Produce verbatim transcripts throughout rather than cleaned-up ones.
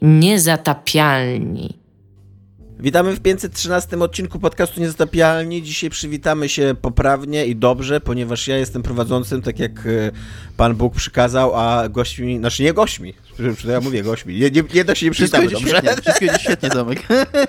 Niezatapialni. Witamy w pięćset trzynastym odcinku podcastu Niezatapialni. Dzisiaj przywitamy się poprawnie i dobrze, ponieważ ja jestem prowadzącym, tak jak Pan Bóg przykazał, a gośćmi, znaczy nie gośćmi, ja mówię gośćmi, nie, nie, nie da się nie przywitamy, dobrze? Świetnie, wszystko idzie świetnie, Tomek.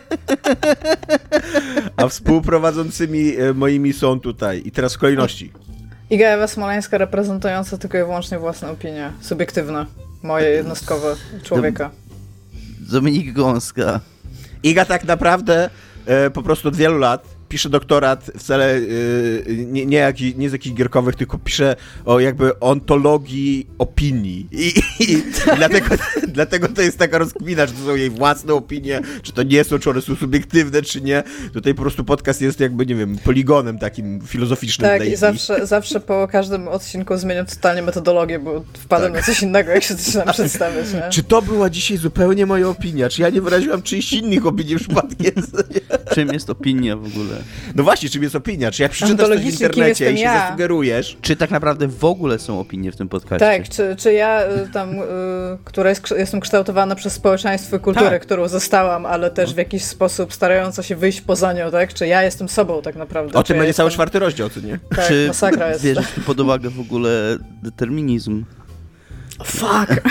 A współprowadzącymi moimi są tutaj, i teraz w kolejności. Iga Ewa Smoleńska, reprezentująca tylko i wyłącznie własne opinie, subiektywne, moje jednostkowe człowieka. Dominik Gąska. Iga tak naprawdę e, po prostu od wielu lat pisze doktorat wcale e, nie, nie, jak, nie z jakichś gierkowych, tylko pisze o jakby ontologii opinii. I, i, i dlatego, dlatego to jest taka rozkmina, czy to są jej własne opinie, czy to nie są, czy one są subiektywne, czy nie. Tutaj po prostu podcast jest jakby, nie wiem, poligonem takim filozoficznym. Tak, i zawsze, zawsze po każdym odcinku zmieniam totalnie metodologię, bo wpadam tak na coś innego, jak się zaczynam przedstawiać. Nie? Czy to była dzisiaj zupełnie moja opinia? Czy ja nie wyraziłam czyichś innych opinii przypadkiem? Czym jest opinia w ogóle? No właśnie, czym jest opinia? Czy jak przeczytasz coś w internecie i się ja? zasugerujesz? Czy tak naprawdę w ogóle są opinie w tym podcaście? Tak, czy, czy ja tam, y, która jest, jestem kształtowana przez społeczeństwo i kulturę, tak, którą zostałam, ale też w jakiś sposób starająca się wyjść poza nią, tak? Czy ja jestem sobą tak naprawdę? O tym ja będzie jestem... cały czwarty rozdział, co nie? Tak, czy masakra jest. Bierzesz tu pod uwagę w ogóle determinizm? Fuck!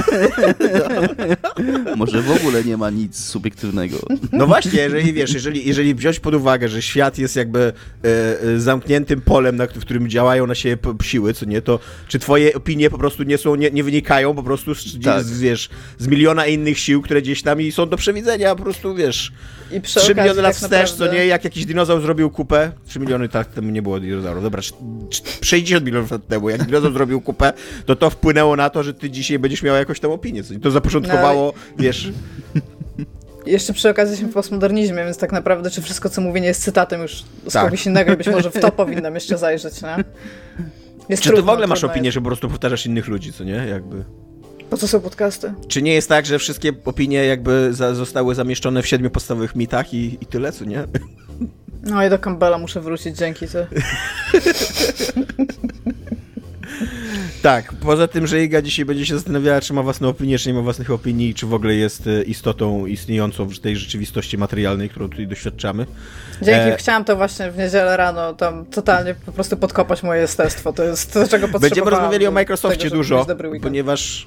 Może w ogóle nie ma nic subiektywnego. No właśnie, jeżeli wiesz, jeżeli, jeżeli wziąć pod uwagę, że świat jest jakby e, e, zamkniętym polem, na, w którym działają na siebie siły, co nie, to czy twoje opinie po prostu nie są, nie, nie wynikają po prostu z, tak. z, wiesz, z miliona innych sił, które gdzieś tam i są do przewidzenia, po prostu wiesz, I przy trzy miliony lat tak wstecz, naprawdę... co nie, jak jakiś dinozaur zrobił kupę, trzy miliony tak temu nie było dinozaurów, dobra, sześćdziesiąt milionów lat temu, jak dinozaur zrobił kupę, to to wpłynęło na to, że ty dzisiaj będziesz miała jakąś tam opinię, co nie, to zapoczątkowało, no, wiesz... Jeszcze przy okazji jesteśmy w postmodernizmie, więc tak naprawdę czy wszystko, co mówię, nie jest cytatem już z tak. kogoś innego i być może w to powinnam jeszcze zajrzeć, nie? Jest czy trudno, ty w ogóle masz opinię, jest. że po prostu powtarzasz innych ludzi, co nie? Jakby... Po co są podcasty? Czy nie jest tak, że wszystkie opinie jakby za, zostały zamieszczone w siedmiu podstawowych mitach i, i tyle, co nie? No i do Campbella muszę wrócić, dzięki ty. Tak, poza tym, że Iga dzisiaj będzie się zastanawiała, czy ma własne opinie, czy nie ma własnych opinii, czy w ogóle jest istotą istniejącą w tej rzeczywistości materialnej, którą tutaj doświadczamy. Dzięki, e... chciałam to właśnie w niedzielę rano tam totalnie po prostu podkopać moje jestestwo. To jest to, czego potrzebowałam. Będziemy rozmawiali o Microsoftie tego, dużo, ponieważ...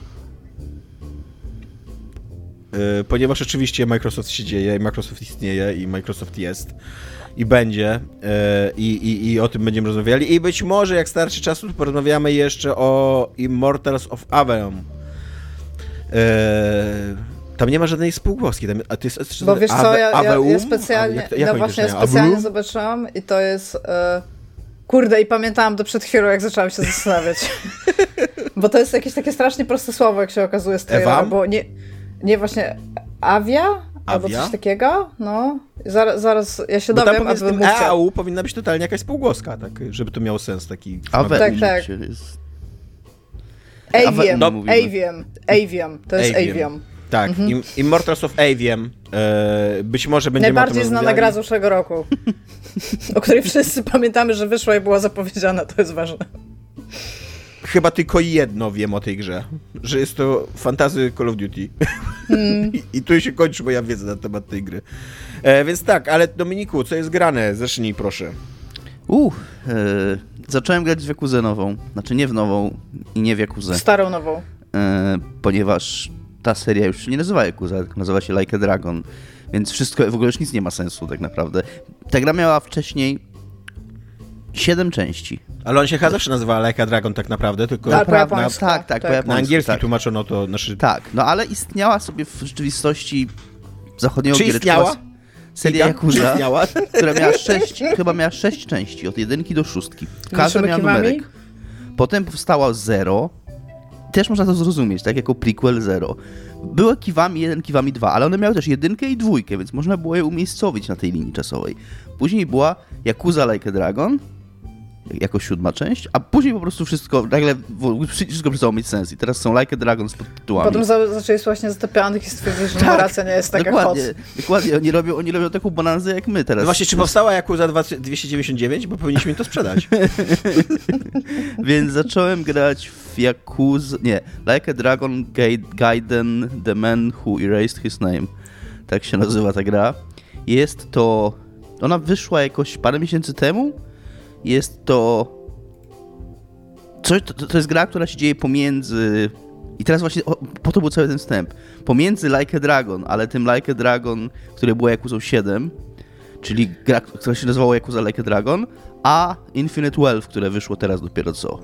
Yy, ponieważ oczywiście Microsoft się dzieje, Microsoft istnieje i Microsoft jest i będzie yy, i, i o tym będziemy rozmawiali i być może jak starczy czasu to porozmawiamy jeszcze o Immortals of Aveum. Yy, tam nie ma żadnej spółgłoski. Tam, a to jest, Bo wiesz co, Ave, ja, ja, ja specjalnie, jak to, jak no właśnie ja specjalnie Aveum? zobaczyłam i to jest... Yy... Kurde, i pamiętałam to przed chwilą, jak zaczęłam się zastanawiać. Bo to jest jakieś takie strasznie proste słowo, jak się okazuje z trailera, bo nie... Nie, właśnie Avia? Albo Avia? coś takiego? No. Zaraz, zaraz ja się bo dowiem, tam pomiędzy aby tym E A U powinna być totalnie jakaś spółgłoska, tak, żeby to miało sens taki. Aveum, tak, tak. Jest... Avium, no, Avium, Avium, to jest Avium. Avium. Tak, mhm. Immortals of Aveum. E, być może będziemy najbardziej znana gra z zeszłego roku, o której wszyscy pamiętamy, że wyszła i była zapowiedziana, to jest ważne. Chyba tylko jedno wiem o tej grze, że jest to fantasy Call of Duty. Mm. I, I tu się kończy moja wiedza na temat tej gry. E, więc tak, ale Dominiku, co jest grane? Zacznij proszę. Uh, e, zacząłem grać w Yakuzę nową. Znaczy nie w nową i nie w Yakuzę. Starą nową. E, ponieważ ta seria już się nie nazywa Yakuza, tylko nazywa się Like a Dragon. Więc wszystko, w ogóle już nic nie ma sensu tak naprawdę. Ta gra miała wcześniej siedem części. Ale on się chyba zawsze nazywa Like a Dragon tak naprawdę, tylko tak, na, po na, japońsku, tak, tak, tak. na angielski tak. tłumaczono to. Znaczy... Tak, no ale istniała sobie w rzeczywistości zachodniego Czy istniała? Seria Yakuza, istniała? która miała sześć, chyba miała sześć części, od jedynki do szóstki. Każda miała numerek. Potem powstała Zero. Też można to zrozumieć, tak, jako prequel Zero. Były Kiwami jeden, Kiwami dwa, ale one miały też jedynkę i dwójkę, więc można było je umiejscowić na tej linii czasowej. Później była Yakuza Like a Dragon, jako siódma część, a później po prostu wszystko, nagle wszystko przestało mieć sens i teraz są Like a Dragon z podtytułami. Potem za, zaczęli właśnie zatapianych i stwierdzili, że numeracja tak, nie jest taka dokładnie, hot. Dokładnie, oni robią, oni robią taką bonanzę jak my teraz. No właśnie, czy powstała Yakuza dwieście dziewięćdziesiąt dziewięć? Bo powinniśmy to sprzedać. Więc zacząłem grać w Yakuza... Nie, Like a Dragon Gaiden The Man Who Erased His Name. Tak się nazywa ta gra. Jest to... Ona wyszła jakoś parę miesięcy temu. Jest to... Coś, to, to jest gra, która się dzieje pomiędzy... I teraz właśnie o, po to był cały ten wstęp. Pomiędzy Like a Dragon, ale tym Like a Dragon, które było Yakuzą siedem, czyli gra, która się nazywała Yakuza Like a Dragon, a Infinite Wealth, które wyszło teraz dopiero co.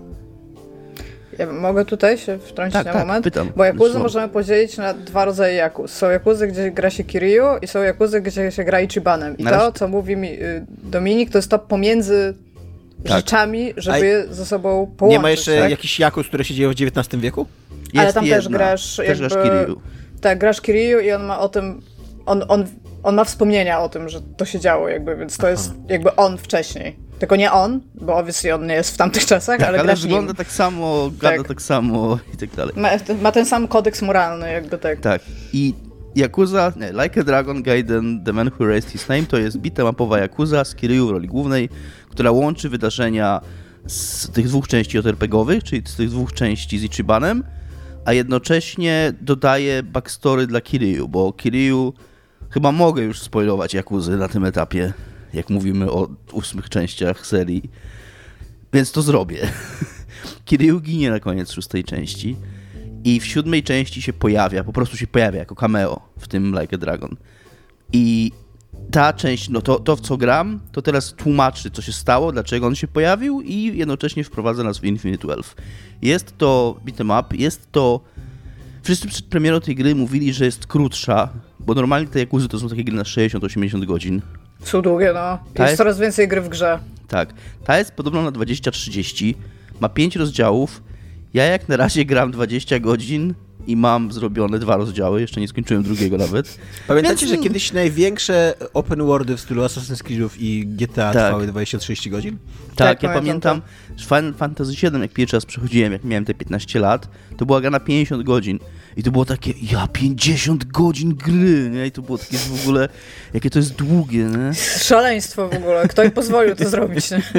Ja mogę tutaj się wtrącić tak, na tak, moment? Pytam. Bo Yakuzy możemy podzielić na dwa rodzaje Yakuz. Są Yakuzy, gdzie gra się Kiryu i są Yakuzy, gdzie się gra Ichibanem. I na to, razie... co mówi mi y, Dominik, to jest to pomiędzy tak. rzeczami, żeby je ze sobą połączyć. Nie ma jeszcze tak? jakichś Yakuz, które się dzieją w dziewiętnastym wieku? Jest Ale tam jedna. też grasz też jakby... grasz Kiryu. Tak, grasz Kiryu i on ma o tym... On, on, on ma wspomnienia o tym, że to się działo jakby, więc to Aha. jest jakby on wcześniej. Tylko nie on, bo obviously on nie jest w tamtych czasach, tak, ale, ale grasz wygląda nim. tak samo, gada tak. tak samo i tak dalej. Ma, ma ten sam kodeks moralny jakby tak. Tak. I Yakuza, nie, Like a Dragon Gaiden The Man Who Erased His Name to jest beat'em-upowa Yakuza z Kiryu w roli głównej, która łączy wydarzenia z tych dwóch części J R P G-owych, czyli z tych dwóch części z Ichibanem, a jednocześnie dodaje backstory dla Kiryu, bo Kiryu, chyba mogę już spoilować Yakuzy na tym etapie, jak mówimy o ósmych częściach serii, więc to zrobię. Kiryu ginie na koniec szóstej części i w siódmej części się pojawia, po prostu się pojawia jako cameo w tym Like a Dragon. I ta część, no to, to w co gram, to teraz tłumaczy, co się stało, dlaczego on się pojawił i jednocześnie wprowadza nas w Infinite Wealth. Jest to beat'em up, jest to... Wszyscy przed premierą tej gry mówili, że jest krótsza, bo normalnie te Yakuzy to są takie gry na sześćdziesiąt osiemdziesiąt godzin. Są długie, no. Ta jest, jest coraz więcej gry w grze. Tak. Ta jest podobno na dwadzieścia trzydzieści, ma pięć rozdziałów. Ja jak na razie gram dwadzieścia godzin i mam zrobione dwa rozdziały, jeszcze nie skończyłem drugiego nawet. Pamiętacie, Więc... że kiedyś największe open worldy w stylu Assassin's Creed'ów i G T A tak. trwały dwadzieścia trzydzieści godzin? Tak, tak ja pamiętam, że Final Fantasy siedem, jak pierwszy raz przechodziłem, jak miałem te piętnaście lat, to była gra na pięćdziesiąt godzin. I to było takie, ja, pięćdziesiąt godzin gry, nie? I to było takie w ogóle, jakie to jest długie, nie? Szaleństwo w ogóle, kto im pozwolił to zrobić, nie?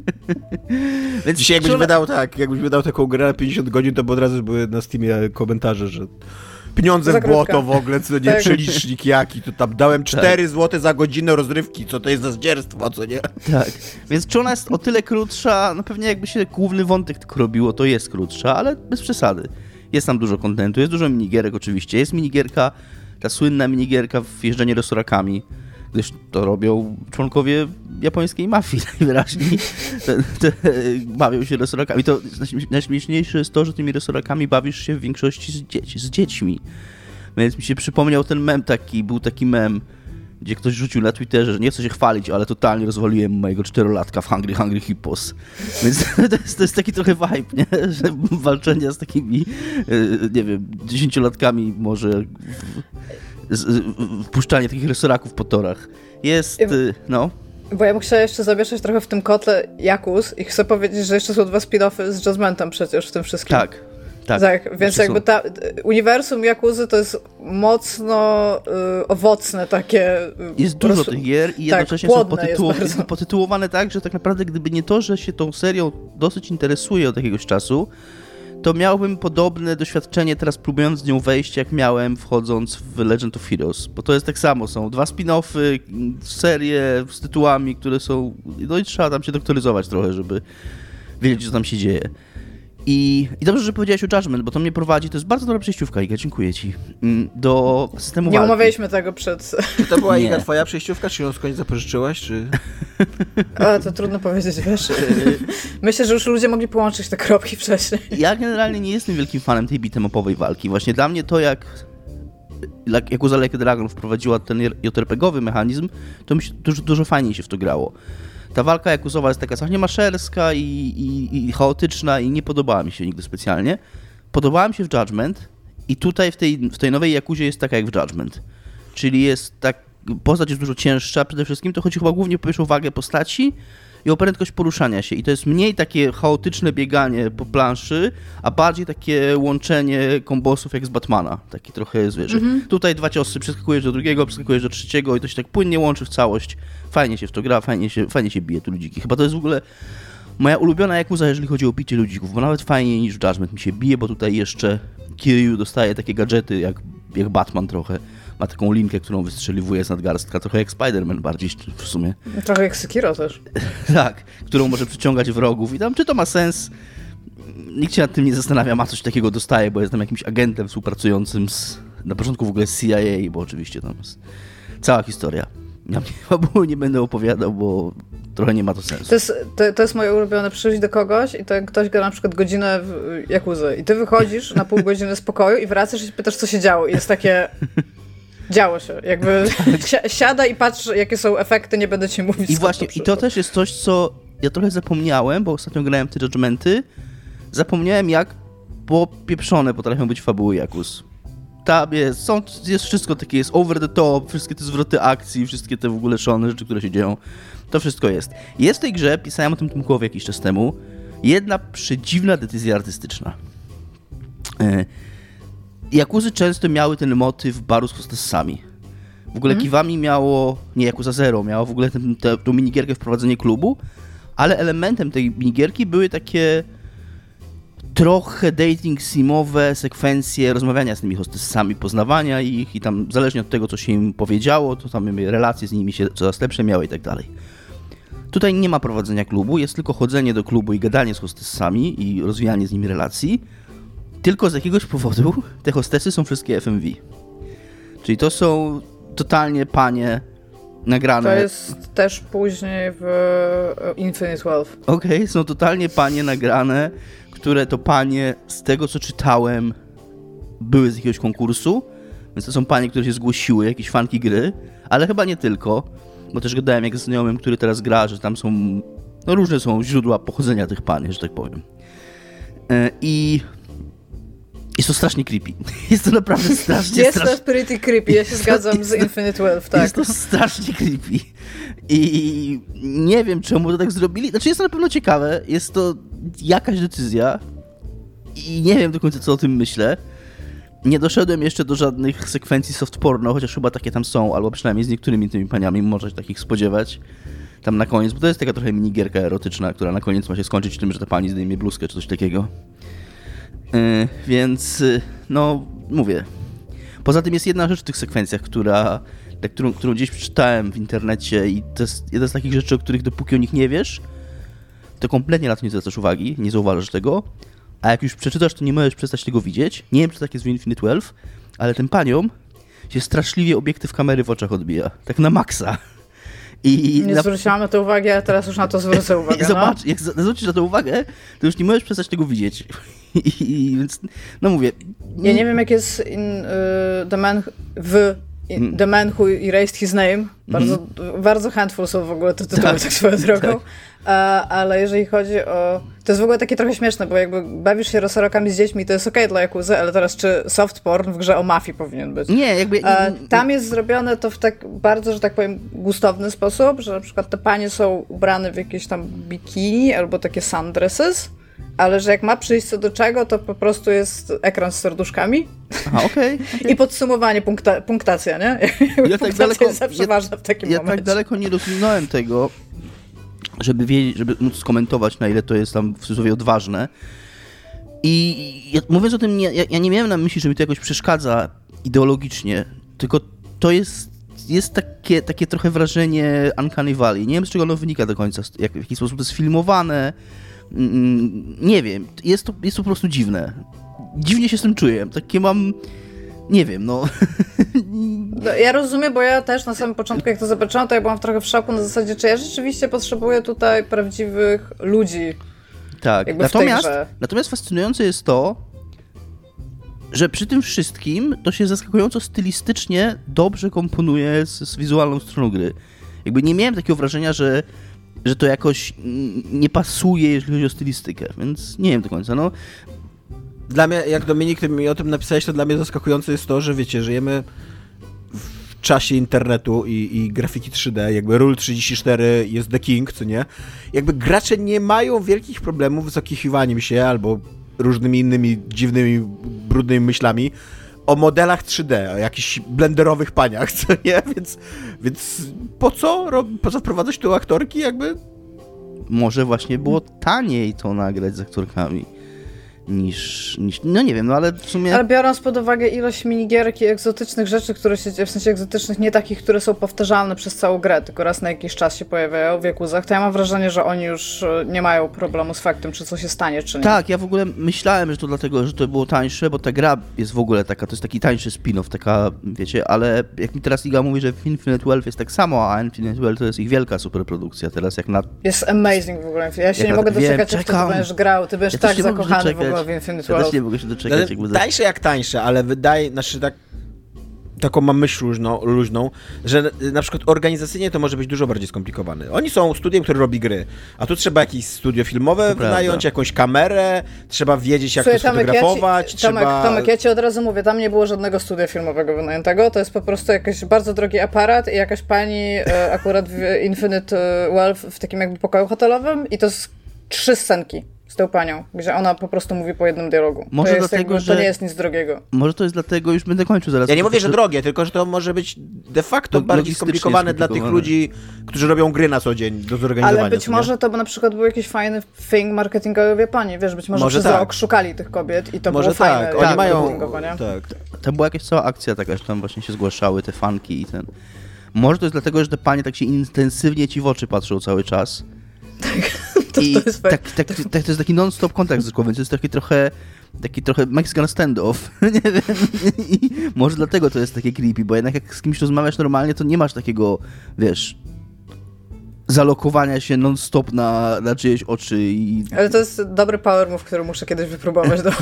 Więc dzisiaj jakbyś wydał tak, jakbyś wydał taką grę na pięćdziesiąt godzin, to by od razu były na Steamie komentarze, że pieniądze w błoto w ogóle, co nie, tak. Przelicznik jaki, to tam dałem cztery tak. złote za godzinę rozrywki, co to jest za zdzierstwo, co nie? Tak, więc czy ona jest o tyle krótsza, no pewnie jakby się główny wątek tylko robiło, to jest krótsza, ale bez przesady. Jest tam dużo kontentu, jest dużo minigierek oczywiście, jest minigierka, ta słynna minigierka w jeżdżeniu resorakami, gdyż to robią członkowie japońskiej mafii najwyraźniej, te, te, bawią się resorakami. To najśmieszniejsze jest to, że tymi resorakami bawisz się w większości z, dzieci, z dziećmi. Więc mi się przypomniał ten mem taki, był taki mem, gdzie ktoś rzucił na Twitterze, że nie chcę się chwalić, ale totalnie rozwaliłem mojego czterolatka w Hungry Hungry Hippos. Więc to jest, to jest taki trochę vibe, nie? Że walczenia z takimi, nie wiem, dziesięciolatkami może... wpuszczanie takich resoraków po torach. Jest, no... Bo ja bym chciała jeszcze zamieszać trochę w tym kotle Yakuz i chcę powiedzieć, że jeszcze są dwa spin-offy z Judgmentem przecież w tym wszystkim. Tak, tak. tak więc jakby ta, uniwersum Yakuzy to jest mocno y, owocne takie... Y, jest dużo prostu, tych gier i jednocześnie tak, są potytuł- potytułowane tak, że tak naprawdę gdyby nie to, że się tą serią dosyć interesuje od jakiegoś czasu, to miałbym podobne doświadczenie teraz próbując z nią wejść, jak miałem wchodząc w Legend of Heroes, bo to jest tak samo, są dwa spin-offy, serie z tytułami, które są, no i trzeba tam się doktoryzować trochę, żeby wiedzieć, co tam się dzieje. I, I dobrze, że powiedziałeś o Judgment, bo to mnie prowadzi, to jest bardzo dobra przejściówka, Iga, dziękuję ci, do systemu Nie walki. omawialiśmy tego przed... Czy to była, Iga, twoja przejściówka, czy ją skądś zapożyczyłaś, czy... O, to trudno powiedzieć, wiesz. Myślę, że już ludzie mogli połączyć te kropki wcześniej. Ja generalnie nie jestem wielkim fanem tej beat'em-upowej walki. Właśnie dla mnie to, jak Yakuza Like a Dragon wprowadziła ten J R P G-owy mechanizm, to mi się dużo, dużo fajniej się w to grało. Ta walka jakuzowa jest taka strasznie maszerska i, i, i chaotyczna i nie podobała mi się nigdy specjalnie. Podobała mi się w Judgment i tutaj w tej, w tej nowej Yakuzie jest taka jak w Judgment. Czyli jest tak, postać jest dużo cięższa przede wszystkim, to chodzi chyba głównie o pierwszą wagę postaci i o prędkość poruszania się. I to jest mniej takie chaotyczne bieganie po planszy, a bardziej takie łączenie kombosów jak z Batmana. Taki trochę, wiesz, mm-hmm. tutaj dwa ciosy, przeskakujesz do drugiego, przeskakujesz do trzeciego i to się tak płynnie łączy w całość. Fajnie się w to gra, fajnie się, fajnie się bije tu ludziki. Chyba to jest w ogóle Moja ulubiona Yakuza, jeżeli chodzi o picie ludzików, bo nawet fajniej niż Judgment mi się bije, bo tutaj jeszcze Kiryu dostaje takie gadżety jak, jak Batman trochę. Ma taką linkę, którą wystrzeliwuje z nadgarstka, trochę jak Spider-Man bardziej w sumie. Trochę jak Sekiro też. Tak, którą może przyciągać wrogów i tam czy to ma sens? Nikt się nad tym nie zastanawia, ma coś takiego dostaje, bo jest tam jakimś agentem współpracującym z, na początku w ogóle z C I A, bo oczywiście tam jest cała historia. Ja chyba nie będę opowiadał, bo trochę nie ma to sensu. To jest, to, to jest moje ulubione, przyjść do kogoś i to ktoś gra na przykład godzinę w Jakuzę i ty wychodzisz na pół godziny z pokoju i wracasz i pytasz, co się działo i jest takie... Działo się. Jakby si- siada i patrz, jakie są efekty, nie będę ci mówić. I właśnie, to i to też jest coś, co ja trochę zapomniałem, bo ostatnio grałem w te Judgmenty. Zapomniałem, jak popieprzone potrafią być fabuły Yakuz. Tam jest, są, jest wszystko takie, jest over the top, wszystkie te zwroty akcji, wszystkie te w ogóle szalone rzeczy, które się dzieją. To wszystko jest. Jest w tej grze, pisałem o tym Tomkowi jakiś czas temu, jedna przedziwna decyzja artystyczna. Yy. Yakuzy często miały ten motyw baru z hostessami. W ogóle mm. Kiwami miało, nie Yakuza Zero, miało w ogóle ten, te, tą minigierkę wprowadzenie klubu, ale elementem tej minigierki były takie trochę dating simowe sekwencje rozmawiania z tymi hostessami, poznawania ich i tam zależnie od tego, co się im powiedziało, to tam relacje z nimi się coraz lepsze miały i tak dalej. Tutaj nie ma prowadzenia klubu, jest tylko chodzenie do klubu i gadanie z hostessami i rozwijanie z nimi relacji. Tylko z jakiegoś powodu te hostessy są wszystkie F M V. Czyli to są totalnie panie nagrane... To jest też później w Infinite Wealth. Okej, okay, są totalnie panie nagrane, które to panie, z tego co czytałem, były z jakiegoś konkursu, więc to są panie, które się zgłosiły, jakieś fanki gry, ale chyba nie tylko, bo też gadałem jak z znajomym, który teraz gra, że tam są... No różne są źródła pochodzenia tych pań, że tak powiem. I... Jest to strasznie creepy. Jest to naprawdę strasznie... Jest strasznie... to pretty creepy, ja się jest zgadzam jest, z Infinite Wealth, tak. Jest to strasznie creepy. I nie wiem, czemu to tak zrobili. Znaczy jest to na pewno ciekawe, jest to jakaś decyzja i nie wiem do końca, co o tym myślę. Nie doszedłem jeszcze do żadnych sekwencji soft porno, chociaż chyba takie tam są, albo przynajmniej z niektórymi tymi paniami można się takich spodziewać. Tam na koniec, bo to jest taka trochę minigierka erotyczna, która na koniec ma się skończyć tym, że ta pani zdejmie bluzkę czy coś takiego. Yy, więc, yy, no, mówię. Poza tym jest jedna rzecz w tych sekwencjach, która, tak, którą, którą gdzieś przeczytałem w internecie i to jest jedna z takich rzeczy, o których dopóki o nich nie wiesz, to kompletnie na to nie zwracasz uwagi, nie zauważasz tego, a jak już przeczytasz, to nie możesz przestać tego widzieć. Nie wiem, czy tak jest w Infinite Wealth, ale tym paniom się straszliwie obiektyw kamery w oczach odbija. Tak na maksa. I nie na... zwróciłam na to uwagi, a teraz już na to zwrócę uwagę. Zobacz, no. jak zwrócisz na to uwagę, to już nie możesz przestać tego widzieć. I, i więc, no mówię. Ja nie wiem, jak jest in, y, The Man w in, The Man Who Erased His Name. Bardzo, mm. bardzo handful są w ogóle te tytuły, tak, tak swoją drogą. Tak. A, ale jeżeli chodzi o... To jest w ogóle takie trochę śmieszne, bo jakby bawisz się rosorokami z dziećmi, to jest okej okay dla Yakuzy, ale teraz czy soft porn w grze o mafii powinien być? Nie, jakby... A, tam jest zrobione to w tak bardzo, że tak powiem, gustowny sposób, że na przykład te panie są ubrane w jakieś tam bikini albo takie sundresses, ale że jak ma przyjść co do czego, to po prostu jest ekran z serduszkami. Aha, okej. Okay, okay. I podsumowanie, punkta- punktacja, nie? Ja punktacja tak daleko, jest zawsze ja, ważna w takim ja momencie. Ja tak daleko nie rozwinąłem tego, żeby wiedzieć, żeby móc skomentować, na ile to jest tam w cudzysłowie odważne. I ja, mówiąc o tym, nie, ja, ja nie miałem na myśli, że mi to jakoś przeszkadza ideologicznie, tylko to jest, jest takie, takie trochę wrażenie Uncanny Valley. Nie wiem, z czego ono wynika do końca, jak, w jaki sposób to jest filmowane. Nie wiem, jest to, jest to po prostu dziwne. Dziwnie się z tym czuję. Takie mam... Nie wiem, no. no. Ja rozumiem, bo ja też na samym początku, jak to zobaczyłam, to ja byłam w trochę w szoku na zasadzie, czy ja rzeczywiście potrzebuję tutaj prawdziwych ludzi. Tak, natomiast, natomiast fascynujące jest to, że przy tym wszystkim to się zaskakująco stylistycznie dobrze komponuje z, z wizualną stroną gry. Jakby nie miałem takiego wrażenia, że że to jakoś nie pasuje, jeżeli chodzi o stylistykę, więc nie wiem do końca, no. Dla mnie, jak Dominik, ty mi o tym napisałeś, to dla mnie zaskakujące jest to, że wiecie, żyjemy w czasie internetu i, i grafiki trzy D, jakby Rule trzydzieści cztery jest the king, co nie? Jakby gracze nie mają wielkich problemów z zakichiwaniem się albo różnymi innymi dziwnymi, brudnymi myślami o modelach trzy D, o jakichś blenderowych paniach, co nie? Więc, więc po co, po co wprowadzać tu aktorki? Jakby może właśnie było taniej to nagrać z aktorkami. Niż, niż, no nie wiem, no ale w sumie... Ale biorąc pod uwagę ilość minigierek i egzotycznych rzeczy, które się dzieje, w sensie egzotycznych, nie takich, które są powtarzalne przez całą grę, tylko raz na jakiś czas się pojawiają w Yakuzach, to ja mam wrażenie, że oni już nie mają problemu z faktem, czy coś się stanie, czy nie. Tak, ja w ogóle myślałem, że to dlatego, że to było tańsze, bo ta gra jest w ogóle taka, to jest taki tańszy spin-off, taka, wiecie, ale jak mi teraz Iga mówi, że Infinite Wealth jest tak samo, a Infinite Wealth to jest ich wielka superprodukcja teraz, jak na... Jest amazing w ogóle. Ja się nie mogę doczekać, jak ty będziesz grał, ty będziesz ja tak zakochany w ogóle w Infinite Wealth. Ja też nie mogę się doczekać. No, tańsze jak tańsze, ale wydaje, znaczy tak, taką mam myśl luźną, luźną, że na przykład organizacyjnie to może być dużo bardziej skomplikowane. Oni są studiem, które robi gry, a tu trzeba jakieś studio filmowe to wynająć, prawda. Jakąś kamerę, trzeba wiedzieć, jak Słuchaj, to sfotografować. Ja ci, trzeba... Tomek, Tomek, ja ci od razu mówię, tam nie było żadnego studia filmowego wynajętego, to jest po prostu jakiś bardzo drogi aparat i jakaś pani e, akurat w Infinite Wealth w takim jakby pokoju hotelowym i to jest trzy scenki. Z tą panią, gdzie ona po prostu mówi po jednym dialogu. Może to, jest dlatego, jakby, że... to nie jest nic drogiego. Może to jest dlatego, już będę kończył zaraz. Ja nie mówię, że drogie, tylko że to może być de facto bardziej skomplikowane dla tych ludzi, którzy robią gry na co dzień do zorganizowania. Ale być może to by na przykład był jakiś fajny thing marketingowy, wie pani, wiesz, być może, może przez tak. rok szukali tych kobiet i to może było tak. fajne. Oni tak, mają... Tak. To była jakaś cała akcja taka, że tam właśnie się zgłaszały te fanki i ten... Może to jest dlatego, że te panie tak się intensywnie ci w oczy patrzą cały czas. Tak. To, I to, jest tak, tak, tak, to jest taki non-stop kontakt wzrokowy, więc to jest taki trochę, taki trochę Mexican standoff, nie wiem, i może dlatego to jest takie creepy, bo jednak jak z kimś rozmawiasz normalnie, to nie masz takiego, wiesz, zalokowania się non-stop na, na czyjeś oczy i... Ale to jest dobry power move, który muszę kiedyś wypróbować. Do...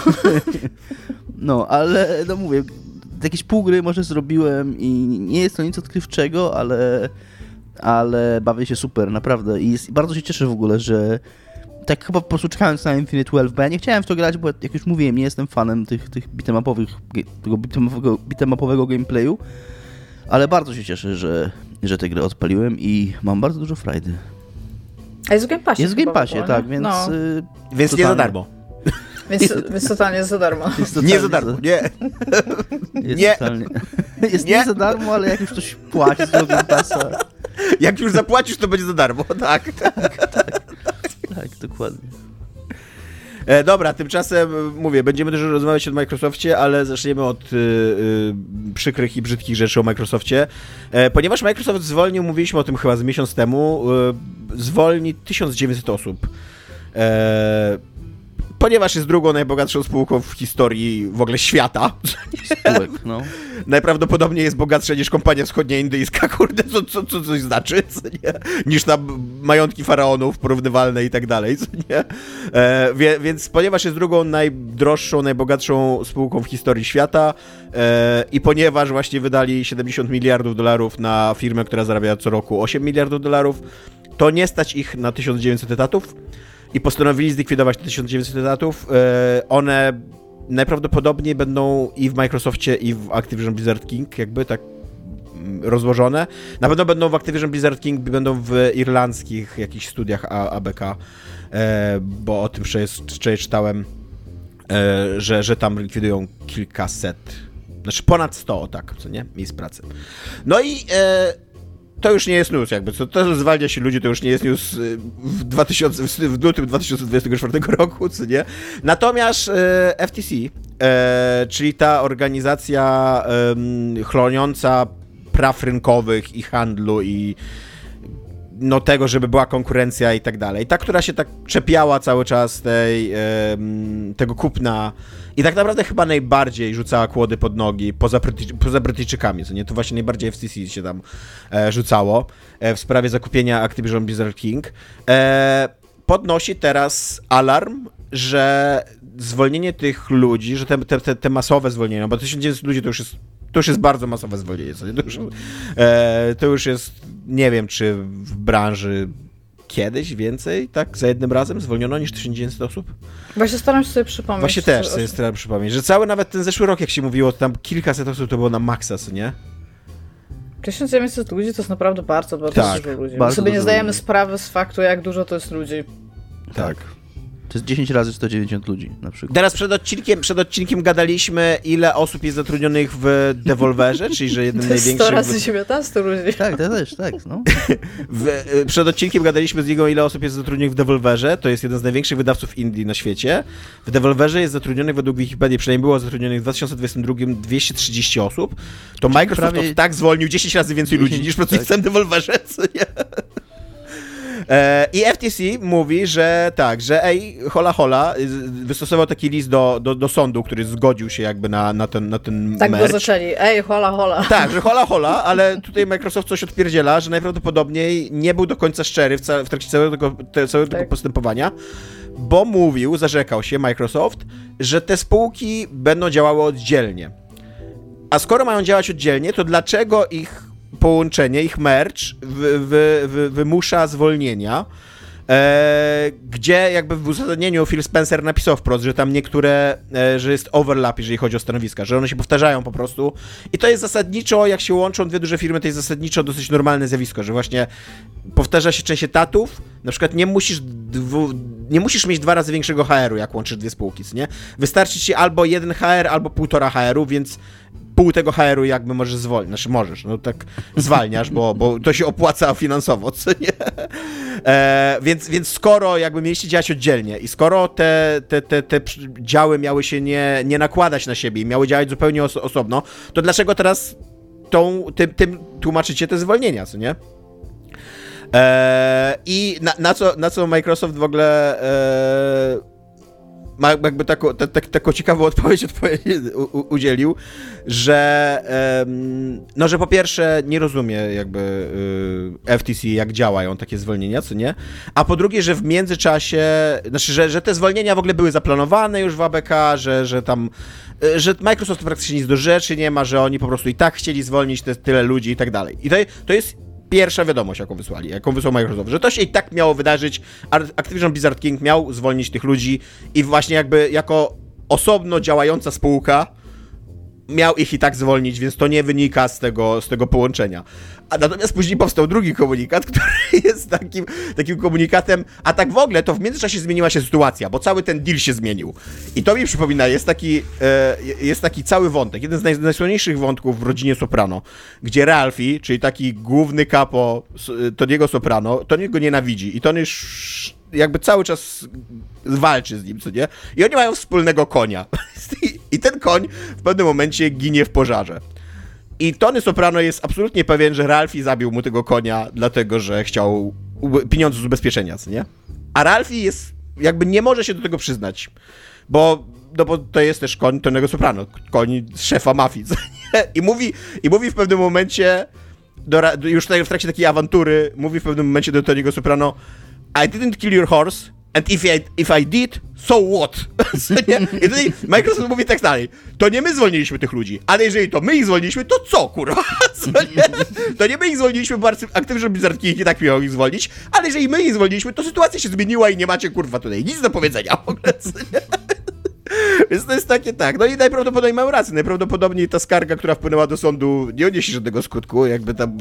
No, ale no mówię, jakieś pół gry może zrobiłem i nie jest to nic odkrywczego, ale... ale bawię się super, naprawdę. I, jest, i bardzo się cieszę w ogóle, że tak chyba po prostu czekając na Infinite Wealth, bo ja nie chciałem w to grać, bo jak już mówiłem, nie jestem fanem tych, tych beatemapowych, tego beatemapowego, beatemapowego gameplayu, ale bardzo się cieszę, że, że tę grę odpaliłem i mam bardzo dużo frajdy. A jest w Game Passie. Jest w Game Passie, tak, więc... No. Y, więc totalnie. Nie za darmo. Więc, więc totalnie jest za darmo. Jest totalnie nie za darmo, nie. Jest nie. Totalnie. Jest nie. nie za darmo, ale jak już ktoś płaci z tego Game Passa... Jak już zapłacisz, to będzie za darmo, tak. Tak, tak, tak dokładnie. E, dobra, tymczasem mówię, będziemy dużo rozmawiać o Microsoftie, ale zaczniemy od y, y, przykrych i brzydkich rzeczy o Microsoftie. E, ponieważ Microsoft zwolnił, mówiliśmy o tym chyba z miesiąc temu, y, zwolni tysiąc dziewięćset osób. E, Ponieważ jest drugą najbogatszą spółką w historii w ogóle świata. Spółek, no. Najprawdopodobniej jest bogatsza niż kompania wschodnioindyjska, kurde, co, co, co coś znaczy, co nie? Niż tam majątki faraonów porównywalne i tak dalej, co nie? E, wie, więc ponieważ jest drugą najdroższą, najbogatszą spółką w historii świata e, i ponieważ właśnie wydali siedemdziesiąt miliardów dolarów na firmę, która zarabia co roku osiem miliardów dolarów, to nie stać ich na tysiąc dziewięćset etatów. I postanowili zlikwidować te tysiąc dziewięćset etatów. One najprawdopodobniej będą i w Microsoftie, i w Activision Blizzard King jakby tak rozłożone. Na pewno będą w Activision Blizzard King, będą w irlandzkich jakichś studiach A B K, bo o tym wczoraj czytałem, że, że tam likwidują kilkaset, znaczy ponad sto, tak, co nie? Miejsc pracy. No i to już nie jest news, jakby, co to zwalnia się ludzi, to już nie jest news w, dwa tysiące, w lutym dwa tysiące dwudziestego czwartego roku, co nie? Natomiast e, F T C, e, czyli ta organizacja e, chroniąca praw rynkowych i handlu i no tego, żeby była konkurencja i tak dalej. Ta, która się tak czepiała cały czas tej, e, tego kupna i tak naprawdę chyba najbardziej rzucała kłody pod nogi poza, Bryty- poza Brytyjczykami, co nie? To właśnie najbardziej F T C się tam e, rzucało e, w sprawie zakupienia Activision Blizzard King. E, podnosi teraz alarm, że zwolnienie tych ludzi, że te, te, te masowe zwolnienia, bo tysiąc dziewięćset ludzi to już jest To już jest bardzo masowe zwolnienie, co nie? To już, e, to już jest, nie wiem, czy w branży kiedyś więcej, tak, za jednym razem zwolniono niż tysiąc dziewięćset osób? Właśnie staram się sobie przypomnieć. Właśnie też sobie staram przypomnieć, że cały nawet ten zeszły rok, jak się mówiło, to tam kilkaset osób to było na maksa, co nie? tysiąc dziewięćset ludzi to jest naprawdę bardzo, bardzo tak, dużo ludzi. Bardzo My sobie nie zdajemy ludzi. sprawy z faktu, jak dużo to jest ludzi. Tak. To jest dziesięć razy sto dziewięćdziesiąt ludzi na przykład. Teraz przed odcinkiem, przed odcinkiem gadaliśmy, ile osób jest zatrudnionych w Devolverze, czyli że jednym z największych... sto razy dziewiętnaście ludzi. Tak, to też, tak, no. w, przed odcinkiem gadaliśmy z niego, ile osób jest zatrudnionych w Devolverze. To jest jeden z największych wydawców indie na świecie. W Devolverze jest zatrudnionych, według Wikipedii, przynajmniej było zatrudnionych w dwa tysiące dwudziestym drugim dwieście trzydzieści osób. To Microsoft prawie... tak zwolnił dziesięć razy więcej ludzi niż pracuje w tym Devolverze, co nie? I F T C mówi, że tak, że ej, hola hola, wystosował taki list do, do, do sądu, który zgodził się jakby na, na ten, na ten Tak merch. go zaczęli, ej, hola hola. Tak, że hola hola, ale tutaj Microsoft coś odpierdziela, że najprawdopodobniej nie był do końca szczery w, ca- w trakcie całego, tego, te, całego tak. tego postępowania, bo mówił, zarzekał się Microsoft, że te spółki będą działały oddzielnie. A skoro mają działać oddzielnie, to dlaczego ich połączenie, ich merge wy, wy, wy, wymusza zwolnienia, e, gdzie jakby w uzasadnieniu Phil Spencer napisał wprost, że tam niektóre, e, że jest overlap, jeżeli chodzi o stanowiska, że one się powtarzają po prostu i to jest zasadniczo, jak się łączą dwie duże firmy, to jest zasadniczo dosyć normalne zjawisko, że właśnie powtarza się część etatów, na przykład nie musisz dwu, nie musisz mieć dwa razy większego H R-u, jak łączysz dwie spółki, nie? Wystarczy ci albo jeden H R, albo półtora H R-u, więc pół tego H R-u jakby możesz zwolnić, znaczy możesz, no tak zwalniasz, bo, bo to się opłaca finansowo, co nie? E, więc, więc skoro jakby mieliście działać oddzielnie i skoro te, te, te, te działy miały się nie, nie nakładać na siebie i miały działać zupełnie oso- osobno, to dlaczego teraz tą, tym, tym tłumaczycie te zwolnienia, co nie? E, I na, na, co, na co Microsoft w ogóle... E, ma jakby taką, ta, ta, taką ciekawą odpowiedź, odpowiedź u, u, udzielił, że um, no, że po pierwsze nie rozumie jakby y, F T C, jak działają takie zwolnienia, co nie? A po drugie, że w międzyczasie, znaczy, że, że te zwolnienia w ogóle były zaplanowane już w A B K, że, że tam, y, że Microsoft praktycznie nic do rzeczy nie ma, że oni po prostu i tak chcieli zwolnić te, tyle ludzi i tak dalej. I to, to jest pierwsza wiadomość, jaką wysłali, jaką wysłał Microsoft, że to się i tak miało wydarzyć, Activision Blizzard King miał zwolnić tych ludzi i właśnie jakby jako osobno działająca spółka miał ich i tak zwolnić, więc to nie wynika z tego, z tego połączenia. A natomiast później powstał drugi komunikat, który jest takim, takim komunikatem, a tak w ogóle to w międzyczasie zmieniła się sytuacja, bo cały ten deal się zmienił. I to mi przypomina, jest taki, e, jest taki cały wątek, jeden z naj, najsłynniejszych wątków w rodzinie Soprano, gdzie Ralphie, czyli taki główny kapo Tony'ego Soprano, Tony go nienawidzi i Tony już jakby cały czas walczy z nim, co nie? I oni mają wspólnego konia. I ten koń w pewnym momencie ginie w pożarze. I Tony Soprano jest absolutnie pewien, że Ralphie zabił mu tego konia, dlatego że chciał pieniądze z ubezpieczenia, co nie? A Ralphie jest, jakby nie może się do tego przyznać, bo, no bo to jest też koń Tonego Soprano, koń szefa mafii, co nie? I mówi, i mówi w pewnym momencie, do, już w trakcie takiej awantury, mówi w pewnym momencie do Tonego Soprano: I didn't kill your horse, and if I, if I did, so what? I tutaj Microsoft mówi tak dalej: to nie my zwolniliśmy tych ludzi, ale jeżeli to my ich zwolniliśmy, to co, kurwa? Co nie? To nie my ich zwolniliśmy, bo Activision Blizzard King nie tak miał ich zwolnić, ale jeżeli my ich zwolniliśmy, to sytuacja się zmieniła i nie macie, kurwa, tutaj nic do powiedzenia w ogóle. Więc to jest takie tak. No i najprawdopodobniej mają rację. Najprawdopodobniej ta skarga, która wpłynęła do sądu, nie odniesie żadnego skutku, jakby tam...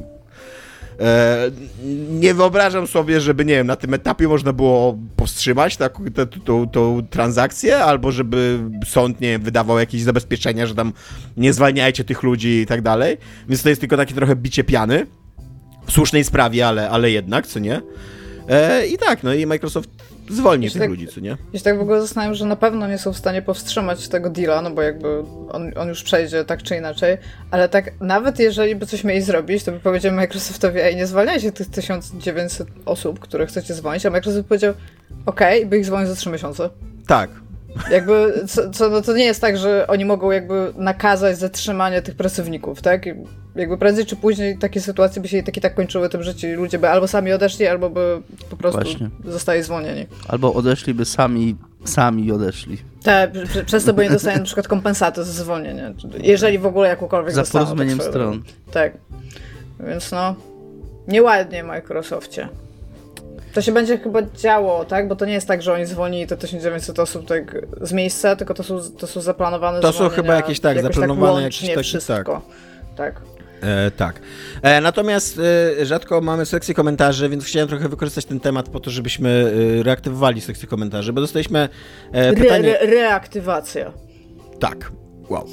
E, nie wyobrażam sobie, żeby, nie wiem, na tym etapie można było powstrzymać tą transakcję, albo żeby sąd, nie wiem, wydawał jakieś zabezpieczenia, że tam nie zwalniajcie tych ludzi i tak dalej. Więc to jest tylko takie trochę bicie piany. W słusznej sprawie, ale, ale jednak, co nie? E, I tak, no i Microsoft zwolni tych tak, ludzi, co nie? Ja się tak w ogóle zastanawiam, że na pewno nie są w stanie powstrzymać tego deala, no bo jakby on, on już przejdzie tak czy inaczej, ale tak nawet jeżeli by coś mieli zrobić, to by powiedział Microsoftowi: ej, nie zwalniajcie tych tysiąc dziewięćset osób, które chcecie zwolnić, a Microsoft powiedział: okej, okay, by ich zwolnić za trzy miesiące. Tak. Jakby, co, co, no to nie jest tak, że oni mogą jakby nakazać zatrzymanie tych pracowników, tak? Jakby prędzej czy później takie sytuacje by się tak i tak kończyły tym, że ci ludzie by albo sami odeszli, albo by po prostu Właśnie. zostali zwolnieni. Albo odeszliby sami, sami odeszli. Tak, przez to, bo nie dostają na przykład kompensaty za zwolnienie, jeżeli w ogóle jakąkolwiek za dostaną. Za porozumieniem tak stron. Tak, więc no, nieładnie Microsoftie. To się będzie chyba działo, tak? Bo to nie jest tak, że oni zwolnili te tysiąc dziewięćset osób tak z miejsca, tylko to są, to są zaplanowane To są chyba jakieś tak, zaplanowane tak jakieś takie, wszystko. Tak. tak. E, tak. E, natomiast e, rzadko mamy sekcję komentarzy, więc chciałem trochę wykorzystać ten temat po to, żebyśmy e, reaktywowali sekcję komentarzy, bo dostaliśmy e, pytanie... Re, re, reaktywacja. Tak. Wow.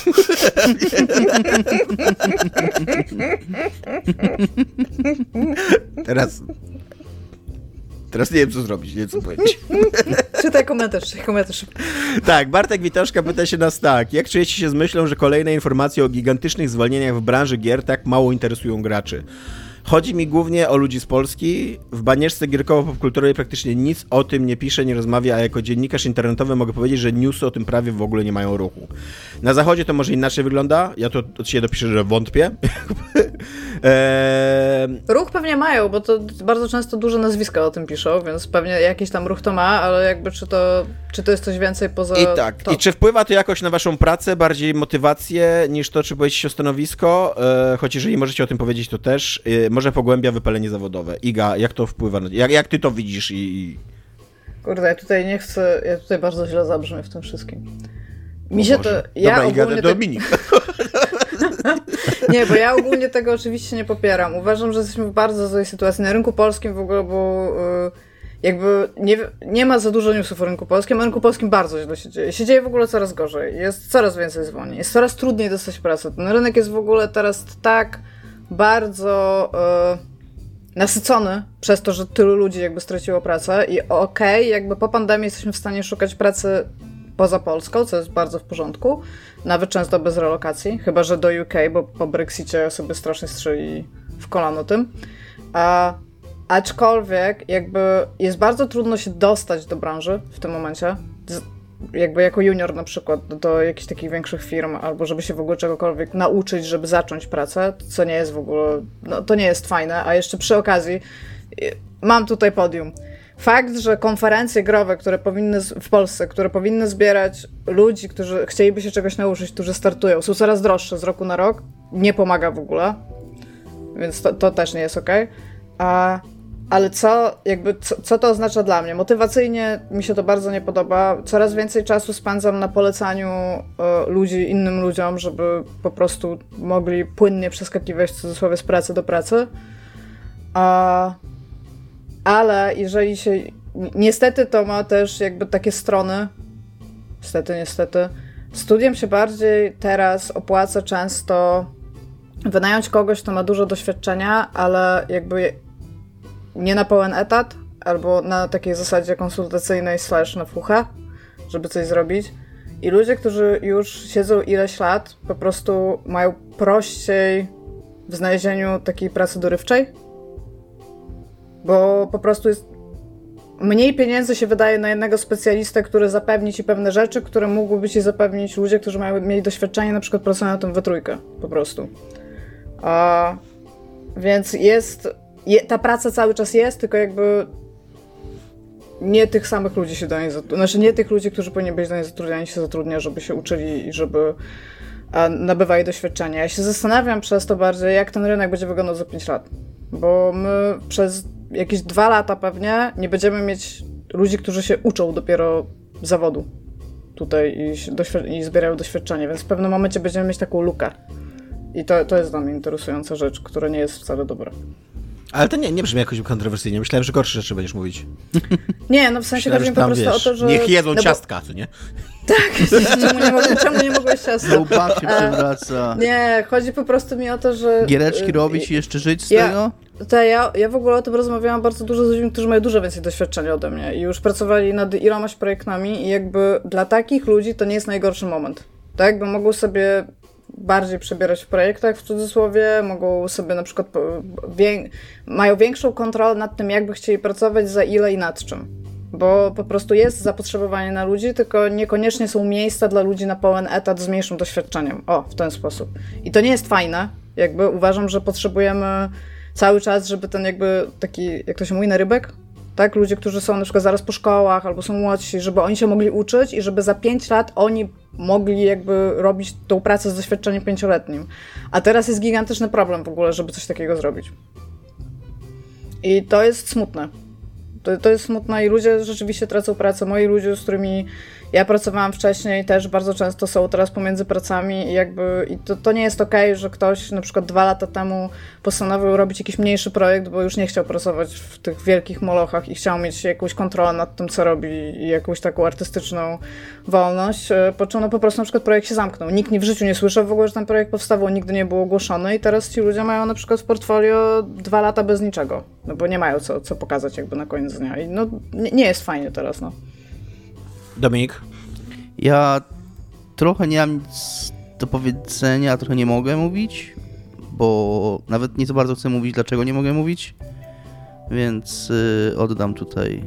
Teraz... Teraz nie wiem, co zrobić, nie wiem, co powiedzieć. Czytaj komentarz, czytaj komentarz. Tak, Bartek Witoszka pyta się nas tak. Jak czujecie się z myślą, że kolejne informacje o gigantycznych zwolnieniach w branży gier tak mało interesują graczy? Chodzi mi głównie o ludzi z Polski. W banieczce gierkowo-popkulturowej praktycznie nic o tym nie pisze, nie rozmawia, a jako dziennikarz internetowy mogę powiedzieć, że newsy o tym prawie w ogóle nie mają ruchu. Na zachodzie to może inaczej wygląda. Ja to od siebie dopiszę, że wątpię. eee... Ruch pewnie mają, bo to bardzo często duże nazwiska o tym piszą, więc pewnie jakiś tam ruch to ma, ale jakby czy to, czy to jest coś więcej poza I tak. to? I czy wpływa to jakoś na waszą pracę, bardziej motywację, niż to, czy boicie się o stanowisko? Eee, choć jeżeli możecie o tym powiedzieć, to też. Eee, może pogłębia wypalenie zawodowe. Iga, jak to wpływa na... Jak, jak ty to widzisz i... Kurde, ja tutaj nie chcę... Ja tutaj bardzo źle zabrzmię w tym wszystkim. Mi się to... Ja Dobra, Iga, ogólnie Dominik. Nie, bo ja ogólnie tego oczywiście nie popieram. Uważam, że jesteśmy w bardzo złej sytuacji. Na rynku polskim w ogóle, bo yy, jakby nie, nie ma za dużo newsów o rynku polskim. Na rynku polskim bardzo źle się dzieje. Się dzieje w ogóle coraz gorzej. Jest coraz więcej zwolnień. Jest coraz trudniej dostać pracę. Ten rynek jest w ogóle teraz tak bardzo yy, nasycony przez to, że tylu ludzi jakby straciło pracę i okej, okay, jakby po pandemii jesteśmy w stanie szukać pracy poza Polską, co jest bardzo w porządku, nawet często bez relokacji, chyba że do U K, bo po Brexicie sobie strasznie strzeli w kolano tym. A, aczkolwiek jakby jest bardzo trudno się dostać do branży w tym momencie, jakby jako junior na przykład do, do jakichś takich większych firm, albo żeby się w ogóle czegokolwiek nauczyć, żeby zacząć pracę, co nie jest w ogóle, no to nie jest fajne, a jeszcze przy okazji mam tutaj podium. Fakt, że konferencje growe, które powinny w Polsce, które powinny zbierać ludzi, którzy chcieliby się czegoś nauczyć, którzy startują, są coraz droższe z roku na rok, nie pomaga w ogóle, więc to, to też nie jest okej. A Ale co, jakby, co, co to oznacza dla mnie? Motywacyjnie mi się to bardzo nie podoba. Coraz więcej czasu spędzam na polecaniu y, ludzi innym ludziom, żeby po prostu mogli płynnie przeskakiwać w cudzysłowie z pracy do pracy. A, ale jeżeli się... Niestety to ma też jakby takie strony. Niestety, niestety. Studiem się bardziej teraz opłaca często wynająć kogoś, kto ma dużo doświadczenia, ale jakby nie na pełen etat, albo na takiej zasadzie konsultacyjnej slash na fucha, żeby coś zrobić. I ludzie, którzy już siedzą ileś lat, po prostu mają prościej w znalezieniu takiej pracy dorywczej, bo po prostu jest mniej pieniędzy się wydaje na jednego specjalistę, który zapewni ci pewne rzeczy, które mógłby ci zapewnić ludzie, którzy mają, mieli doświadczenie, na przykład pracują na tym we trójkę, po prostu. A, więc jest... Je, ta praca cały czas jest, tylko jakby nie tych samych ludzi się do niej zatrudnia. Znaczy nie tych ludzi, którzy powinni być do niej zatrudniani, się zatrudnia, żeby się uczyli i żeby a, nabywali doświadczenia. Ja się zastanawiam przez to bardziej, jak ten rynek będzie wyglądał za pięć lat. Bo my przez jakieś dwa lata pewnie nie będziemy mieć ludzi, którzy się uczą dopiero zawodu tutaj i, doświ- i zbierają doświadczenie, więc w pewnym momencie będziemy mieć taką lukę. I to, to jest dla mnie interesująca rzecz, która nie jest wcale dobra. Ale to nie, nie brzmi jakoś kontrowersyjnie. Myślałem, że gorsze rzeczy będziesz mówić. Nie, no w sensie chodzi mi po prostu wiesz, o to, że... Niech jedzą no bo... ciastka, co nie? Tak, czemu nie, mogłem, czemu nie mogłeś ciastka? Łba się przewraca. Nie, chodzi po prostu mi o to, że... Giereczki robić i jeszcze żyć z ja, tego? Tak, ja, ja w ogóle o tym rozmawiałam bardzo dużo z ludźmi, którzy mają dużo więcej doświadczenia ode mnie i już pracowali nad ilomaś projektami i jakby dla takich ludzi to nie jest najgorszy moment. Tak, bo mogą sobie bardziej przebierać w projektach, w cudzysłowie, mogą sobie na przykład wię- mają większą kontrolę nad tym, jakby chcieli pracować, za ile i nad czym. Bo po prostu jest zapotrzebowanie na ludzi, tylko niekoniecznie są miejsca dla ludzi na pełen etat z mniejszym doświadczeniem. O, w ten sposób. I to nie jest fajne. Jakby uważam, że potrzebujemy cały czas, żeby ten jakby taki, jak to się mówi, narybek, tak? Ludzie, którzy są na przykład zaraz po szkołach albo są młodsi, żeby oni się mogli uczyć i żeby za pięć lat oni mogli jakby robić tą pracę z doświadczeniem pięcioletnim. A teraz jest gigantyczny problem w ogóle, żeby coś takiego zrobić. I to jest smutne. To, to jest smutne i ludzie rzeczywiście tracą pracę. Moi ludzie, z którymi Ja pracowałam wcześniej, też bardzo często są teraz pomiędzy pracami i jakby i to, to nie jest okej, okay, że ktoś na przykład dwa lata temu postanowił robić jakiś mniejszy projekt, bo już nie chciał pracować w tych wielkich molochach i chciał mieć jakąś kontrolę nad tym, co robi i jakąś taką artystyczną wolność, po czym no po prostu na przykład projekt się zamknął. Nikt nie w życiu nie słyszał w ogóle, że ten projekt powstawał, nigdy nie był ogłoszony i teraz ci ludzie mają na przykład w portfolio dwa lata bez niczego, no bo nie mają co, co pokazać jakby na koniec dnia i no nie, nie jest fajnie teraz, no. Dominik? Ja trochę nie mam nic do powiedzenia, trochę nie mogę mówić, bo nawet nie za bardzo chcę mówić, dlaczego nie mogę mówić, więc yy, oddam tutaj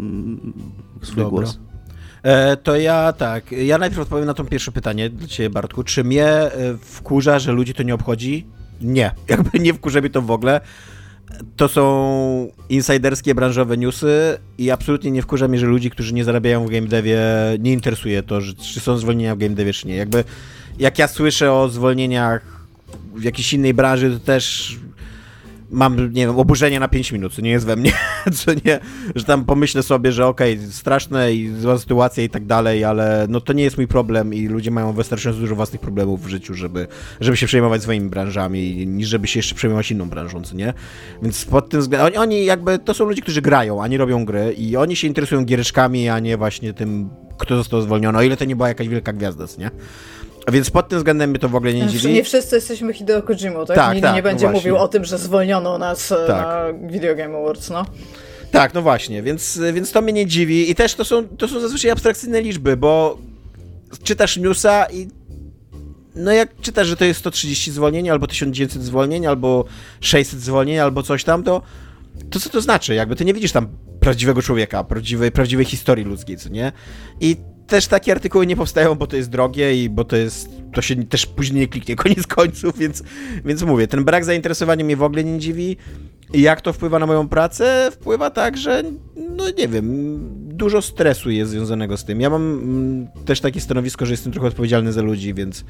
yy, swój Dobra. głos. E, to ja tak, ja najpierw odpowiem na to pierwsze pytanie dla ciebie, Bartku. Czy mnie wkurza, że ludzi to nie obchodzi? Nie, jakby nie wkurza mnie to w ogóle. To są insiderskie, branżowe newsy i absolutnie nie wkurza mnie, że ludzi, którzy nie zarabiają w game devie, nie interesuje to, że, czy są zwolnienia w game devie, czy nie. Jakby, jak ja słyszę o zwolnieniach w jakiejś innej branży, to też mam, nie wiem, oburzenie na pięć minut, co nie jest we mnie, co nie, że tam pomyślę sobie, że okej, okay, straszne i zła sytuacja i tak dalej, ale no to nie jest mój problem i ludzie mają wystarczająco dużo własnych problemów w życiu, żeby, żeby się przejmować swoimi branżami, niż żeby się jeszcze przejmować inną branżą, co nie? Więc pod tym względem, oni, oni jakby, to są ludzie, którzy grają, a nie robią gry i oni się interesują giereczkami, a nie właśnie tym, kto został zwolniony, o ile to nie była jakaś wielka gwiazda, co nie? A więc pod tym względem mnie to w ogóle nie dziwi. Nie wszyscy jesteśmy Hideo Kojimą, tak? tak Nikt tak, nie będzie no mówił o tym, że zwolniono nas tak. na Video Game Awards, no. Tak, no właśnie, więc, więc to mnie nie dziwi i też to są, to są zazwyczaj abstrakcyjne liczby, bo czytasz newsa i no jak czytasz, że to jest sto trzydzieści zwolnień, albo tysiąc dziewięćset zwolnień, albo sześćset zwolnień, albo coś tam, to to co to znaczy? Jakby ty nie widzisz tam prawdziwego człowieka, prawdziwej, prawdziwej historii ludzkiej, co nie? I też takie artykuły nie powstają, bo to jest drogie i bo to jest, to się też później nie kliknie koniec końców, więc, więc mówię, ten brak zainteresowania mnie w ogóle nie dziwi. I jak to wpływa na moją pracę? Wpływa tak, że no nie wiem, dużo stresu jest związanego z tym. Ja mam mm, też takie stanowisko, że jestem trochę odpowiedzialny za ludzi, więc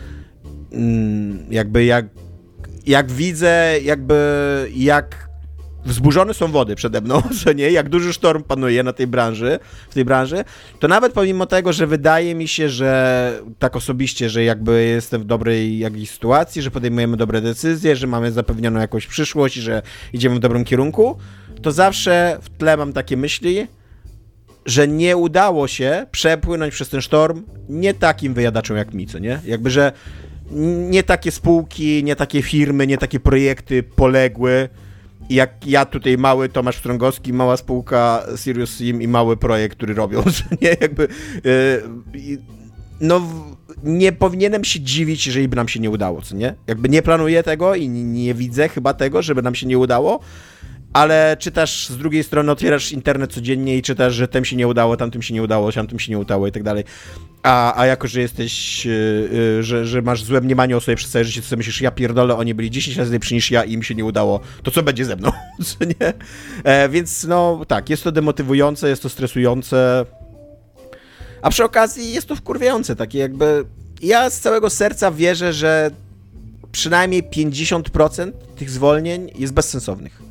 mm, jakby jak, jak widzę, jakby jak wzburzone są wody przede mną, co nie? Jak duży sztorm panuje na tej branży, w tej branży, to nawet pomimo tego, że wydaje mi się, że tak osobiście, że jakby jestem w dobrej jakiejś sytuacji, że podejmujemy dobre decyzje, że mamy zapewnioną jakąś przyszłość i że idziemy w dobrym kierunku, to zawsze w tle mam takie myśli, że nie udało się przepłynąć przez ten sztorm nie takim wyjadaczom jak mi, co nie? Jakby, że nie takie spółki, nie takie firmy, nie takie projekty poległy, jak ja tutaj mały Tomasz Strągowski, mała spółka Serious Sim i mały projekt, który robią, nie? Jakby, yy, no nie powinienem się dziwić, jeżeli by nam się nie udało, co nie? Jakby nie planuję tego i nie, nie widzę chyba tego, żeby nam się nie udało, ale czytasz z drugiej strony, otwierasz internet codziennie i czytasz, że tym się nie udało, tamtym się nie udało, tamtym się nie udało i tak dalej. A, a jako, że jesteś, yy, yy, że, że masz złe mniemanie o sobie przez całe życie, to sobie myślisz, ja pierdolę, oni byli dziesięć razy lepsi niż ja i im się nie udało, to co będzie ze mną, co nie? E, więc no tak, jest to demotywujące, jest to stresujące, a przy okazji jest to wkurwiające, takie jakby, ja z całego serca wierzę, że przynajmniej pięćdziesiąt procent tych zwolnień jest bezsensownych.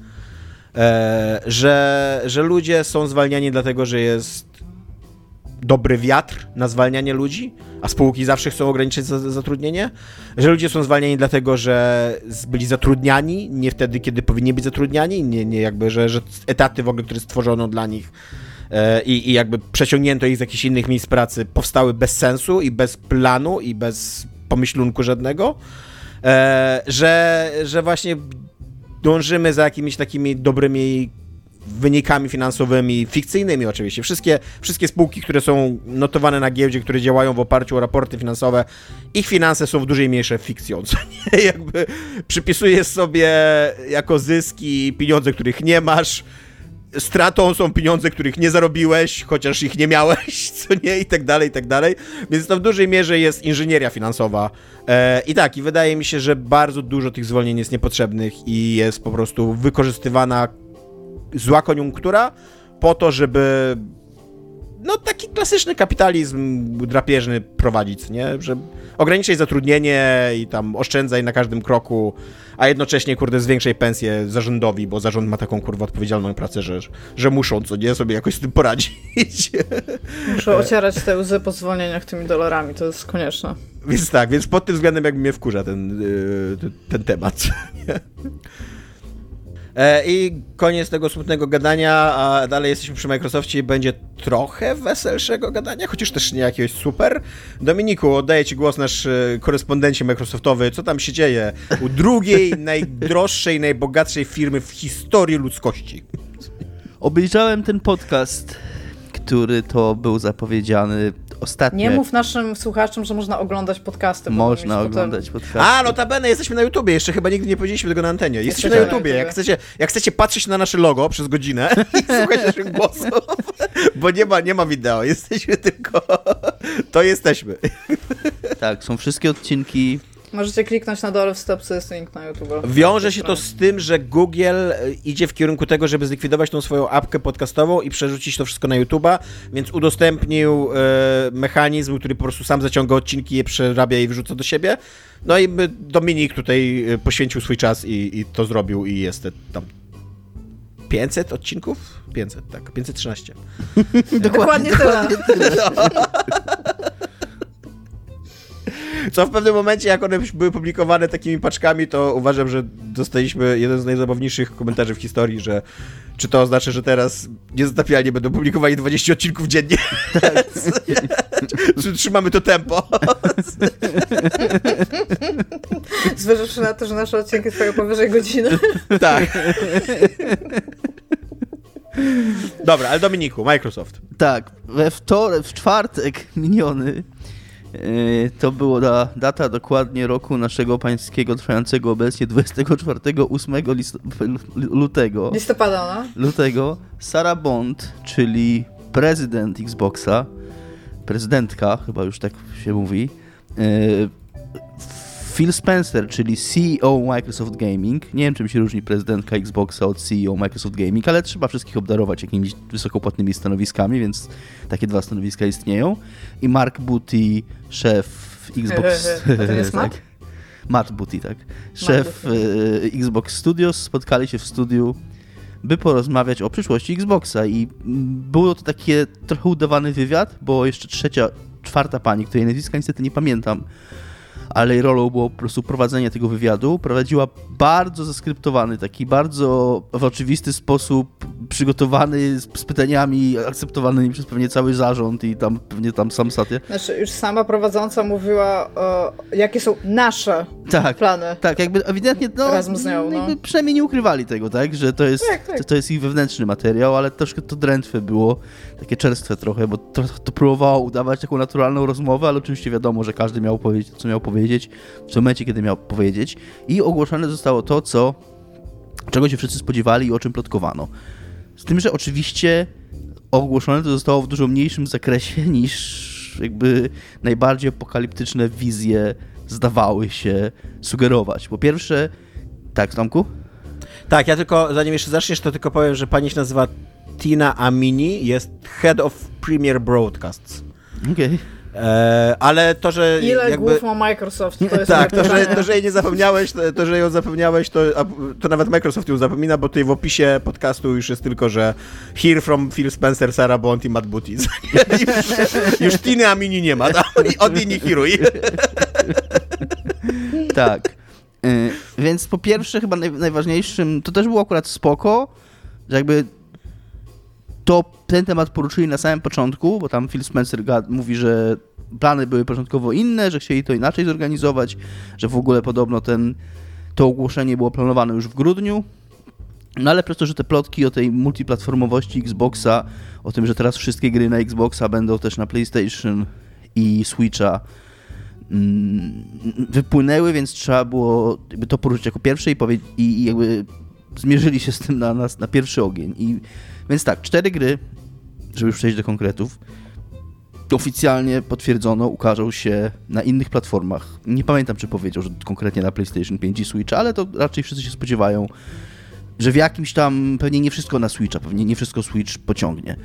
E, że, że ludzie są zwalniani dlatego, że jest dobry wiatr na zwalnianie ludzi, a spółki zawsze chcą ograniczyć zatrudnienie, że ludzie są zwalniani dlatego, że byli zatrudniani, nie wtedy, kiedy powinni być zatrudniani, nie, nie jakby, że, że etaty w ogóle, które stworzono dla nich e, i, i jakby przeciągnięto ich z jakichś innych miejsc pracy, powstały bez sensu i bez planu i bez pomyślunku żadnego, e, że, że właśnie dążymy za jakimiś takimi dobrymi wynikami finansowymi, fikcyjnymi oczywiście. Wszystkie, wszystkie spółki, które są notowane na giełdzie, które działają w oparciu o raporty finansowe, ich finanse są w dużej mierze fikcją, co nie? Jakby przypisujesz sobie jako zyski pieniądze, których nie masz, stratą są pieniądze, których nie zarobiłeś, chociaż ich nie miałeś, co nie? I tak dalej, i tak dalej. Więc to w dużej mierze jest inżynieria finansowa. E, I tak, i wydaje mi się, że bardzo dużo tych zwolnień jest niepotrzebnych i jest po prostu wykorzystywana zła koniunktura po to, żeby no taki klasyczny kapitalizm drapieżny prowadzić, nie? Że ograniczaj zatrudnienie i tam oszczędzaj na każdym kroku, a jednocześnie, kurde, zwiększaj pensję zarządowi, bo zarząd ma taką, kurwa, odpowiedzialną pracę, że, że muszą, co nie, sobie jakoś z tym poradzić. Muszę ocierać te łzy po zwolnieniach tymi dolarami, to jest konieczne. Więc tak, więc pod tym względem jakby mnie wkurza ten, ten, ten temat. I koniec tego smutnego gadania, a dalej jesteśmy przy Microsoftie i będzie trochę weselszego gadania, chociaż też nie jakiegoś super. Dominiku, oddaję Ci głos, nasz korespondencie Microsoftowy. Co tam się dzieje u drugiej, najdroższej, najbogatszej firmy w historii ludzkości? Obejrzałem ten podcast, który to był zapowiedziany ostatnio. Nie mów naszym słuchaczom, że można oglądać podcasty. Można oglądać potem... podcasty. A, notabene, jesteśmy na YouTubie. Jeszcze chyba nigdy nie powiedzieliśmy tego na antenie. Jesteśmy na YouTubie. Jak chcecie, jak chcecie patrzeć na nasze logo przez godzinę i słuchać naszych głosów, bo nie ma, nie ma wideo. Jesteśmy tylko... To jesteśmy. Tak, są wszystkie odcinki. Możecie kliknąć na dole w stopce, jest link na YouTube. Wiąże się to z tym, że Google idzie w kierunku tego, żeby zlikwidować tą swoją apkę podcastową i przerzucić to wszystko na YouTube'a, więc udostępnił e, mechanizm, który po prostu sam zaciąga odcinki, je przerabia i wyrzuca do siebie. No i Dominik tutaj poświęcił swój czas i, i to zrobił i jest tam pięćset odcinków? pięćset, tak, pięćset trzynaście. Dokładnie tyle. Co w pewnym momencie, jak one były publikowane takimi paczkami, to uważam, że dostaliśmy jeden z najzabawniejszych komentarzy w historii, że czy to oznacza, że teraz niezatapialnie będą publikowali dwadzieścia odcinków dziennie? Tak. Czy trzymamy to tempo? Zważywszy na to, że nasze odcinki trwają powyżej godziny. Tak. Dobra, ale Dominiku, Microsoft. Tak, we wtorek, w czwartek miniony to była data dokładnie roku naszego pańskiego trwającego obecnie dwudziestego czwartego ósmego lutego. Listopada, no? Lutego. Sarah Bond, czyli prezydent Xboxa, prezydentka, chyba już tak się mówi, Phil Spencer, czyli C E O Microsoft Gaming. Nie wiem, czym się różni prezydentka Xboxa od C E O Microsoft Gaming, ale trzeba wszystkich obdarować jakimiś wysokopłatnymi stanowiskami, więc takie dwa stanowiska istnieją. I Mark Booty, szef Xbox... A to jest Matt? Tak. Matt Booty, tak. Szef e, Xbox Studios spotkali się w studiu, by porozmawiać o przyszłości Xboxa i było to takie trochę udawany wywiad, bo jeszcze trzecia, czwarta pani, której nazwiska niestety nie pamiętam, ale jej rolą było po prostu prowadzenie tego wywiadu. Prowadziła bardzo zaskryptowany, taki bardzo w oczywisty sposób przygotowany, z, z pytaniami akceptowanymi przez pewnie cały zarząd i tam pewnie tam sam Satya. Znaczy już sama prowadząca mówiła, o, jakie są nasze tak, plany. Tak, jakby ewidentnie no, razem z nią, no. jakby przynajmniej nie ukrywali tego, tak, że to jest, tak, tak. To, to jest ich wewnętrzny materiał, ale troszkę to drętwe było, takie czerstwe trochę, bo to, to próbowało udawać taką naturalną rozmowę, ale oczywiście wiadomo, że każdy miał powiedzieć, co miał powiedzieć, w momencie, kiedy miał powiedzieć i ogłoszone zostało to, co, czego się wszyscy spodziewali i o czym plotkowano. Z tym, że oczywiście ogłoszone to zostało w dużo mniejszym zakresie niż jakby najbardziej apokaliptyczne wizje zdawały się sugerować. Po pierwsze, tak, Tomku? Tak, ja tylko, zanim jeszcze zaczniesz, to tylko powiem, że pani się nazywa Tina Amini, jest Head of Premier Broadcasts. Okej. Okay. E, ale to, że Ile jakby... głów ma Microsoft? To jest tak, to że, to, że jej nie zapomniałeś, to, to, że ją zapomniałeś, to, to nawet Microsoft ją zapomina, bo tutaj w opisie podcastu już jest tylko, że hear from Phil Spencer, Sarah Bond i Matt Booty. już, już Tiny Amini nie ma, od niej nie hearuj. Tak. Y, więc po pierwsze chyba naj, najważniejszym, to też było akurat spoko, że jakby to ten temat poruszyli na samym początku, bo tam Phil Spencer mówi, że plany były początkowo inne, że chcieli to inaczej zorganizować, że w ogóle podobno ten, to ogłoszenie było planowane już w grudniu, no ale przez to, że te plotki o tej multiplatformowości Xboxa, o tym, że teraz wszystkie gry na Xboxa będą też na PlayStation i Switcha mm, wypłynęły, więc trzeba było jakby to poruszyć jako pierwsze i, powie- i jakby zmierzyli się z tym na, na, na pierwszy ogień. I więc tak, cztery gry, żeby już przejść do konkretów, oficjalnie potwierdzono, ukażą się na innych platformach. Nie pamiętam, czy powiedział, że konkretnie na PlayStation pięć i Switcha, ale to raczej wszyscy się spodziewają, że w jakimś tam, pewnie nie wszystko na Switcha, pewnie nie wszystko Switch pociągnie.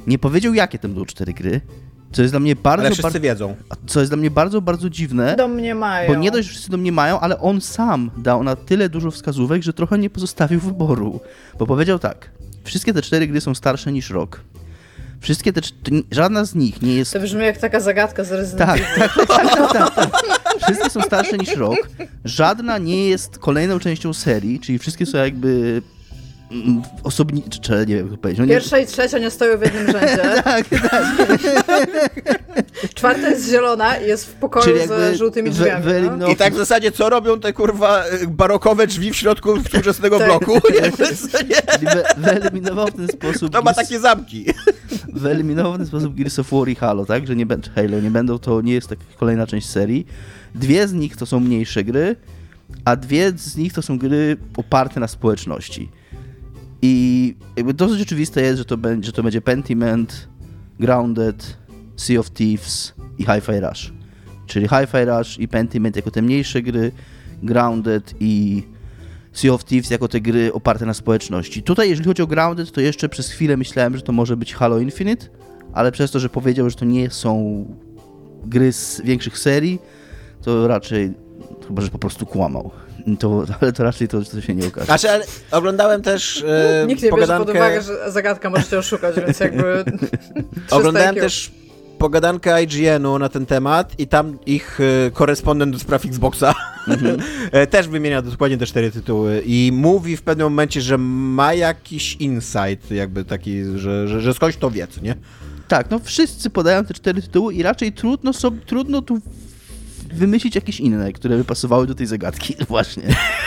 Nie powiedział, jakie to będą cztery gry, co jest dla mnie bardzo... Ale wszyscy bardzo, wiedzą. Co jest dla mnie bardzo, bardzo dziwne. Domniemają. Bo nie dość, że wszyscy domniemają, ale on sam dał na tyle dużo wskazówek, że trochę nie pozostawił wyboru. Bo powiedział tak, wszystkie te cztery gry są starsze niż rok. Wszystkie te... Żadna z nich nie jest... To brzmi jak taka zagadka z Resident Evil. Tak, tak, tak, tak, tak. Wszystkie są starsze niż rok. Żadna nie jest kolejną częścią serii, czyli wszystkie są jakby... osobnicze, czy nie wiem jak to powiedzieć. No nie... Pierwsza i trzecia nie stoją w jednym rzędzie. tak, tak. Czwarta jest zielona i jest w pokoju z żółtymi drzwiami. We, we, no. I tak w zasadzie co robią te kurwa barokowe drzwi w środku współczesnego tak. bloku? Wy, wyeliminował w ten sposób... To ma takie zamki. Wyeliminował w ten sposób Gears of War i Halo, tak? Że nie będzie Halo, nie będą, to nie jest taka kolejna część serii. Dwie z nich to są mniejsze gry, a dwie z nich to są gry oparte na społeczności. I jakby dosyć oczywiste jest, że to będzie, że to będzie Pentiment, Grounded, Sea of Thieves i Hi-Fi Rush. Czyli Hi-Fi Rush i Pentiment jako te mniejsze gry, Grounded i Sea of Thieves jako te gry oparte na społeczności. Tutaj jeżeli chodzi o Grounded, to jeszcze przez chwilę myślałem, że to może być Halo Infinite, ale przez to, że powiedział, że to nie są gry z większych serii, to raczej chyba, że po prostu kłamał. To, ale to raczej to, to się nie okaże. Znaczy, ale oglądałem też e, Nikt nie pogadankę... bierze pod uwagę, że zagadka możecie oszukać, więc jakby... Oglądałem też pogadankę I G N-u na ten temat i tam ich e, korespondent do spraw Xboxa mm-hmm. e, też wymienia dokładnie te cztery tytuły i mówi w pewnym momencie, że ma jakiś insight jakby taki, że, że, że skądś to wie, co nie? Tak, no wszyscy podają te cztery tytuły i raczej trudno, so, trudno tu wymyślić jakieś inne, które by pasowały do tej zagadki, właśnie.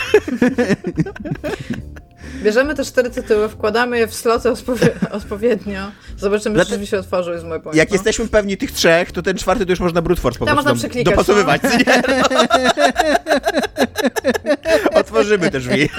Bierzemy te cztery tytuły, wkładamy je w sloty odpowie- odpowiednio, zobaczymy, znaczy, czy drzwi się otworzą, jest mój point. Jak no? jesteśmy pewni tych trzech, to ten czwarty to już można brute force po Tam prostu można dopasowywać. No. Nie? No. Otworzymy te drzwi.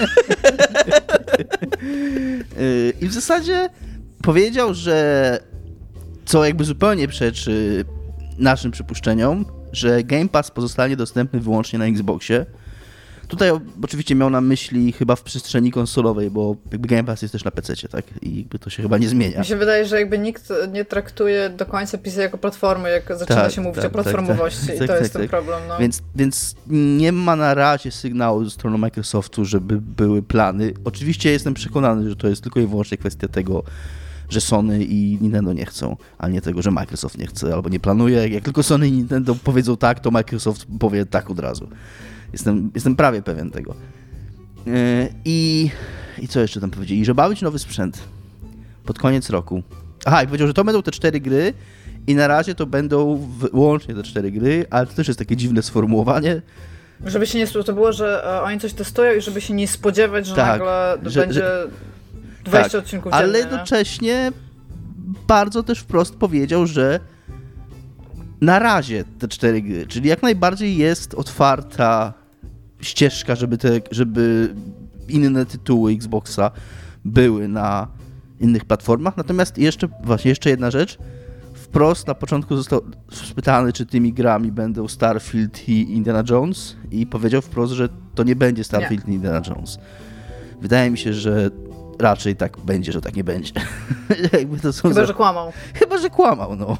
I w zasadzie powiedział, że co jakby zupełnie przeczy naszym przypuszczeniom, że Game Pass pozostanie dostępny wyłącznie na Xboxie. Tutaj oczywiście miał na myśli chyba w przestrzeni konsolowej, bo jakby Game Pass jest też na pececie, tak? I jakby to się chyba nie zmienia. Mi się wydaje, że jakby nikt nie traktuje do końca P C jako platformy, jak zaczyna tak, się mówić tak, o platformowości tak, tak, i to tak, jest tak, ten problem. No. Więc, więc nie ma na razie sygnału ze strony Microsoftu, żeby były plany. Oczywiście jestem przekonany, że to jest tylko i wyłącznie kwestia tego, że Sony i Nintendo nie chcą, a nie tego, że Microsoft nie chce albo nie planuje. Jak tylko Sony i Nintendo powiedzą tak, to Microsoft powie tak od razu. Jestem, jestem prawie pewien tego. Yy, i, I co jeszcze tam powiedzieli? Że ma być nowy sprzęt pod koniec roku. Aha, i powiedział, że to będą te cztery gry i na razie to będą wyłącznie te cztery gry, ale to też jest takie dziwne sformułowanie. Żeby się nie... To było, że e, oni coś testują i żeby się nie spodziewać, że tak, nagle że, będzie że, dwadzieścia tak, odcinków dziennie. Ale jednocześnie bardzo też wprost powiedział, że na razie te cztery gry, czyli jak najbardziej jest otwarta ścieżka, żeby, te, żeby inne tytuły Xboxa były na innych platformach. Natomiast jeszcze, właśnie jeszcze jedna rzecz. Wprost na początku został spytany, czy tymi grami będą Starfield i Indiana Jones i powiedział wprost, że to nie będzie Starfield i Indiana Jones. Wydaje mi się, że raczej tak będzie, że tak nie będzie. Jakby to są Chyba, za... że kłamał. Chyba, że kłamał, no.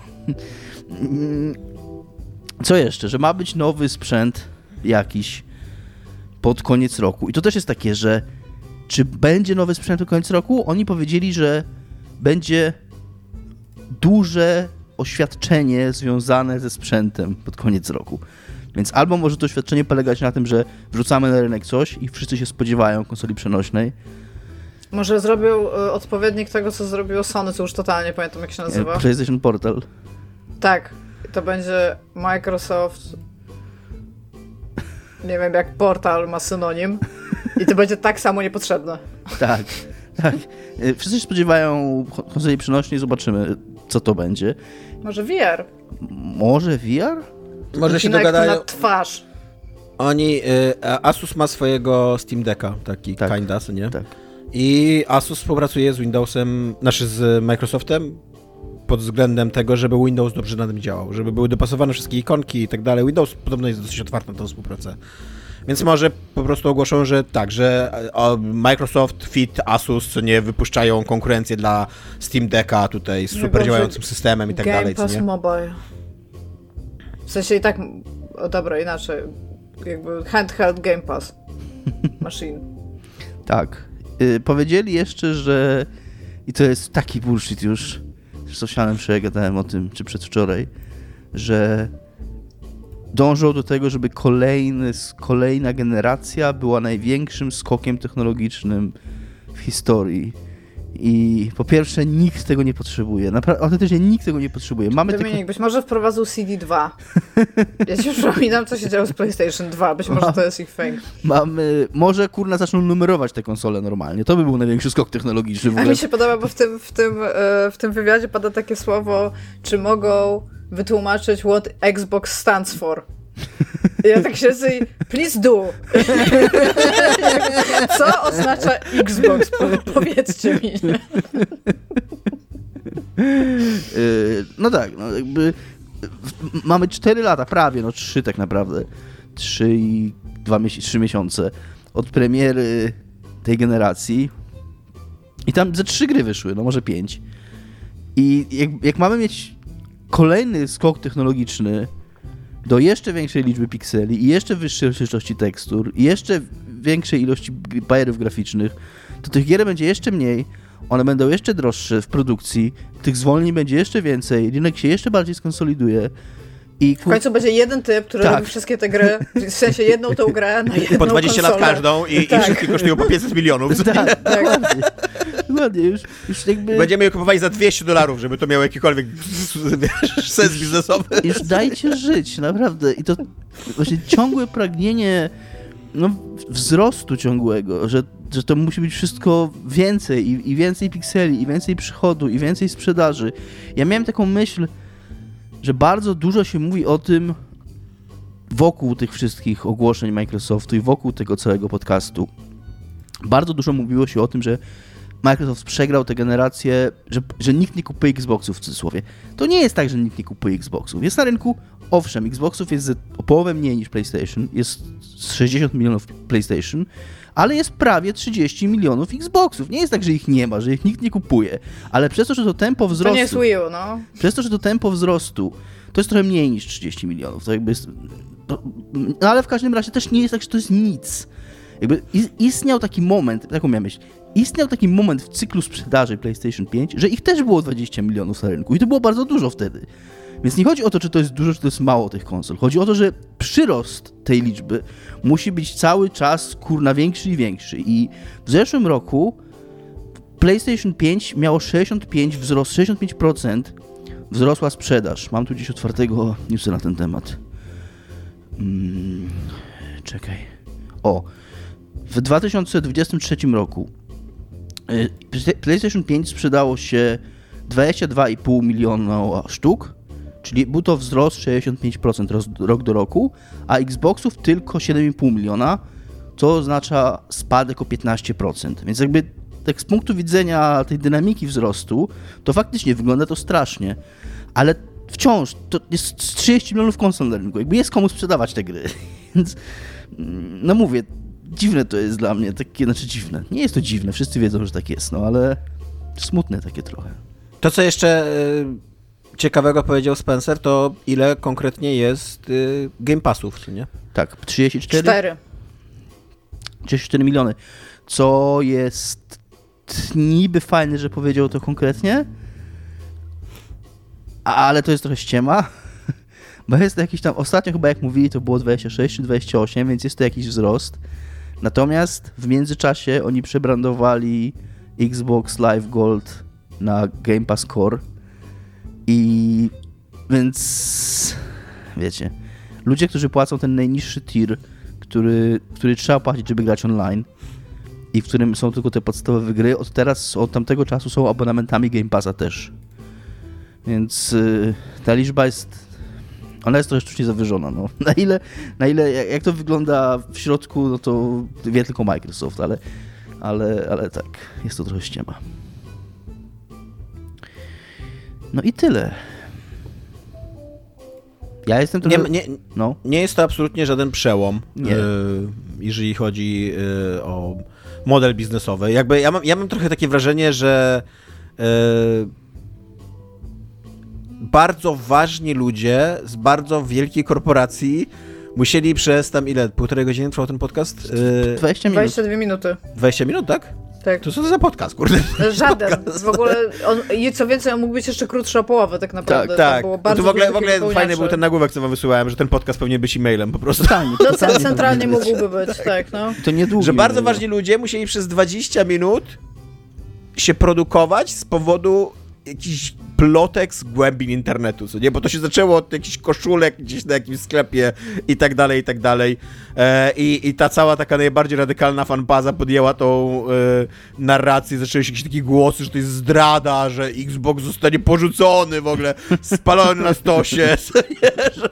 Co jeszcze? Że ma być nowy sprzęt jakiś pod koniec roku. I to też jest takie, że czy będzie nowy sprzęt pod koniec roku? Oni powiedzieli, że będzie duże oświadczenie związane ze sprzętem pod koniec roku. Więc albo może to oświadczenie polegać na tym, że wrzucamy na rynek coś i wszyscy się spodziewają konsoli przenośnej. Może zrobił y, odpowiednik tego, co zrobiło Sony, co już totalnie pamiętam, jak się nazywa. PlayStation Portal. Tak. To będzie Microsoft... Nie wiem, jak Portal ma synonim. I to będzie tak samo niepotrzebne. Tak, tak. Wszyscy się spodziewają konsoli przenośnej, zobaczymy, co to będzie. Może V R? Może V R? Może się dogadają... na twarz. Oni... Y, Asus ma swojego Steam Decka, taki tak, kinda, nie? Tak. I Asus współpracuje z Windowsem, znaczy z Microsoftem pod względem tego, żeby Windows dobrze na tym działał, żeby były dopasowane wszystkie ikonki i tak dalej. Windows podobno jest dosyć otwarty na tę współpracę. Więc może po prostu ogłoszą, że tak, że Microsoft, Fit, Asus, co nie, wypuszczają konkurencję dla Steam Decka tutaj z super działającym systemem i tak Game dalej. Pass co nie? Mobile. W sensie i tak, o dobra, inaczej, jakby handheld Game Pass machine. Tak. Yy, powiedzieli jeszcze, że i to jest taki bullshit już, z Sosianem wczoraj gadałem o tym, czy przedwczoraj, że dążą do tego, żeby kolejny, kolejna generacja była największym skokiem technologicznym w historii. I po pierwsze, nikt tego nie potrzebuje. Naprawdę, autentycznie nikt tego nie potrzebuje. Mamy Dominik, tylko... być może wprowadzą C D dwa. Ja ci przypominam, co się działo z PlayStation dwa. Być może to jest ich fame. Mamy... Może, kurna, zaczną numerować te konsole normalnie. To by był największy skok technologiczny w ogóle. A mi się podoba, bo w tym, w tym, w tym wywiadzie pada takie słowo, czy mogą wytłumaczyć what Xbox stands for. I ja tak siedzę i please do. Co oznacza Xbox? Po, powiedzcie mi. No tak, no jakby mamy cztery lata, prawie, no trzy tak naprawdę. Trzy i dwa miesiące, trzy miesiące od premiery tej generacji. I tam ze trzy gry wyszły, no może pięć. I jak, jak mamy mieć kolejny skok technologiczny do jeszcze większej liczby pikseli i jeszcze wyższej rozdzielczości tekstur i jeszcze większej ilości bajerów graficznych, to tych gier będzie jeszcze mniej, one będą jeszcze droższe w produkcji, tych zwolnień będzie jeszcze więcej, rynek się jeszcze bardziej skonsoliduje. I w końcu będzie jeden typ, który tak. robi wszystkie te gry, w sensie jedną tą grę na jedną po dwadzieścia konsolę. lat każdą i, tak. i wszystkie kosztują po pięćset milionów. Tak, tak. Ładnie. Ładnie, już, już jakby... Będziemy je kupowali za dwieście dolarów, żeby to miało jakikolwiek wiesz, sens biznesowy. Już dajcie żyć, naprawdę. I to właśnie ciągłe pragnienie no, wzrostu ciągłego, że, że to musi być wszystko więcej i, i więcej pikseli, i więcej przychodu, i więcej sprzedaży. Ja miałem taką myśl, że bardzo dużo się mówi o tym wokół tych wszystkich ogłoszeń Microsoftu i wokół tego całego podcastu. Bardzo dużo mówiło się o tym, że Microsoft przegrał tę generację, że, że nikt nie kupuje Xboxów w cudzysłowie. To nie jest tak, że nikt nie kupuje Xboxów. Jest na rynku, owszem, Xboxów jest o połowę mniej niż PlayStation, jest sześćdziesiąt milionów PlayStation, ale jest prawie trzydzieści milionów Xboxów. Nie jest tak, że ich nie ma, że ich nikt nie kupuje, ale przez to, że to tempo wzrostu... To nie jest Wii U, no. Przez to, że to tempo wzrostu, to jest trochę mniej niż trzydzieści milionów. To jakby jest, to, no ale w każdym razie też nie jest tak, że to jest nic. Jakby istniał taki moment, taką miałem myśl, istniał taki moment w cyklu sprzedaży PlayStation pięć, że ich też było dwadzieścia milionów na rynku i to było bardzo dużo wtedy. Więc nie chodzi o to, czy to jest dużo, czy to jest mało tych konsol. Chodzi o to, że przyrost tej liczby musi być cały czas, kurna, większy i większy. I w zeszłym roku PlayStation pięć miało sześćdziesiąt pięć wzrost, sześćdziesiąt pięć procent wzrosła sprzedaż. Mam tu gdzieś otwartego newsa na ten temat. Hmm, czekaj. O, w dwa tysiące dwudziestym trzecim roku PlayStation pięć sprzedało się dwadzieścia dwa i pół miliona sztuk, czyli był to wzrost sześćdziesiąt pięć procent rok do roku, a Xboxów tylko siedem i pół miliona, co oznacza spadek o piętnaście procent. Więc jakby tak z punktu widzenia tej dynamiki wzrostu, to faktycznie wygląda to strasznie, ale wciąż to jest trzydzieści milionów konsol na rynku, jakby jest komu sprzedawać te gry. Więc no mówię, dziwne to jest dla mnie, takie, znaczy dziwne. Nie jest to dziwne, wszyscy wiedzą, że tak jest, no ale smutne takie trochę. To, co jeszcze y, ciekawego powiedział Spencer, to ile konkretnie jest y, Game Passów, czy nie? Tak, trzydzieści cztery? cztery. trzydzieści cztery miliony, co jest niby fajne, że powiedział to konkretnie, ale to jest trochę ściema, bo jest to jakiś tam, ostatnio chyba jak mówili, to było dwadzieścia sześć czy dwadzieścia osiem, więc jest to jakiś wzrost. Natomiast w międzyczasie oni przebrandowali Xbox Live Gold na Game Pass Core i więc wiecie, ludzie, którzy płacą ten najniższy tier, który, który trzeba płacić, żeby grać online i w którym są tylko te podstawowe gry, od teraz, od tamtego czasu są abonamentami Game Passa też. Więc yy, ta liczba jest, ona jest trochę sztucznie zawyżona. No. Na ile, na ile jak, jak to wygląda w środku, no to wie tylko Microsoft, ale, ale, ale tak, jest to trochę ściema. No i tyle. Ja jestem trochę... Nie, nie, no. nie jest to absolutnie żaden przełom, nie. Y, jeżeli chodzi y, o model biznesowy. Jakby ja mam, ja mam trochę takie wrażenie, że y, bardzo ważni ludzie z bardzo wielkiej korporacji musieli przez tam ile? Półtorej godziny trwał ten podcast? Yy, dwadzieścia minut. dwadzieścia dwie minuty. dwadzieścia minut, tak? Tak. To co to za podcast, kurde? Żaden. Podcast. W ogóle, on, i co więcej, on mógł być jeszcze krótszy o połowę tak naprawdę. Tak, tak. To było bardzo to w ogóle, w ogóle wypełniacze. fajny był ten nagłówek, co wam wysyłałem, że ten podcast powinien być e-mailem po prostu. Totalnie, No totalnie centralnie mógłby być, tak, tak no. To niedługo. Że bardzo ważni ludzie musieli przez dwadzieścia minut się produkować z powodu jakichś plotek z głębin internetu, co nie? Bo to się zaczęło od jakichś koszulek gdzieś na jakimś sklepie i tak dalej, i tak dalej. E, i, I ta cała taka najbardziej radykalna fanbaza podjęła tą e, narrację, zaczęły się jakieś takie głosy, że to jest zdrada, że Xbox zostanie porzucony w ogóle, spalony na stosie, co nie? Że...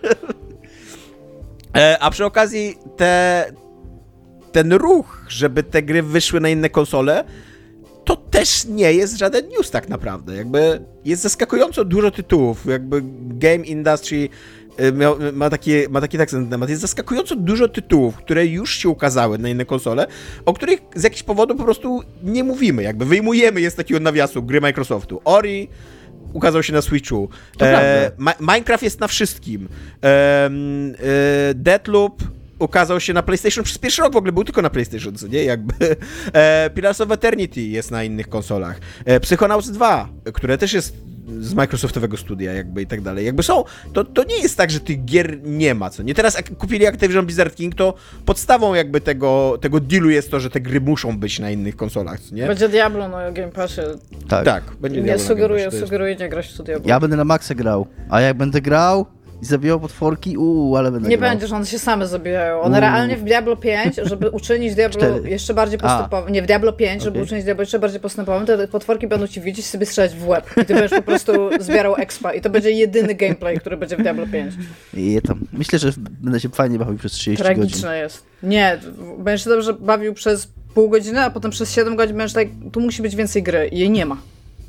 E, a przy okazji te, ten ruch, żeby te gry wyszły na inne konsole, to też nie jest żaden news tak naprawdę. Jakby jest zaskakująco dużo tytułów. Jakby game industry ma, ma, takie, ma taki tak ten temat. Jest zaskakująco dużo tytułów, które już się ukazały na inne konsole, o których z jakiegoś powodu po prostu nie mówimy. Jakby wyjmujemy je z takiego nawiasu gry Microsoftu. Ori ukazał się na Switchu. E, Ma- Minecraft jest na wszystkim. E, e, Deathloop ukazał się na PlayStation, przez pierwszy rok w ogóle był tylko na PlayStation, co nie? Jakby e, Pillars of Eternity jest na innych konsolach. E, Psychonauts dwa, które też jest z Microsoftowego studia jakby i tak dalej. Jakby są, to, to nie jest tak, że tych gier nie ma, co nie? Teraz jak kupili Activision Blizzard King, to podstawą jakby tego, tego dealu jest to, że te gry muszą być na innych konsolach, co nie? Będzie Diablo na Game Passie. Tak. Tak, będzie Nie Diablo na sugeruję, Game Passie, sugeruję nie grać w to Diablo. Ja będę na maksa grał, a jak będę grał i zabijał potworki, uuu, ale będę Nie grał. będziesz, one się same zabijają. One Uuu. realnie w Diablo pięć, żeby uczynić Diablo Cztery. jeszcze bardziej postępowym, nie w Diablo pięć, żeby Okay. uczynić Diablo jeszcze bardziej postępowym, te potworki będą ci widzieć, sobie strzelać w łeb i ty będziesz po prostu zbierał expa i to będzie jedyny gameplay, który będzie w Diablo pięć. I tam. Myślę, że będę się fajnie bawił przez trzydzieści godzin. Tragiczne jest. Nie, będziesz się dobrze bawił przez pół godziny, a potem przez siedem godzin będziesz tak, tu musi być więcej gry i jej nie ma.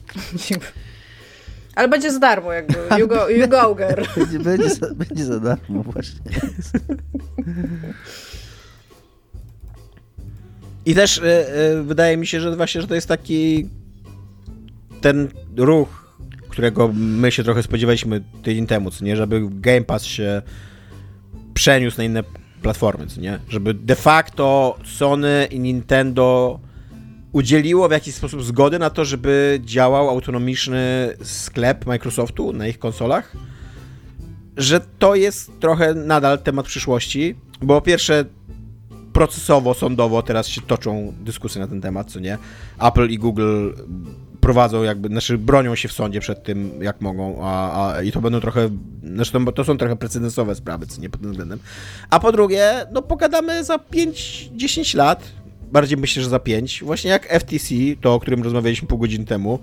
Ale będzie za darmo jakby. You go, you go girl. Będzie, będzie, za, będzie za darmo właśnie. I też y, y, wydaje mi się, że właśnie, że to jest taki ten ruch, którego my się trochę spodziewaliśmy tydzień temu, co nie? Żeby Game Pass się przeniósł na inne platformy, co nie? Żeby de facto Sony i Nintendo udzieliło w jakiś sposób zgody na to, żeby działał autonomiczny sklep Microsoftu na ich konsolach, że to jest trochę nadal temat przyszłości, bo po pierwsze procesowo, sądowo teraz się toczą dyskusje na ten temat, co nie? Apple i Google prowadzą jakby, znaczy bronią się w sądzie przed tym, jak mogą, a, a i to będą trochę, znaczy to, to są trochę precedensowe sprawy, co nie, pod tym względem. A po drugie, no pogadamy za pięć dziesięć lat, bardziej myślę, że za pięć, właśnie jak F T C, to o którym rozmawialiśmy pół godziny temu,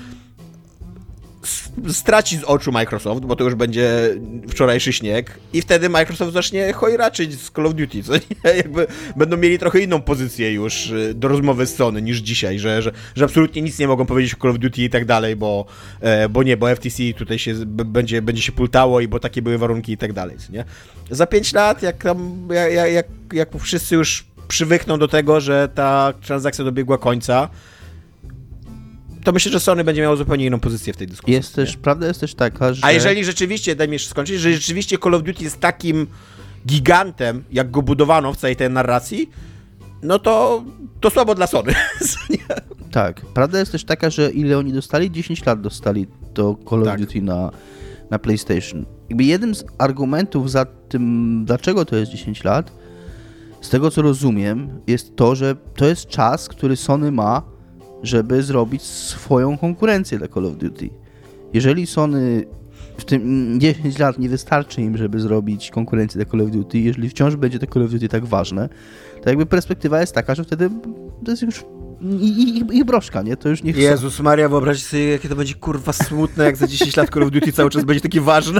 straci z oczu Microsoft, bo to już będzie wczorajszy śnieg i wtedy Microsoft zacznie chojraczyć z Call of Duty, co nie? Jakby będą mieli trochę inną pozycję już do rozmowy z Sony niż dzisiaj, że, że, że absolutnie nic nie mogą powiedzieć o Call of Duty i tak dalej, bo, bo nie, bo F T C tutaj się będzie, będzie się pultało i bo takie były warunki i tak dalej, co nie? Za pięć lat, jak tam, jak, jak, jak wszyscy już przywykną do tego, że ta transakcja dobiegła końca, to myślę, że Sony będzie miało zupełnie inną pozycję w tej dyskusji. Jest też, prawda jest też taka, że... A jeżeli rzeczywiście, daj mi jeszcze skończyć, że rzeczywiście Call of Duty jest takim gigantem, jak go budowano w całej tej narracji, no to, to słabo dla Sony. Tak, prawda jest też taka, że ile oni dostali? dziesięć lat dostali do Call of tak. Duty na, na PlayStation. Jakby jednym z argumentów za tym, dlaczego to jest dziesięć lat, z tego co rozumiem, jest to, że to jest czas, który Sony ma, żeby zrobić swoją konkurencję dla Call of Duty. Jeżeli Sony w tym dziesięć lat nie wystarczy im, żeby zrobić konkurencję dla Call of Duty, jeżeli wciąż będzie to Call of Duty tak ważne, to jakby perspektywa jest taka, że wtedy to jest już ich, ich broszka, nie? To już nie chcą. Jezus Maria, wyobraź sobie, jakie to będzie kurwa smutne, jak za dziesięć lat Call of Duty cały czas będzie takie ważne.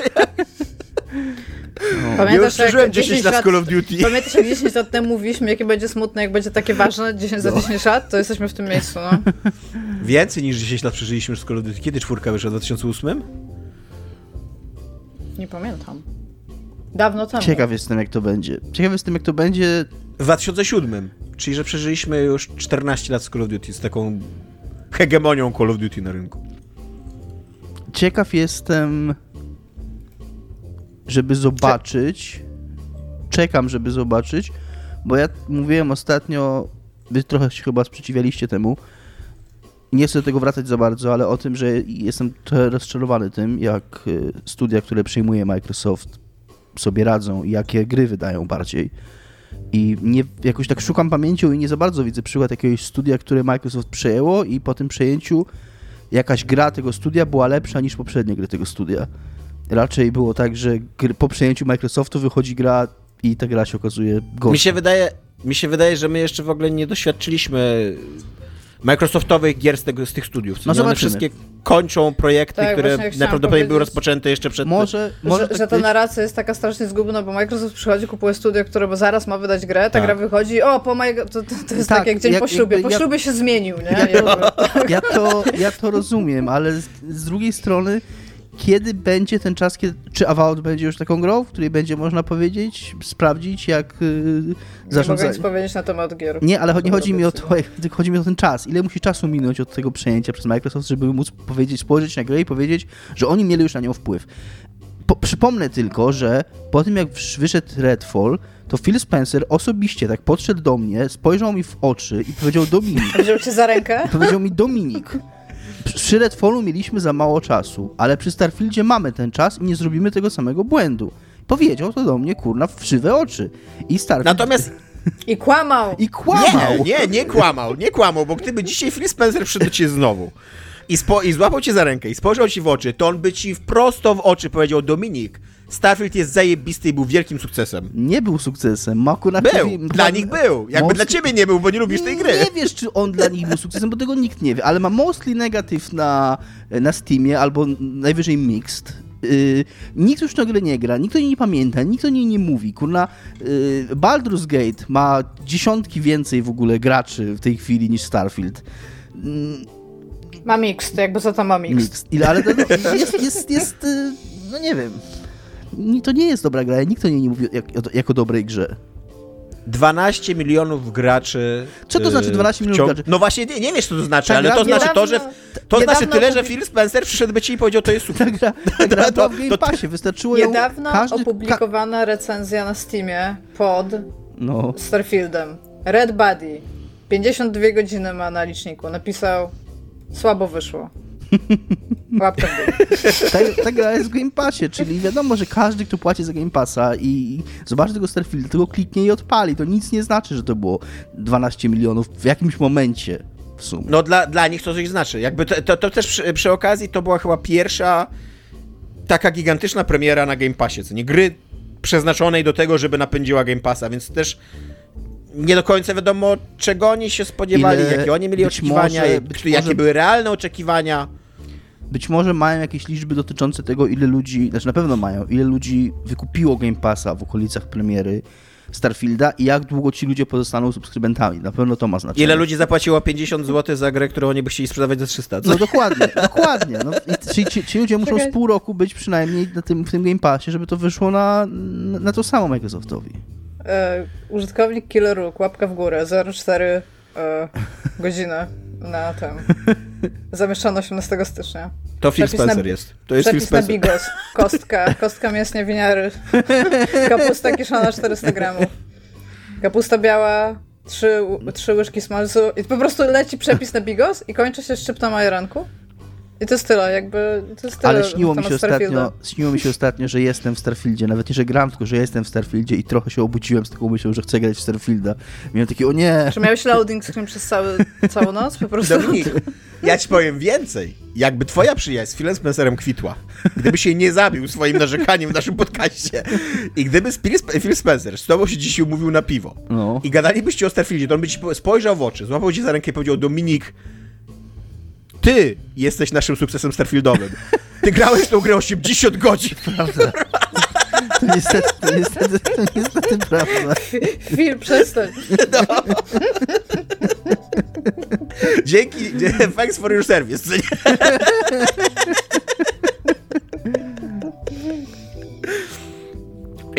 No. Ja już przeżyłem dziesięć lat Call of Duty. Pamiętasz, jak dziesięć lat temu mówiliśmy, jakie będzie smutne, jak będzie takie ważne dziesięć, za dziesięć lat? To jesteśmy w tym miejscu, no. Więcej niż dziesięć lat przeżyliśmy z Call of Duty. Kiedy czwórka wyszła? W dwa tysiące ósmym? Nie pamiętam. Dawno temu. Ciekaw jestem, jak to będzie. Ciekaw jestem, jak to będzie... W dwa tysiące siódmym, czyli że przeżyliśmy już czternaście lat z Call of Duty, z taką hegemonią Call of Duty na rynku. Ciekaw jestem, żeby zobaczyć... Czekam, żeby zobaczyć, bo ja mówiłem ostatnio, wy trochę się chyba sprzeciwialiście temu, nie chcę do tego wracać za bardzo, ale o tym, że jestem trochę rozczarowany tym, jak studia, które przejmuje Microsoft, sobie radzą i jakie gry wydają bardziej. I nie, jakoś tak szukam pamięcią i nie za bardzo widzę przykład jakiegoś studia, które Microsoft przejęło i po tym przejęciu jakaś gra tego studia była lepsza niż poprzednie gry tego studia. Raczej było tak, że gry, po przejęciu Microsoftu wychodzi gra i ta gra się okazuje gorsza. Mi się wydaje, mi się wydaje, że my jeszcze w ogóle nie doświadczyliśmy Microsoftowych gier z, tego, z tych studiów. No one wszystkie kończą projekty, tak, które najprawdopodobniej były rozpoczęte jeszcze przed... Może, może że, tak że ta narracja jest taka strasznie zgubna, bo Microsoft przychodzi, kupuje studio, które bo zaraz ma wydać grę, ta tak. gra wychodzi, o, po maj... to, to, to jest tak, tak jak dzień jak, po ślubie. Po ja, ślubie się zmienił, nie? Ja to, ja to, ja to rozumiem, ale z, z drugiej strony kiedy będzie ten czas, kiedy, czy Avowed będzie już taką grą, w której będzie można powiedzieć, sprawdzić, jak yy, zarządzać. Nie mogę nic powiedzieć na temat gier. Nie, ale nie chodzi mi o to, tylko chodzi mi o ten czas. Ile musi czasu minąć od tego przejęcia przez Microsoft, żeby móc powiedzieć, spojrzeć na grę i powiedzieć, że oni mieli już na nią wpływ. Po, przypomnę tylko, że po tym jak wyszedł Redfall, to Phil Spencer osobiście tak podszedł do mnie, spojrzał mi w oczy i powiedział Dominik. Wziął cię za rękę? Powiedział mi Dominik. Przy Redfallu mieliśmy za mało czasu, ale przy Starfieldzie mamy ten czas i nie zrobimy tego samego błędu. Powiedział to do mnie, kurna, w krzywe oczy. I Starfield... Natomiast... I kłamał. I kłamał. Nie, nie, nie kłamał, nie kłamał, bo gdyby dzisiaj Phil Spencer przyszedł do ciebie znowu i, spo, i złapał cię za rękę i spojrzał ci w oczy, to on by ci prosto w oczy powiedział: Dominik, Starfield jest zajebisty i był wielkim sukcesem. Nie był sukcesem. Ma akurat był, taki, dla nich był. Jakby mostly... dla ciebie nie był, bo nie lubisz tej gry. Nie wiesz, czy on dla nich był sukcesem, bo tego nikt nie wie, ale ma mostly negatyw na, na Steamie albo najwyżej mixed. Yy, nikt już tę grę nie gra, nikt o niej nie pamięta, nikt o niej nie mówi. Kurna, yy, Baldur's Gate ma dziesiątki więcej w ogóle graczy w tej chwili niż Starfield. Yy, ma mixed, jakby co to ma mixed. mixed. Ile, ale to no, jest, jest, jest yy, no nie wiem. To nie jest dobra gra, nikt o niej nie mówi jak, jak o dobrej grze. dwanaście milionów graczy. Co to znaczy dwanaście milionów graczy? No właśnie, nie, nie wiesz, co to znaczy, ta ale to znaczy to, że to znaczy tyle, że Phil Spencer przyszedł by ci i powiedział, to jest super. Ta gra, ta gra to, była w Game Passie, wystarczyło ją... Niedawno każdy... opublikowana recenzja na Steamie pod no. Starfieldem. Red Buddy, pięćdziesiąt dwie godziny ma na liczniku, napisał: słabo wyszło. Łapka w dół. Ta, ta gra jest w Game Passie, czyli wiadomo, że każdy, kto płaci za Game Passa i zobaczy tego Starfielda, tylko kliknie i odpali. To nic nie znaczy, że to było dwanaście milionów w jakimś momencie w sumie. No dla, dla nich to coś znaczy. Jakby to, to, to też przy, przy okazji to była chyba pierwsza taka gigantyczna premiera na Game Passie, co nie? Gry przeznaczonej do tego, żeby napędziła Game Passa, więc też nie do końca wiadomo, czego oni się spodziewali, Ile, jakie oni mieli oczekiwania, może, jakie może... były realne oczekiwania. Być może mają jakieś liczby dotyczące tego, ile ludzi, znaczy na pewno mają, ile ludzi wykupiło Game Passa w okolicach premiery Starfielda i jak długo ci ludzie pozostaną subskrybentami. Na pewno to ma znaczenie. Ile ludzi zapłaciło pięćdziesiąt złotych za grę, którą oni by chcieli sprzedawać za trzysta? Co? No dokładnie, dokładnie. No, ci, ci, ci ludzie muszą z pół roku być przynajmniej na tym, w tym Game Passie, żeby to wyszło na, na to samo Microsoftowi. E, użytkownik Killer Rook, łapka w górę, zero przecinek cztery e, godziny na tym. Zamieszczano osiemnastego stycznia. To Phil Spencer na, jest. To jest Phil Spencer. Na bigos. Kostka, kostka mięsnie winiary. Kapusta kiszona czterysta gramów. Kapusta biała, trzy, trzy łyżki smalcu i po prostu leci przepis na bigos i kończy się szczyptą majeranku. I to jest tyle, jakby, to jest tyle. Ale śniło mi się ostatnio, śniło mi się ostatnio, że jestem w Starfieldzie, nawet nie, że gram, tylko że jestem w Starfieldzie i trochę się obudziłem z taką myślą, że chcę grać w Starfielda. Miałem takie, o nie. Czy miałeś loading screen przez cały, całą noc? Po prostu. Dominik, ja ci powiem więcej. Jakby twoja przyjaźń z Philem Spencerem kwitła, gdyby się nie zabił swoim narzekaniem w naszym podcaście i gdyby Phil Spencer z tobą się dziś umówił na piwo no. i gadalibyście o Starfieldzie, to on by ci spojrzał w oczy, złapał cię za rękę i powiedział: Dominik, ty jesteś naszym sukcesem Starfieldowym. Ty grałeś tą grę osiemdziesiąt godzin. Prawda. To niestety, to niestety, to niestety prawda. Phil, przestań. No. Dzięki, thanks for your service.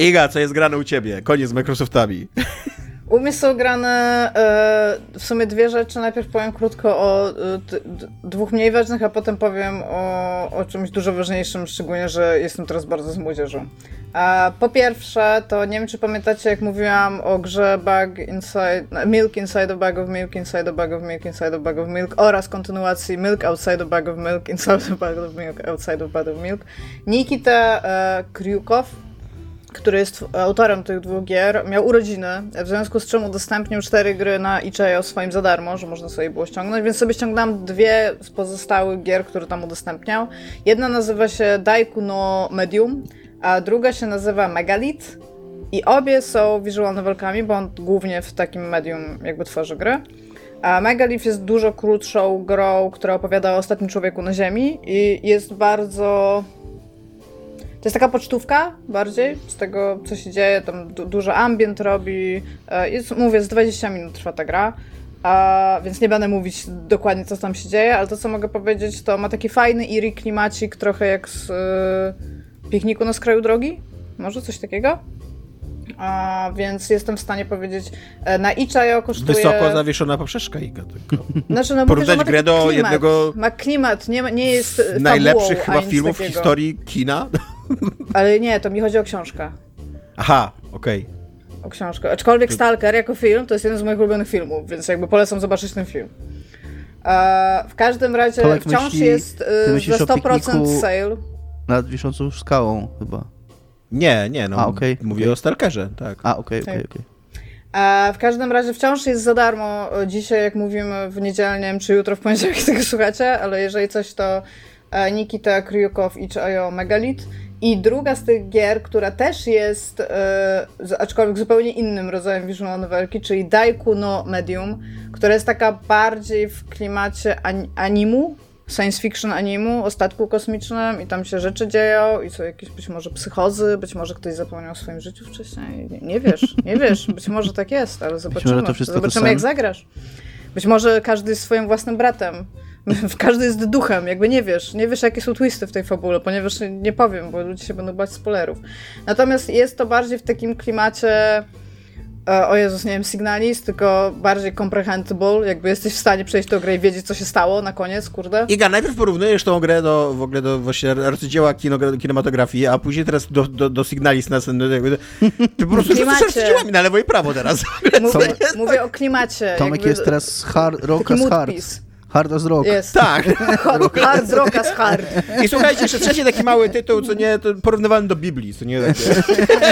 Iga, co jest grane u ciebie? Koniec z Microsoftami. U mnie są grane e, w sumie dwie rzeczy. Najpierw powiem krótko o e, d, d, dwóch mniej ważnych, a potem powiem o, o czymś dużo ważniejszym, szczególnie, że jestem teraz bardzo z młodzieżą. E, po pierwsze, to nie wiem, czy pamiętacie, jak mówiłam o grze Bug Inside, Milk Inside a Bag of Milk, Inside a Bag of Milk, Inside a Bag of Milk oraz kontynuacji Milk Outside a Bag of Milk, Inside a Bag of Milk, Outside a Bag of Milk. Nikita e, Kryukow, który jest autorem tych dwóch gier, miał urodziny, w związku z czym udostępnił cztery gry na itch.io swoim za darmo, że można sobie było ściągnąć, więc sobie ściągnęłam dwie z pozostałych gier, które tam udostępniał. Jedna nazywa się Daiku no Medium, a druga się nazywa Megalith i obie są visual novelkami, bo on głównie w takim medium jakby tworzy gry. A Megalith jest dużo krótszą grą, która opowiada o ostatnim człowieku na Ziemi i jest bardzo... To jest taka pocztówka bardziej z tego, co się dzieje, tam du- dużo ambient robi, jest, mówię, z dwadzieścia minut trwa ta gra, a, więc nie będę mówić dokładnie, co tam się dzieje, ale to, co mogę powiedzieć, to ma taki fajny eerie klimacik, trochę jak z y, Pikniku na skraju drogi, może coś takiego, a, więc jestem w stanie powiedzieć, na itch.io kosztuje... Wysoko zawieszona poprzeczka, Iga. Tylko. Znaczy, no, porównać mówię, grę do klimat. jednego ma klimat, nie, nie jest z najlepszych fabułą, chyba filmów w takiego. historii kina. Ale nie, to mi chodzi o książkę. Aha, okej. Okay. O książkę. Aczkolwiek Stalker jako film to jest jeden z moich ulubionych filmów, więc jakby polecam zobaczyć ten film. E, w każdym razie Polek wciąż myśli, jest e, za sto procent sale. Nad wiszącą skałą chyba. Nie, nie, no. A, okay, mówię okay. o Stalkerze, tak. A, okej, okay, okej, okej. W każdym razie wciąż jest za darmo dzisiaj, jak mówimy w niedzielę, nie wiem, czy jutro w poniedziałek tego słuchacie, ale jeżeli coś, to Nikita Kryukow, itch.io Megalith. I druga z tych gier, która też jest, e, aczkolwiek zupełnie innym rodzajem visual novelki, czyli Daiku no Medium, która jest taka bardziej w klimacie an- animu, science fiction animu, o statku kosmicznym i tam się rzeczy dzieją i są jakieś być może psychozy, być może ktoś zapomniał o swoim życiu wcześniej. Nie, nie wiesz, nie wiesz, być może tak jest, ale zobaczymy. To zobaczymy, jak zagrasz. Być może każdy jest swoim własnym bratem. Każdy jest duchem, jakby nie wiesz, nie wiesz jakie są twisty w tej fabule, ponieważ nie powiem, bo ludzie się będą bać spoilerów. Natomiast jest to bardziej w takim klimacie, o Jezus, nie wiem, Signalis, tylko bardziej comprehensible, jakby jesteś w stanie przejść tę grę i wiedzieć, co się stało na koniec, kurde. Iga, najpierw porównujesz tą grę do, w ogóle do właśnie arcydzieła kino, kinematografii, a później teraz do, do, do Signalis na sen, jakby, ty po prostu rzucasz arcydziełami na lewo i prawo teraz. Mówię, mówię o klimacie. Tomek jakby, jest teraz hard, rock as hard. Hard as rock. Jest. Tak. Hard, hard rock as hard. I słuchajcie, jeszcze trzeci taki mały tytuł, co nie, to porównywalny do Biblii, co nie takie.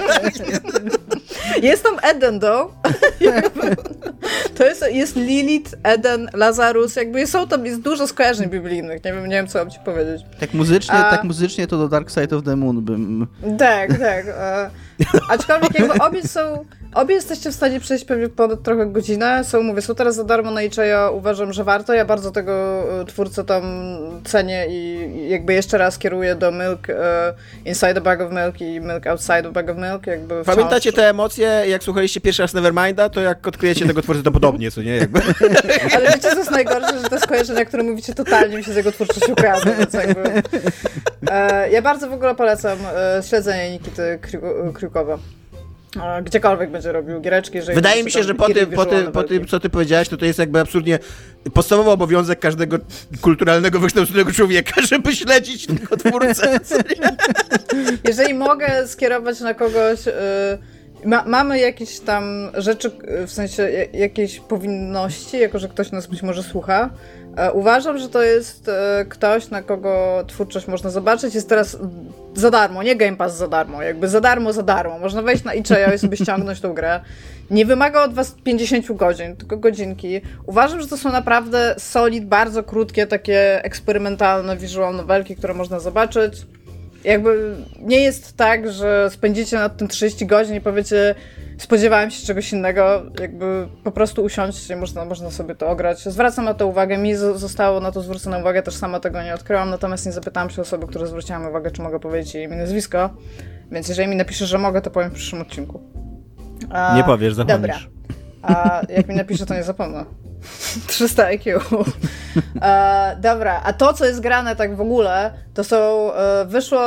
Jest tam Eden, do. To jest, jest Lilith, Eden, Lazarus, jakby są tam, jest dużo skojarzeń biblijnych, nie wiem, nie wiem, co mam ci powiedzieć. Tak muzycznie, A... tak muzycznie to do Dark Side of the Moon bym... Tak, tak. E, aczkolwiek jakby obie są, obie jesteście w stanie przejść pewnie ponad trochę godzinę, są, mówię, są teraz za darmo na itch.io, uważam, że warto, ja bardzo tego twórcę tam cenię i jakby jeszcze raz kieruję do Milk e, Inside a Bag of Milk i Milk Outside a Bag of Milk, jakby wciąż... Pamiętacie te emocje, jak słuchaliście pierwszy raz Neverminda, to jak odkryjecie tego twórcę, to podobnie, co nie? Jakby. Ale wiecie, co jest najgorsze, że te skojarzenia, które mówicie, totalnie mi się z jego twórczością kojarzą, więc jakby... E, ja bardzo w ogóle polecam e, śledzenie Nikity Kryukowa. E, gdziekolwiek będzie robił giereczki, jeżeli... Wydaje mi się, że po tym, po, tym, po tym, co ty powiedziałeś, to to jest jakby absolutnie podstawowy obowiązek każdego kulturalnego, wykształconego człowieka, żeby śledzić tego twórcę. Jeżeli mogę skierować na kogoś... E, Ma, mamy jakieś tam rzeczy, w sensie jakieś powinności, jako że ktoś nas być może słucha. E, uważam, że to jest e, ktoś, na kogo twórczość można zobaczyć. Jest teraz za darmo, nie Game Pass za darmo, jakby za darmo, za darmo. Można wejść na itch.io i sobie ściągnąć tą grę. Nie wymaga od was pięćdziesiąt godzin, tylko godzinki. Uważam, że to są naprawdę solid, bardzo krótkie, takie eksperymentalne visual novelki, które można zobaczyć. Jakby nie jest tak, że spędzicie nad tym trzydzieści godzin i powiecie, spodziewałem się czegoś innego, jakby po prostu usiądźcie, można, można sobie to ograć. Zwracam na to uwagę, mi zostało na to zwrócona uwagę, też sama tego nie odkryłam, natomiast nie zapytałam się osoby, która zwróciła mi uwagę, czy mogę powiedzieć jej imię, nazwisko, więc jeżeli mi napiszesz, że mogę, to powiem w przyszłym odcinku. A, nie powiesz, zapomnisz. Dobra. A jak mi napisze, to nie zapomnę. trzysta I Q. E, dobra, a to, co jest grane tak w ogóle, to są, e, wyszło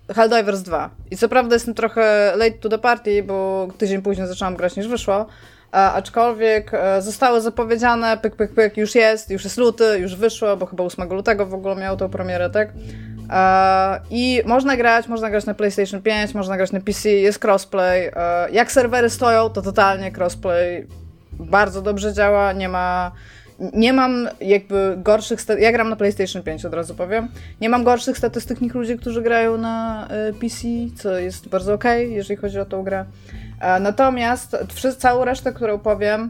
Helldivers dwa. I co prawda jestem trochę late to the party, bo tydzień później zaczęłam grać niż wyszło, a, aczkolwiek e, zostało zapowiedziane, pyk, pyk, pyk, już jest, już jest luty, już wyszło, bo chyba ósmego lutego w ogóle miało tą premierę, tak? E, I można grać, można grać na PlayStation pięć, można grać na P C, jest crossplay. E, jak serwery stoją, to totalnie crossplay bardzo dobrze działa, nie ma... Nie mam jakby gorszych statystyk, ja gram na PlayStation pięć, od razu powiem. Nie mam gorszych statystyk niż ludzi, którzy grają na y, P C, co jest bardzo okej, okay, jeżeli chodzi o tą grę. E, natomiast wszyscy, całą resztę, którą powiem,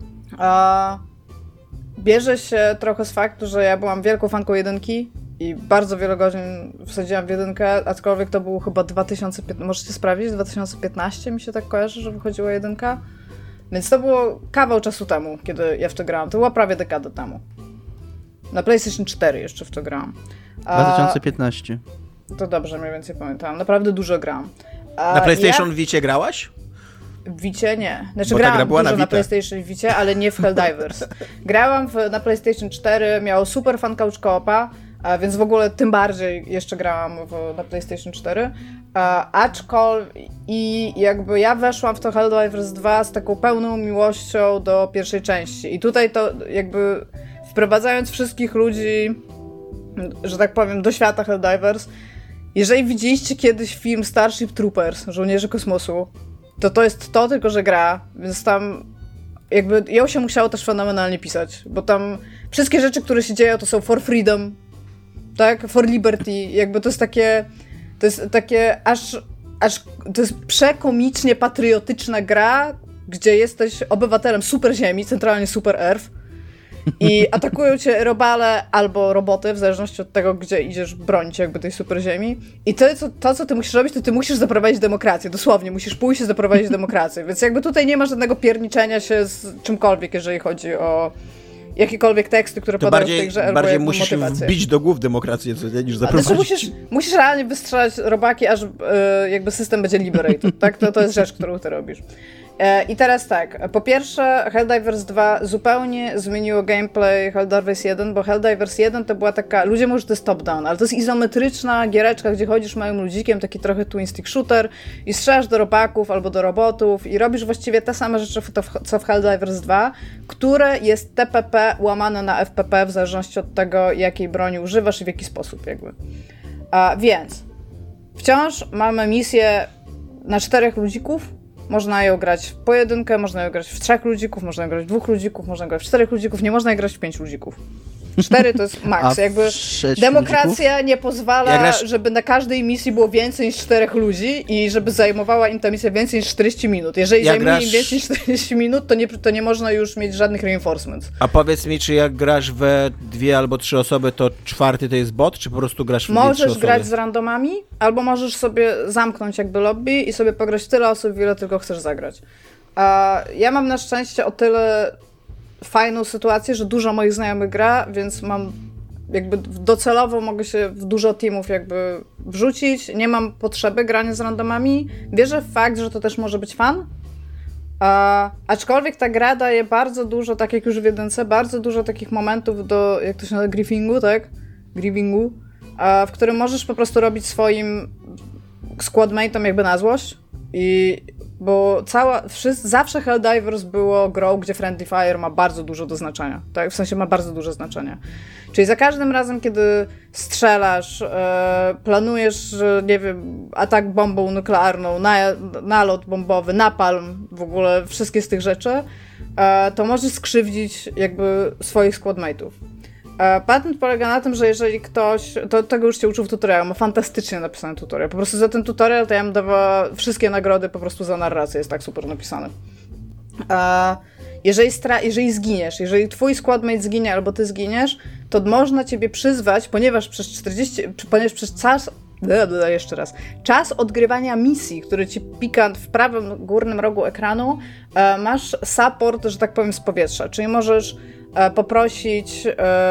e, bierze się trochę z faktu, że ja byłam wielką fanką jedynki i bardzo wiele godzin wsadziłam w jedynkę, aczkolwiek to był chyba dwa tysiące piętnaście, możecie sprawdzić, dwa tysiące piętnaście mi się tak kojarzy, że wychodziła jedynka. Więc to było kawał czasu temu, kiedy ja w to grałam. To była prawie dekada temu. Na PlayStation cztery jeszcze w to grałam. A, dwa tysiące piętnaście. To dobrze, mniej więcej pamiętam. Naprawdę dużo grałam. A na PlayStation ja... Vicie grałaś? W Vicie nie. Znaczy Bo grałam ta gra była dużo na, na na PlayStation Vicie, ale nie w Helldivers. Grałam w, na PlayStation cztery, miało super fan couch co-opa, a więc w ogóle tym bardziej jeszcze grałam w, na PlayStation cztery. A, aczkolwiek i jakby ja weszłam w to Helldivers dwa z taką pełną miłością do pierwszej części. I tutaj to jakby wprowadzając wszystkich ludzi, że tak powiem, do świata Helldivers, jeżeli widzieliście kiedyś film Starship Troopers, Żołnierze Kosmosu, to to jest to, tylko że gra, więc tam jakby ją się musiało też fenomenalnie pisać, bo tam wszystkie rzeczy, które się dzieją, to są for freedom, tak, for liberty, jakby to jest takie, to jest takie aż, aż to jest przekomicznie patriotyczna gra, gdzie jesteś obywatelem super ziemi, centralnie super Earth i atakują cię robale albo roboty, w zależności od tego, gdzie idziesz bronić jakby tej super ziemi. I to co, to, co ty musisz robić, to ty musisz zaprowadzić demokrację. Dosłownie, musisz pójść i zaprowadzić demokrację. Więc jakby tutaj nie ma żadnego pierniczenia się z czymkolwiek, jeżeli chodzi o jakiekolwiek teksty, które to podają bardziej, w tej grze, albo bardziej jakby musisz motywację. wbić do głów demokrację, co nie, niż zaprowadzić. Znaczy musisz, musisz realnie wystrzelać robaki, aż yy, jakby system będzie liberated, tak? To, to jest rzecz, którą ty robisz. I teraz tak, po pierwsze Helldivers dwa zupełnie zmieniło gameplay Helldivers jeden, bo Helldivers jeden to była taka, ludzie może to jest top-down, ale to jest izometryczna giereczka, gdzie chodzisz małym ludzikiem, taki trochę twin stick shooter i strzelasz do robaków albo do robotów i robisz właściwie te same rzeczy co w Helldivers dwa, które jest T P P łamane na F P P w zależności od tego, jakiej broni używasz i w jaki sposób jakby. A więc wciąż mamy misję na czterech ludzików. Można ją grać w pojedynkę, można ją grać w trzech ludzików, można ją grać w dwóch ludzików, można grać w czterech ludzików, nie można jej grać w pięć ludzików. Cztery to jest maks. Jakby demokracja ludzików? Nie pozwala, grasz... żeby na każdej misji było więcej niż czterech ludzi i żeby zajmowała im ta misja więcej niż czterdzieści minut. Jeżeli jak zajmuje grasz... im więcej niż czterdzieści minut, to nie, to nie można już mieć żadnych reinforcements. A powiedz mi, czy jak grasz we dwie albo trzy osoby, to czwarty to jest bot, czy po prostu grasz w dwie, Możesz trzy osoby? grać z randomami, albo możesz sobie zamknąć jakby lobby i sobie pograć tyle osób, ile tylko chcesz zagrać. A ja mam na szczęście o tyle fajną sytuację, że dużo moich znajomych gra, więc mam jakby docelowo mogę się w dużo teamów jakby wrzucić. Nie mam potrzeby grania z randomami. Wierzę w fakt, że to też może być fun. A, aczkolwiek ta gra daje bardzo dużo, tak jak już w jedynce, bardzo dużo takich momentów do, jak to się nazywa, griefingu, tak? Grievingu, a, w którym możesz po prostu robić swoim squadmate'om jakby na złość. I bo cała, wszyscy, zawsze Helldivers było grą, gdzie Friendly Fire ma bardzo dużo do znaczenia, tak? W sensie ma bardzo duże znaczenie. Czyli za każdym razem, kiedy strzelasz, e, planujesz, nie wiem, atak bombą nuklearną, na, nalot bombowy, napalm, w ogóle wszystkie z tych rzeczy, e, to możesz skrzywdzić jakby swoich squadmate'ów. Patent polega na tym, że jeżeli ktoś, to tego już się uczył w tutorialu, ma fantastycznie napisany tutorial. Po prostu za ten tutorial to ja bym dawała wszystkie nagrody po prostu za narrację, jest tak super napisany. Jeżeli, stra- jeżeli zginiesz, jeżeli twój squadmate zginie albo ty zginiesz, to można ciebie przyzwać, ponieważ przez czterdzieści, ponieważ przez czas, jeszcze raz, czas odgrywania misji, który ci pika w prawym górnym rogu ekranu, masz support, że tak powiem, z powietrza, czyli możesz poprosić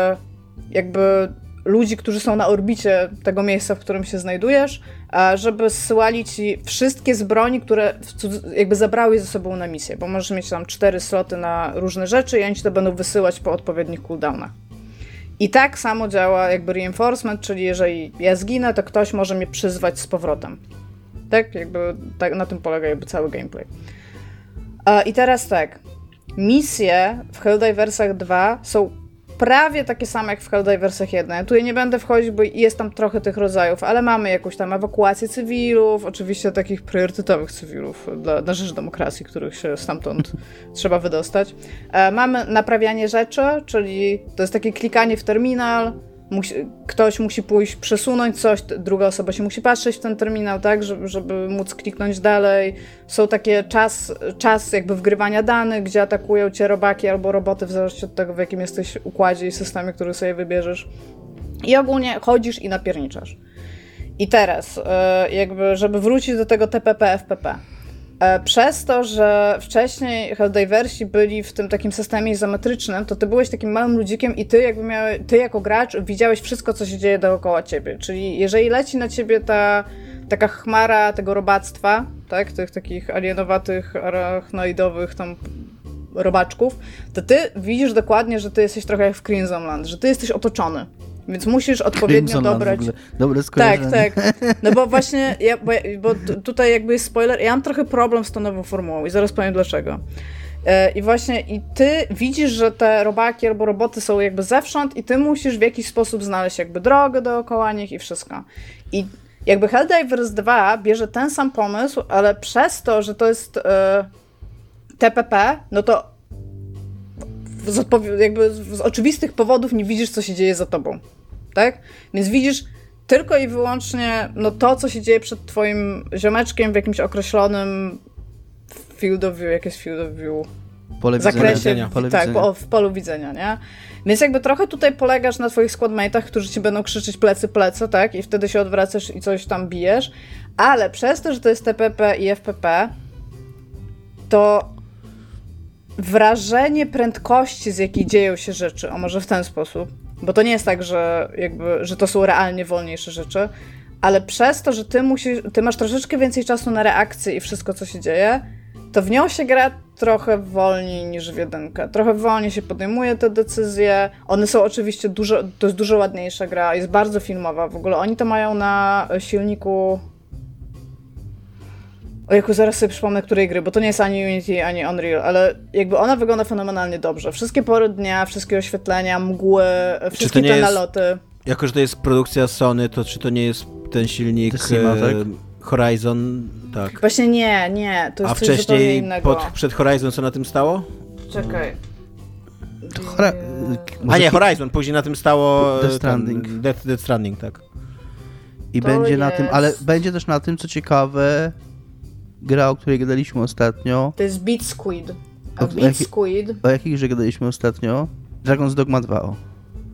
jakby ludzi, którzy są na orbicie tego miejsca, w którym się znajdujesz, żeby zsyłali ci wszystkie z broni, które jakby zabrały ze sobą na misję, bo możesz mieć tam cztery sloty na różne rzeczy i oni ci to będą wysyłać po odpowiednich cooldownach. I tak samo działa jakby reinforcement, czyli jeżeli ja zginę, to ktoś może mnie przyzwać z powrotem. Tak? Jakby tak, na tym polega jakby cały gameplay. Uh, I teraz tak. Misje w Helldiversach dwa są prawie takie same jak w Helldiversach jeden. Ja tutaj nie będę wchodzić, bo jest tam trochę tych rodzajów, ale mamy jakąś tam ewakuację cywilów, oczywiście takich priorytetowych cywilów dla, na rzecz demokracji, których się stamtąd trzeba wydostać. E, mamy naprawianie rzeczy, czyli to jest takie klikanie w terminal, musi, ktoś musi pójść, przesunąć coś, druga osoba się musi patrzeć w ten terminal, tak, żeby, żeby móc kliknąć dalej. Są takie czas, czas jakby wgrywania danych, gdzie atakują cię robaki albo roboty, w zależności od tego, w jakim jesteś układzie i systemie, który sobie wybierzesz. I ogólnie chodzisz i napierniczasz. I teraz, jakby, żeby wrócić do tego T P P F P P. Przez to, że wcześniej Helldiversi byli w tym takim systemie izometrycznym, to ty byłeś takim małym ludzikiem i ty jakby miałeś, ty jako gracz widziałeś wszystko, co się dzieje dookoła ciebie. Czyli jeżeli leci na ciebie ta taka chmara tego robactwa, tak, tych takich alienowatych, arachnoidowych tam robaczków, to ty widzisz dokładnie, że ty jesteś trochę jak w Crimson Land, że ty jesteś otoczony. Więc musisz odpowiednio Crimson dobrać... Dobre skojarzenie. Tak, tak. No bo właśnie, ja, bo, bo tutaj jakby jest spoiler, ja mam trochę problem z tą nową formułą i zaraz powiem dlaczego. I właśnie i ty widzisz, że te robaki albo roboty są jakby zewsząd i ty musisz w jakiś sposób znaleźć jakby drogę dookoła nich i wszystko. I jakby Helldivers dwa bierze ten sam pomysł, ale przez to, że to jest e, T P P, no to z, odpowi- jakby z oczywistych powodów nie widzisz, co się dzieje za tobą. Tak? Więc widzisz tylko i wyłącznie no, to, co się dzieje przed twoim ziomeczkiem w jakimś określonym field of view, jakieś field of view Pole zakresie, widzenia. Pole tak, widzenia. Po, w polu widzenia, nie? Więc jakby trochę tutaj polegasz na twoich squadmate'ach, którzy ci będą krzyczeć plecy, plecy, tak? I wtedy się odwracasz i coś tam bijesz, ale przez to, że to jest T P P i F P P, to wrażenie prędkości, z jakiej dzieją się rzeczy, a może w ten sposób, bo to nie jest tak, że jakby, że to są realnie wolniejsze rzeczy, ale przez to, że ty musisz, ty masz troszeczkę więcej czasu na reakcję i wszystko, co się dzieje, to w nią się gra trochę wolniej niż w jedynkę. Trochę wolniej się podejmuje te decyzje. One są oczywiście dużo, to jest dużo ładniejsza gra, jest bardzo filmowa. W ogóle oni to mają na silniku... Ojejku, zaraz sobie przypomnę, której gry, bo to nie jest ani Unity, ani Unreal, ale jakby ona wygląda fenomenalnie dobrze. Wszystkie pory dnia, wszystkie oświetlenia, mgły, wszystkie te jest, naloty. Jako, że to jest produkcja Sony, to czy to nie jest ten silnik Sima, tak? Horizon? Tak. Właśnie nie, nie, to jest A coś zupełnie innego. Pod, przed Horizon co na tym stało? Czekaj. Hora- A nie, Horizon, później na tym stało Death Stranding. Ten, Death, Death Stranding, tak. I To będzie na jest- tym, ale będzie też na tym, co ciekawe, gra, o której gadaliśmy ostatnio. To jest Beat Squid. A O, Beat jaki- Squid... O jakich grze gadaliśmy ostatnio? Dragon's Dogma dwa. O.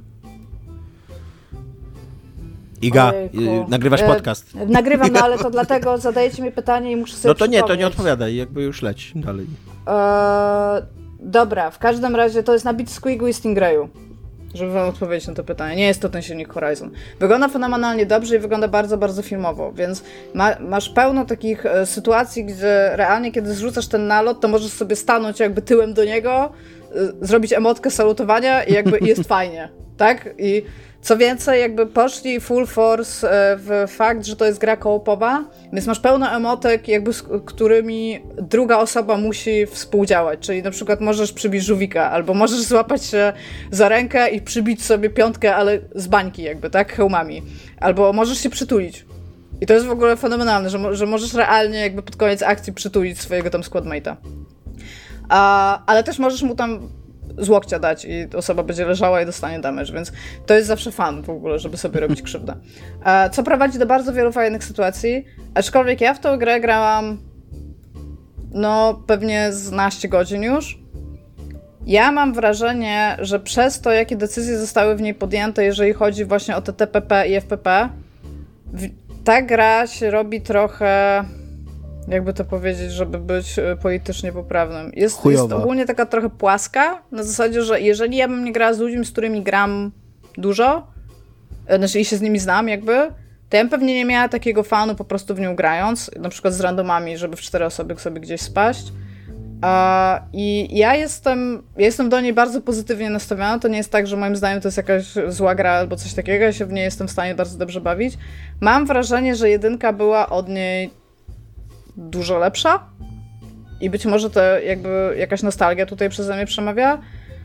Iga, Ojejku. y, nagrywasz E, podcast. Nagrywam, no ale to dlatego zadajecie mi pytanie i muszę sobie No to nie, to nie przypomnieć. odpowiadaj, jakby już leć dalej. Eee, dobra, w każdym razie to jest na Beat Squigu i Stingrayu, żeby wam odpowiedzieć na to pytanie. Nie jest to ten silnik Horizon. Wygląda fenomenalnie dobrze i wygląda bardzo, bardzo filmowo, więc ma, masz pełno takich e, sytuacji, gdzie realnie, kiedy zrzucasz ten nalot, to możesz sobie stanąć jakby tyłem do niego, e, zrobić emotkę salutowania i jakby jest fajnie, tak? I co więcej, jakby poszli full force w fakt, że to jest gra koopowa, więc masz pełno emotek, jakby z którymi druga osoba musi współdziałać, czyli na przykład możesz przybić żółwika, albo możesz złapać się za rękę i przybić sobie piątkę, ale z bańki jakby, tak, hełmami, albo możesz się przytulić. I to jest w ogóle fenomenalne, że, mo- że możesz realnie jakby pod koniec akcji przytulić swojego tam squadmate'a. A, ale też możesz mu tam z łokcia dać i osoba będzie leżała i dostanie damage, więc to jest zawsze fan w ogóle, żeby sobie robić krzywdę. E, co prowadzi do bardzo wielu fajnych sytuacji, aczkolwiek ja w tą grę grałam no pewnie z naście godzin już. Ja mam wrażenie, że przez to, jakie decyzje zostały w niej podjęte, jeżeli chodzi właśnie o te T P P i F P P, w, ta gra się robi trochę... jakby to powiedzieć, żeby być y, politycznie poprawnym. Jest, jest ogólnie taka trochę płaska, na zasadzie, że jeżeli ja bym nie grała z ludźmi, z którymi gram dużo, y, znaczy i się z nimi znam jakby, to ja bym pewnie nie miała takiego fanu po prostu w nią grając, na przykład z randomami, żeby w cztery osoby sobie gdzieś spaść. I ja jestem, ja jestem do niej bardzo pozytywnie nastawiona. To nie jest tak, że moim zdaniem to jest jakaś zła gra albo coś takiego. Ja się w niej jestem w stanie bardzo dobrze bawić. Mam wrażenie, że jedynka była od niej dużo lepsza i być może to jakby jakaś nostalgia tutaj przeze mnie przemawia,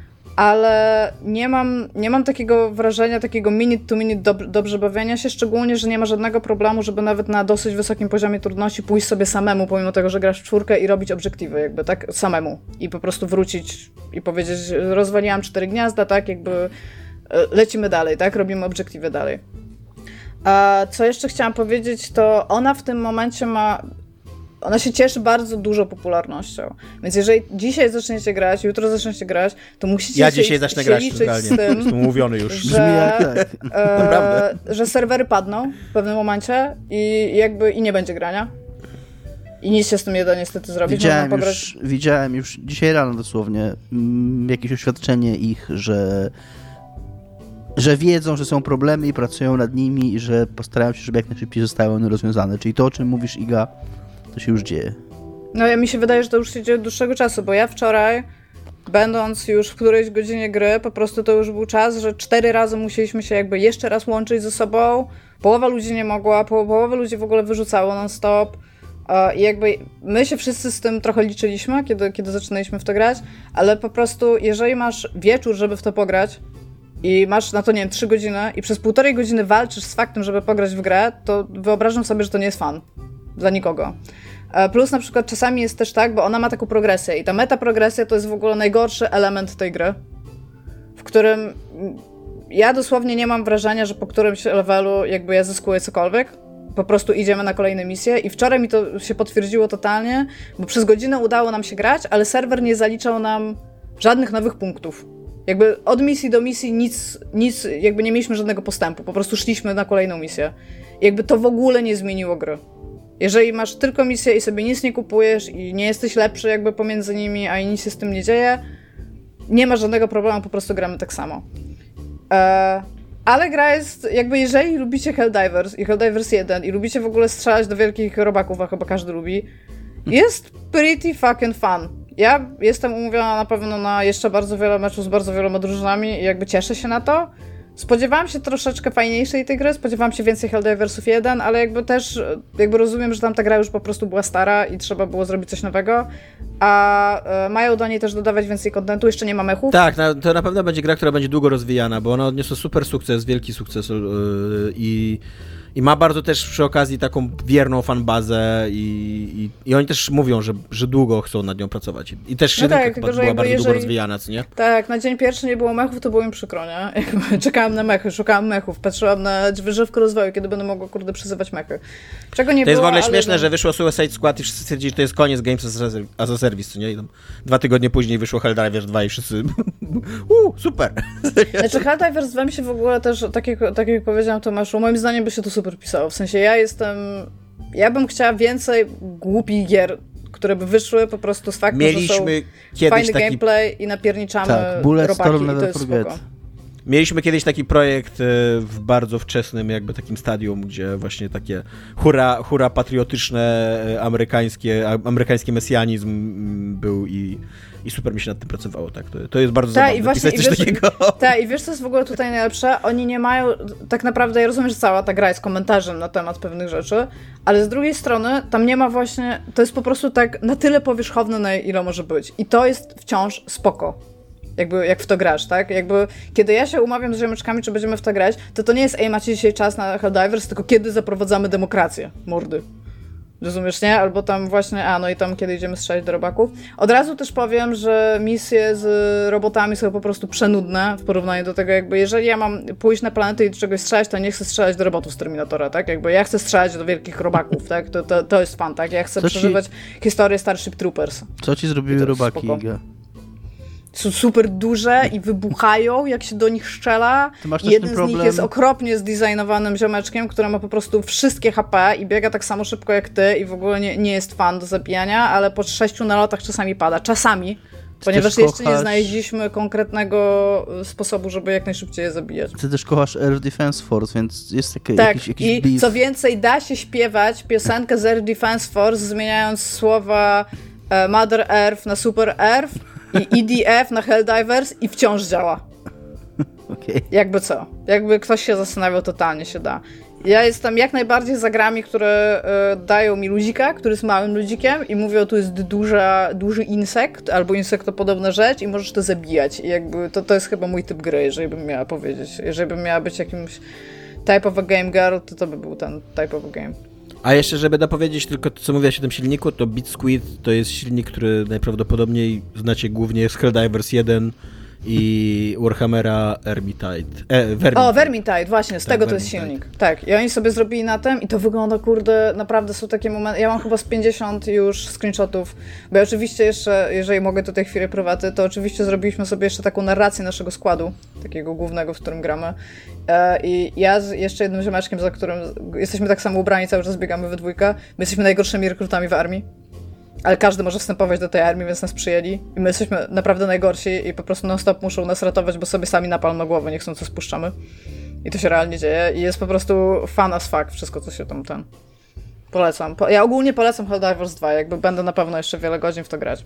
ale nie mam, nie mam takiego wrażenia, takiego minute to minute dob- dobrze bawienia się, szczególnie, że nie ma żadnego problemu, żeby nawet na dosyć wysokim poziomie trudności pójść sobie samemu, pomimo tego, że grasz w czwórkę i robić obiektywy, jakby tak samemu i po prostu wrócić i powiedzieć, rozwaliłam cztery gniazda, tak, jakby lecimy dalej, tak, robimy obiektywy dalej. A co jeszcze chciałam powiedzieć, to ona w tym momencie ma Ona się cieszy bardzo dużo popularnością. Więc jeżeli dzisiaj zaczniecie grać, jutro zaczniecie grać, to musicie ja się, dzisiaj zacznę się grać liczyć z tym, Jestem umówiony już. Że, e, że serwery padną w pewnym momencie i jakby i nie będzie grania. I nic się z tym nie da niestety zrobić. Widziałem, już, widziałem już dzisiaj rano dosłownie m, jakieś oświadczenie ich, że że wiedzą, że są problemy i pracują nad nimi i że postarają się, żeby jak najszybciej zostały one rozwiązane. Czyli to, o czym mówisz, Iga, to się już dzieje. No ja mi się wydaje, że to już się dzieje od dłuższego czasu, bo ja wczoraj, będąc już w którejś godzinie gry, po prostu to już był czas, że cztery razy musieliśmy się jakby jeszcze raz łączyć ze sobą. Połowa ludzi nie mogła, po, połowa ludzi w ogóle wyrzucało non-stop. I jakby my się wszyscy z tym trochę liczyliśmy, kiedy, kiedy zaczynaliśmy w to grać, ale po prostu jeżeli masz wieczór, żeby w to pograć i masz na to, nie wiem, trzy godziny i przez półtorej godziny walczysz z faktem, żeby pograć w grę, to wyobrażam sobie, że to nie jest fan. Dla nikogo. Plus na przykład czasami jest też tak, bo ona ma taką progresję i ta metaprogresja to jest w ogóle najgorszy element tej gry, w którym ja dosłownie nie mam wrażenia, że po którymś levelu jakby ja zyskuję cokolwiek. Po prostu idziemy na kolejne misje i wczoraj mi to się potwierdziło totalnie, bo przez godzinę udało nam się grać, ale serwer nie zaliczał nam żadnych nowych punktów. Jakby od misji do misji nic, nic jakby nie mieliśmy żadnego postępu, po prostu szliśmy na kolejną misję. I jakby to w ogóle nie zmieniło gry. Jeżeli masz tylko misję i sobie nic nie kupujesz i nie jesteś lepszy jakby pomiędzy nimi, a i nic się z tym nie dzieje, nie ma żadnego problemu, po prostu gramy tak samo. Eee, ale gra jest, jakby jeżeli lubicie Helldivers i Helldivers jeden i lubicie w ogóle strzelać do wielkich robaków, a chyba każdy lubi, jest pretty fucking fun. Ja jestem umówiona na pewno na jeszcze bardzo wiele meczów z bardzo wieloma drużynami i jakby cieszę się na to. Spodziewałam się troszeczkę fajniejszej tej gry, spodziewałam się więcej Helldiversów jeden, ale jakby też jakby rozumiem, że tam ta gra już po prostu była stara i trzeba było zrobić coś nowego, a e, mają do niej też dodawać więcej kontentu, jeszcze nie ma mechów. Tak, na, to na pewno będzie gra, która będzie długo rozwijana, bo ona odniosła super sukces, wielki sukces yy, i I ma bardzo też przy okazji taką wierną fanbazę i, i, i oni też mówią, że, że długo chcą nad nią pracować. I też no jedynka tak, chyba tylko, była bardzo jeżeli, długo rozwijana, co nie? Tak, na dzień pierwszy nie było mechów, to było im przykro, nie? Jakby czekałam na mechy, szukałam mechów, patrzyłam na drzewko rozwoju, kiedy będę mogła, kurde, przezywać mechy. Czego nie to było, jest w ogóle ale śmieszne, no. że wyszło Suicide Squad i wszyscy stwierdzili, że to jest koniec Games as a Service, co nie? I tam dwa tygodnie później wyszło Helldivers dwa i wszyscy uuu, super! Znaczy Helldivers dwa mi się w ogóle też, tak jak, tak jak powiedziałam Tomaszu, moim zdaniem by się to super pisało. W sensie ja jestem... Ja bym chciała więcej głupich gier, które by wyszły po prostu z faktu, Mieliśmy że są fajny taki... gameplay i napierniczamy tak, bullet robaki storm, i to never jest forget. spoko. Mieliśmy kiedyś taki projekt w bardzo wczesnym jakby takim stadium, gdzie właśnie takie hura, hura patriotyczne, amerykańskie, amerykański mesjanizm był i, i super mi się nad tym pracowało, tak? To, to jest bardzo Ta, zabawne, i właśnie, pisać coś i wiesz, takiego. Tak, i wiesz co jest w ogóle tutaj najlepsze? Oni nie mają, tak naprawdę, ja rozumiem, że cała ta gra jest komentarzem na temat pewnych rzeczy, ale z drugiej strony tam nie ma właśnie, to jest po prostu tak na tyle powierzchowne, na ile może być. I to jest wciąż spoko. Jakby, jak w to grasz, tak? Jakby, kiedy ja się umawiam z ziomeczkami, czy będziemy w to grać, to to nie jest, ej, macie dzisiaj czas na Helldivers, tylko kiedy zaprowadzamy demokrację, mordy. Rozumiesz, nie? Albo tam właśnie, a no i tam, kiedy idziemy strzelać do robaków. Od razu też powiem, że misje z robotami są po prostu przenudne w porównaniu do tego, jakby, jeżeli ja mam pójść na planetę i do czegoś strzelać, to nie chcę strzelać do robotów z Terminatora, tak? Jakby ja chcę strzelać do wielkich robaków, tak? To, to, to jest fan, tak? Ja chcę Co przeżywać ci... historię Starship Troopers. Co ci zrobiły robaki, Iga? Są super duże i wybuchają, jak się do nich strzela. I jeden z problem... nich jest okropnie zdesignowanym ziomeczkiem, który ma po prostu wszystkie H P i biega tak samo szybko jak ty i w ogóle nie, nie jest fan do zabijania, ale po sześciu nalotach czasami pada. Czasami. Ponieważ kochasz... jeszcze nie znaleźliśmy konkretnego sposobu, żeby jak najszybciej je zabijać. Ty też kochasz Air Defense Force, więc jest taki, tak, jakiś, jakiś i beef. co więcej, da się śpiewać piosenkę z Air Defense Force, zmieniając słowa Mother Earth na Super Earth i E D F na Helldivers i wciąż działa. Okay. Jakby co? Jakby ktoś się zastanawiał, totalnie się da. Ja jestem jak najbardziej za grami, które y, dają mi ludzika, który jest małym ludzikiem i mówią, tu jest duża, duży insekt albo insektopodobna rzecz i możesz to zabijać. I jakby to, to jest chyba mój typ gry, jeżeli bym miała powiedzieć. Jeżeli bym miała być jakimś type of a game girl, to to by był ten type of a game. A jeszcze, żeby dopowiedzieć tylko to, co mówiłaś o tym silniku, to Beat Squid to jest silnik, który najprawdopodobniej znacie głównie z Helldivers jeden i Warhammera Vermintide. E, Vermintide. O, Vermintide, właśnie, z tak, tego to jest silnik. Tak, i oni sobie zrobili na tym i to wygląda, kurde, naprawdę są takie momenty, ja mam chyba z pięćdziesiąt już screenshotów, bo ja oczywiście jeszcze, jeżeli mogę tutaj chwilę prywaty, to oczywiście zrobiliśmy sobie jeszcze taką narrację naszego składu, takiego głównego, w którym gramy. I ja z jeszcze jednym ziomeczkiem, za którym jesteśmy tak samo ubrani, cały czas biegamy we dwójkę, my jesteśmy najgorszymi rekrutami w armii. Ale każdy może wstępować do tej armii, więc nas przyjęli. I my jesteśmy naprawdę najgorsi i po prostu non-stop muszą nas ratować, bo sobie sami napal na głowę nie chcą, co spuszczamy. I to się realnie dzieje. I jest po prostu fun as fuck wszystko, co się tam ten... Polecam. Po... Ja ogólnie polecam Helldivers dwa, jakby będę na pewno jeszcze wiele godzin w to grać.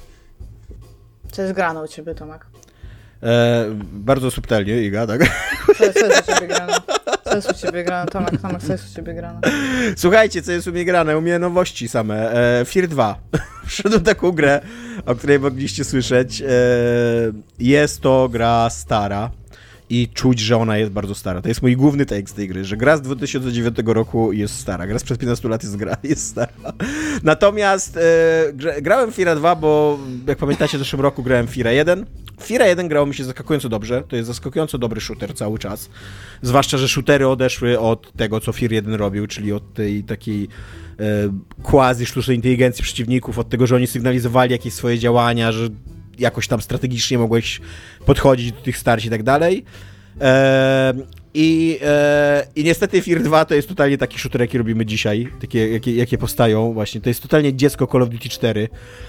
Co jest grane u ciebie, Tomek? E, bardzo subtelnie, Iga, tak? Co, co jest u ciebie grane? Co jest u ciebie grane, Tomek? Tomek, co jest u ciebie grane? Słuchajcie, co jest u mnie grane? U mnie nowości same. E, Fear dwa. Wszedłem taką grę, o której mogliście słyszeć. E, jest to gra stara i czuć, że ona jest bardzo stara. To jest mój główny take z tej gry, że gra z dwa tysiące dziewiątego roku jest stara. Gra sprzed piętnastu lat jest gra, jest stara. Natomiast e, grałem w Fear dwa, bo jak pamiętacie, w zeszłym roku grałem w Fear jeden. Fear jeden grało mi się zaskakująco dobrze. To jest zaskakująco dobry shooter cały czas. Zwłaszcza, że shootery odeszły od tego, co Fear jeden robił, czyli od tej takiej e, quasi sztucznej inteligencji przeciwników, od tego, że oni sygnalizowali jakieś swoje działania, że jakoś tam strategicznie mogłeś podchodzić do tych starć i tak dalej. E, i, e, I niestety Fear dwa to jest totalnie taki shooter, jaki robimy dzisiaj, takie, jakie, jakie powstają właśnie. To jest totalnie dziecko Call of Duty cztery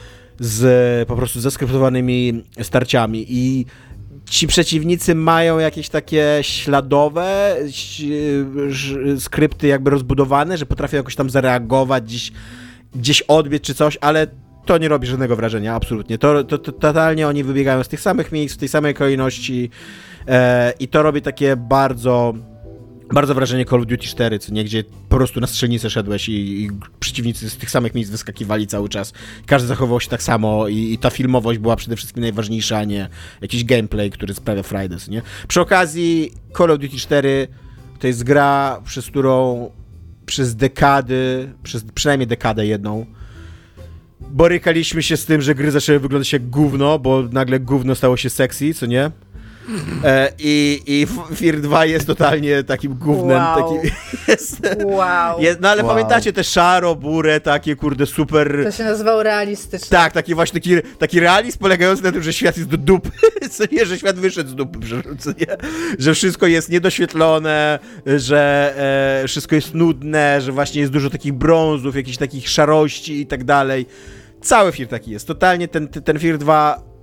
z po prostu zeskryptowanymi starciami i ci przeciwnicy mają jakieś takie śladowe skrypty jakby rozbudowane, że potrafią jakoś tam zareagować, gdzieś, gdzieś odbiec czy coś, ale to nie robi żadnego wrażenia, absolutnie. To, to, to totalnie oni wybiegają z tych samych miejsc, w tej samej kolejności e, i to robi takie bardzo... Bardzo wrażenie Call of Duty cztery, co nie, gdzie po prostu na strzelnicę szedłeś i, i przeciwnicy z tych samych miejsc wyskakiwali cały czas. Każdy zachowywał się tak samo i, i ta filmowość była przede wszystkim najważniejsza, a nie jakiś gameplay, który sprawia frajdę, nie? Przy okazji Call of Duty cztery to jest gra, przez którą przez dekady, przez przynajmniej dekadę jedną, borykaliśmy się z tym, że gry zaczęły wyglądać jak gówno, bo nagle gówno stało się sexy, co nie? E, i, I Fear dwa jest totalnie takim gównem. Wow. Takim, jest, wow. jest, no ale wow. pamiętacie te szaro, burę, takie kurde super... To się nazywało realistyczne. Tak, taki właśnie taki, taki realizm polegający na tym, że świat jest do dupy, co nie, że świat wyszedł z dupy, co nie? Że wszystko jest niedoświetlone, że e, wszystko jest nudne, że właśnie jest dużo takich brązów, jakichś takich szarości i tak dalej. Cały Fear taki jest. Totalnie ten, ten Fear dwa...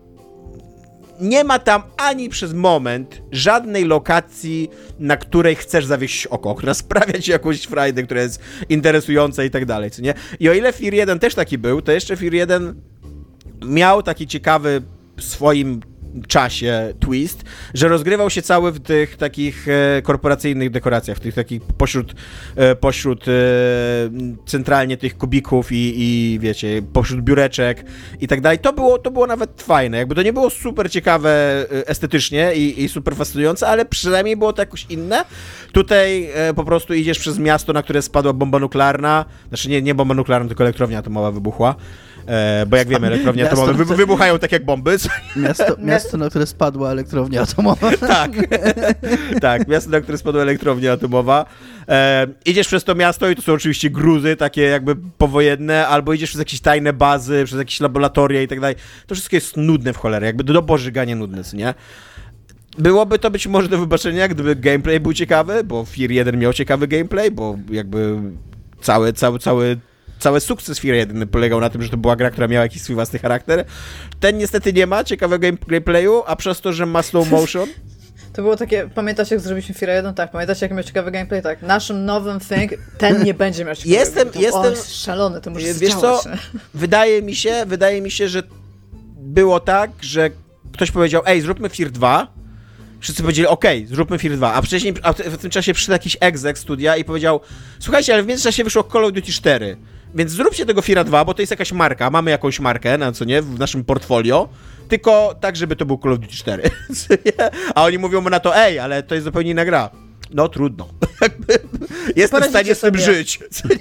Nie ma tam ani przez moment żadnej lokacji, na której chcesz zawiesić oko, która sprawia ci jakąś frajdę, która jest interesująca i tak dalej, co nie? I o ile Fear jeden też taki był, to jeszcze Fear jeden miał taki ciekawy w swoim czasie twist, że rozgrywał się cały w tych takich e, korporacyjnych dekoracjach, w tych takich pośród, e, pośród e, centralnie tych kubików i, i wiecie, pośród biureczek i tak dalej. To było, to było nawet fajne, jakby to nie było super ciekawe e, estetycznie i, i super fascynujące, ale przynajmniej było to jakoś inne. Tutaj e, po prostu idziesz przez miasto, na które spadła bomba nuklearna, znaczy nie, nie bomba nuklearna, tylko elektrownia atomowa wybuchła. E, bo jak wiemy, elektrownie miasto, atomowe wy, wybuchają tak jak bomby. Miasto, miasto, na które spadła elektrownia atomowa. Tak, tak, miasto, na które spadła elektrownia atomowa. E, idziesz przez to miasto i to są oczywiście gruzy takie jakby powojenne, albo idziesz przez jakieś tajne bazy, przez jakieś laboratoria i tak dalej. To wszystko jest nudne w cholerę, jakby do bożygania nudne, nie? Byłoby to być może do wybaczenia, gdyby gameplay był ciekawy, bo Fear jeden miał ciekawy gameplay, bo jakby cały, cały, cały Cały sukces Fear jeden polegał na tym, że to była gra, która miała jakiś swój własny charakter. Ten niestety nie ma ciekawego gameplayu, a przez to, że ma slow motion... To To było takie, pamiętacie jak zrobiliśmy Fira jeden? Tak, pamiętacie jak miał ciekawy gameplay? Tak, naszym nowym thing, ten nie będzie miał ciekawy Jestem, gameplay. jestem... O, jest szalony, to może wiesz co, wydaje mi się, wydaje mi się, że było tak, że ktoś powiedział, ej, zróbmy Fear dwa. Wszyscy powiedzieli, okej, okay, zróbmy Fear dwa. A wcześniej, a w tym czasie przyszedł jakiś exec studia i powiedział, słuchajcie, ale w międzyczasie wyszło Call of Duty cztery. Więc zróbcie tego Fear dwa, bo to jest jakaś marka, mamy jakąś markę, na co nie, w naszym portfolio, tylko tak, żeby to był Call of Duty cztery. A oni mówią mu na to, ej, ale to jest zupełnie inna gra. No trudno. Jestem w stanie z tym żyć.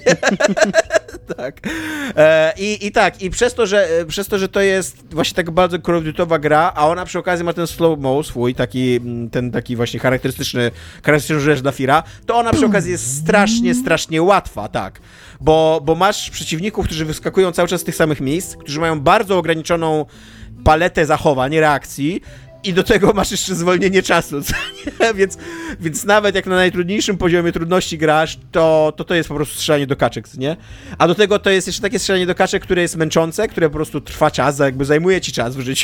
Tak. E, i, I tak, i przez to, że, przez to, że to jest właśnie tak bardzo Call of Duty'owa gra, a ona przy okazji ma ten slow-mo swój, taki, ten taki właśnie charakterystyczny, charakterystyczny rzecz dla Fira, to ona przy okazji jest strasznie, strasznie łatwa, tak. Bo, bo masz przeciwników, którzy wyskakują cały czas z tych samych miejsc, którzy mają bardzo ograniczoną paletę zachowań, reakcji, i do tego masz jeszcze zwolnienie czasu, co nie? Więc, więc nawet jak na najtrudniejszym poziomie trudności grasz, to to, to jest po prostu strzelanie do kaczek, co nie? A do tego to jest jeszcze takie strzelanie do kaczek, które jest męczące, które po prostu trwa czas, jakby zajmuje ci czas w życiu.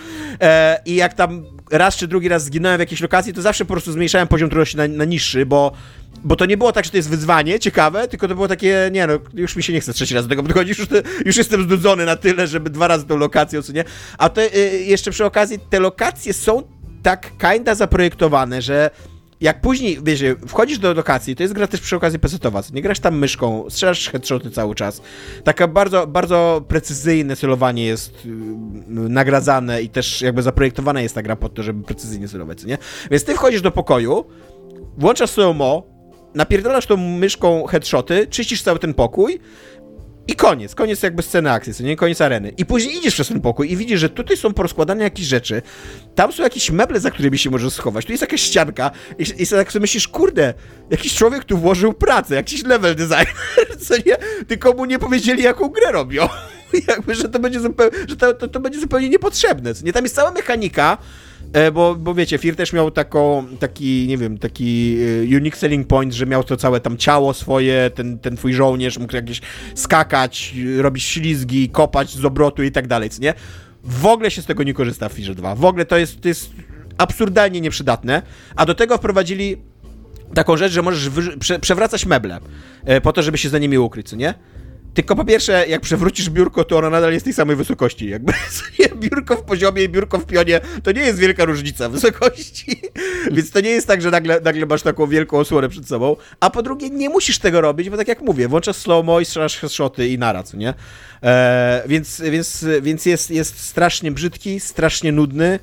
E, I jak tam raz czy drugi raz zginąłem w jakiejś lokacji, to zawsze po prostu zmniejszałem poziom trudności na, na niższy, bo Bo to nie było tak, że to jest wyzwanie ciekawe, tylko to było takie, nie no, już mi się nie chce trzeci raz do tego podchodzić, już, już jestem znudzony na tyle, żeby dwa razy tą lokację, co nie? A to y, jeszcze przy okazji, te lokacje są tak kinda zaprojektowane, że jak później, wiecie, wchodzisz do lokacji, to jest gra też przy okazji pesetowa, nie grasz tam myszką, strzelasz headshoty cały czas. Taka bardzo, bardzo precyzyjne celowanie jest yy, nagradzane i też jakby zaprojektowana jest ta gra pod to, żeby precyzyjnie celować, nie? Więc ty wchodzisz do pokoju, włączasz slow-mo, napierdalasz tą myszką headshoty, czyścisz cały ten pokój i koniec, koniec jakby sceny akcji, co nie, koniec areny. I później idziesz przez ten pokój i widzisz, że tutaj są porozkładane jakieś rzeczy, tam są jakieś meble, za którymi się możesz schować, tu jest jakaś ścianka i, i sobie tak sobie myślisz, kurde, jakiś człowiek tu włożył pracę, jakiś level designer, co nie, tylko mu nie powiedzieli, jaką grę robią. Jakby, że to będzie zupełnie, że to, to, to będzie zupełnie niepotrzebne, co nie, tam jest cała mechanika. Bo, bo wiecie, Fear też miał taką, taki, nie wiem, taki unique selling point, że miał to całe tam ciało swoje, ten, ten twój żołnierz mógł jakieś skakać, robić ślizgi, kopać z obrotu i tak dalej, co nie? W ogóle się z tego nie korzysta w Fearze dwa. W ogóle to jest, to jest absurdalnie nieprzydatne, a do tego wprowadzili taką rzecz, że możesz wy- prze- przewracać meble po to, żeby się za nimi ukryć, co nie? Tylko po pierwsze, jak przewrócisz biurko, to ono nadal jest tej samej wysokości. Jakby biurko w poziomie i biurko w pionie, to nie jest wielka różnica wysokości. Więc to nie jest tak, że nagle, nagle masz taką wielką osłonę przed sobą. A po drugie, nie musisz tego robić, bo tak jak mówię, włączasz slow-mo i strzelasz headshoty i nara, co nie? E, więc więc, więc jest, jest strasznie brzydki, strasznie nudny.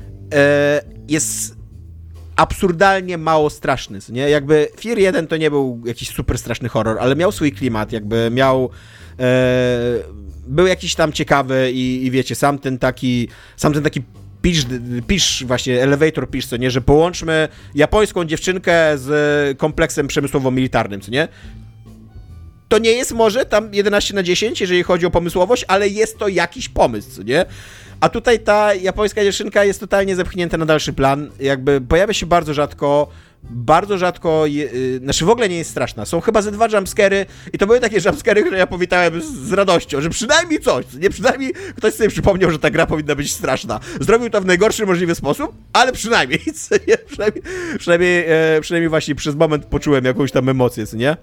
E, jest absurdalnie mało straszny, nie? Jakby Fear jeden to nie był jakiś super straszny horror, ale miał swój klimat, jakby miał... E, był jakiś tam ciekawy i, i wiecie, sam ten taki... Sam ten taki pitch, pitch, właśnie elevator pitch, co nie? Że połączmy japońską dziewczynkę z kompleksem przemysłowo-militarnym, co nie? To nie jest może tam jedenaście na dziesięć, jeżeli chodzi o pomysłowość, ale jest to jakiś pomysł, co nie? A tutaj ta japońska dziewczynka jest totalnie zepchnięta na dalszy plan, jakby pojawia się bardzo rzadko, bardzo rzadko, je, yy, znaczy w ogóle nie jest straszna. Są chyba ze dwa jumpscary i to były takie jumpscary, które ja powitałem z, z radością, że przynajmniej coś, nie przynajmniej ktoś sobie przypomniał, że ta gra powinna być straszna. Zrobił to w najgorszy możliwy sposób, ale przynajmniej, co nie? Przynajmniej, przynajmniej, e, przynajmniej właśnie przez moment poczułem jakąś tam emocję, co nie?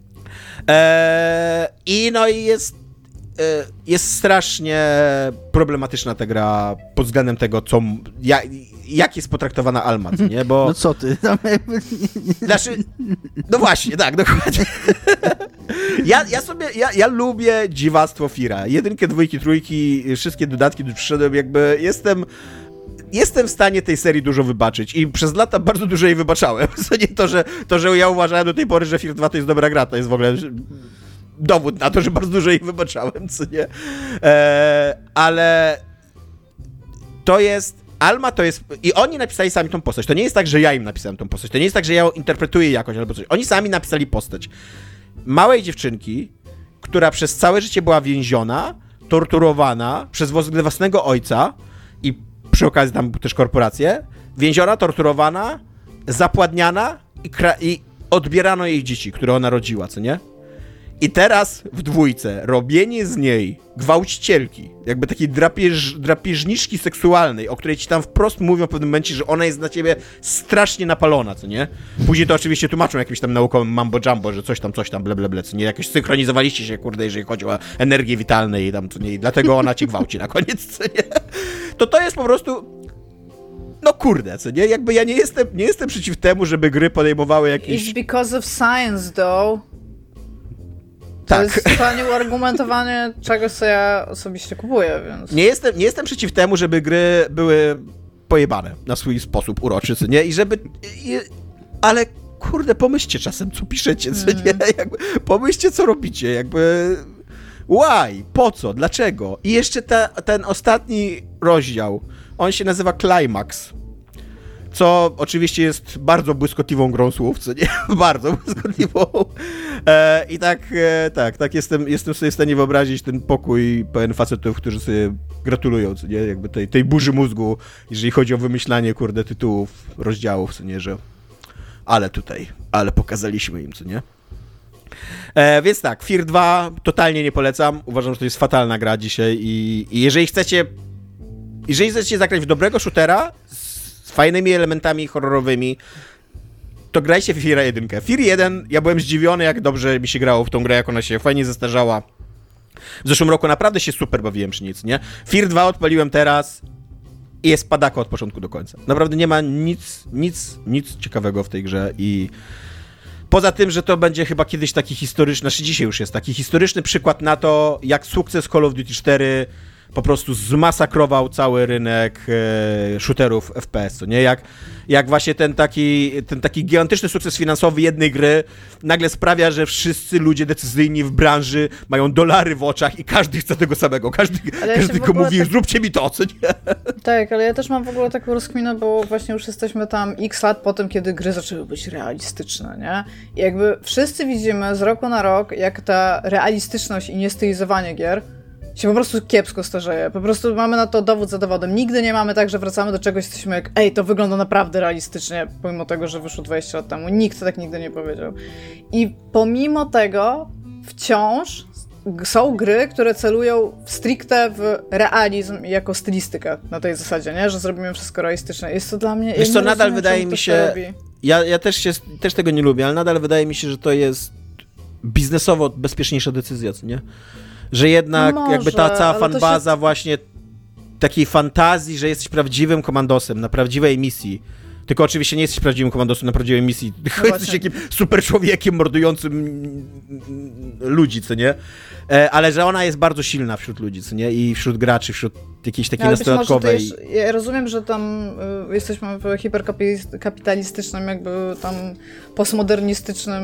Eee, I no i jest jest strasznie problematyczna ta gra pod względem tego, co, jak, jak jest potraktowana Alma, nie? Bo... No co ty? Znaczy, no właśnie, tak, dokładnie. Ja, ja sobie, ja, ja lubię dziwactwo Feara. Jedynkę, dwójki, trójki, wszystkie dodatki, które przyszedłem, jakby jestem... Jestem w stanie tej serii dużo wybaczyć i przez lata bardzo dużo jej wybaczałem. To nie to, że, to, że ja uważałem do tej pory, że Fear dwa to jest dobra gra, to jest w ogóle... dowód na to, że bardzo dużo ich wybaczałem, co nie? Eee, ale to jest... Alma to jest... I oni napisali sami tą postać. To nie jest tak, że ja im napisałem tą postać. To nie jest tak, że ja ją interpretuję jakoś albo coś. Oni sami napisali postać małej dziewczynki, która przez całe życie była więziona, torturowana przez własnego ojca i przy okazji tam też korporacje. Więziona, torturowana, zapładniana i, kra- i odbierano jej dzieci, które ona rodziła, co nie? I teraz w dwójce robienie z niej gwałcicielki, jakby takiej drapież, drapieżniczki seksualnej, o której ci tam wprost mówią w pewnym momencie, że ona jest na ciebie strasznie napalona, co nie? Później to oczywiście tłumaczą jakimś tam naukowym mambo-jumbo, że coś tam, coś tam, ble, ble, ble, co nie? Jakoś synchronizowaliście się, kurde, jeżeli chodzi o energię witalną i tam, co nie? I dlatego ona cię gwałci na koniec, co nie? To to jest po prostu... No kurde, co nie? Jakby ja nie jestem, nie jestem przeciw temu, żeby gry podejmowały jakieś... It's because of science, though. To tak. jest totalnie uargumentowanie czegoś, co ja osobiście kupuję, więc... Nie jestem, nie jestem przeciw temu, żeby gry były pojebane na swój sposób uroczy, co nie? I żeby... I, ale kurde, pomyślcie czasem, co piszecie, co nie? Jakby, pomyślcie, co robicie, jakby... Why? Po co? Dlaczego? I jeszcze ta, ten ostatni rozdział, on się nazywa Climax, co oczywiście jest bardzo błyskotliwą grą słów, co nie? Bardzo błyskotliwą. E, I tak, e, tak, tak jestem, jestem sobie w stanie wyobrazić ten pokój pełen facetów, którzy sobie gratulują, co nie? Jakby tej, tej burzy mózgu, jeżeli chodzi o wymyślanie, kurde, tytułów, rozdziałów, co nie? Że ale tutaj, ale pokazaliśmy im, co nie? E, więc tak, Fear dwa totalnie nie polecam. Uważam, że to jest fatalna gra dzisiaj i, i jeżeli chcecie jeżeli chcecie zagrać w dobrego shootera z fajnymi elementami horrorowymi, to grajcie w Fear jeden. Fear jeden, ja byłem zdziwiony, jak dobrze mi się grało w tą grę, jak ona się fajnie zestarzała. W zeszłym roku naprawdę się super bawiłem przy nic, nie? Fear dwa odpaliłem teraz i jest padaka od początku do końca. Naprawdę nie ma nic, nic, nic ciekawego w tej grze i poza tym, że to będzie chyba kiedyś taki historyczny, znaczy dzisiaj już jest taki historyczny przykład na to, jak sukces Call of Duty cztery po prostu zmasakrował cały rynek e, shooterów F P S, co nie? Jak, jak właśnie ten taki, ten taki gigantyczny sukces finansowy jednej gry nagle sprawia, że wszyscy ludzie decyzyjni w branży mają dolary w oczach i każdy chce tego samego. Każdy, każdy ja tylko mówi, tak... zróbcie mi to, co nie? Tak, ale ja też mam w ogóle taką rozkminę, bo właśnie już jesteśmy tam x lat po tym, kiedy gry zaczęły być realistyczne, nie? I jakby wszyscy widzimy z roku na rok, jak ta realistyczność i niestylizowanie gier się po prostu kiepsko starzeje. Po prostu mamy na to dowód za dowodem. Nigdy nie mamy tak, że wracamy do czegoś, jesteśmy jak ej, to wygląda naprawdę realistycznie, pomimo tego, że wyszło dwadzieścia lat temu. Nikt tak nigdy nie powiedział. I pomimo tego wciąż są gry, które celują stricte w realizm jako stylistykę na tej zasadzie, nie? Że zrobimy wszystko realistyczne. Jest to dla mnie... Wiesz co, nadal wydaje mi się... Ja, ja też, się, też tego nie lubię, ale nadal wydaje mi się, że to jest biznesowo bezpieczniejsza decyzja, co nie? Że jednak Może, jakby ta cała fanbaza się... właśnie takiej fantazji, że jesteś prawdziwym komandosem na prawdziwej misji. Tylko oczywiście nie jesteś prawdziwym komandosem na prawdziwej misji, tylko no jesteś jakimś super człowiekiem mordującym ludzi, co nie? E, ale że ona jest bardzo silna wśród ludzi, co nie? I wśród graczy, wśród jakiejś takiej no, nastolatkowej... Jest, ja rozumiem, że tam y, jesteśmy w hiperkapitalistycznym, jakby tam postmodernistycznym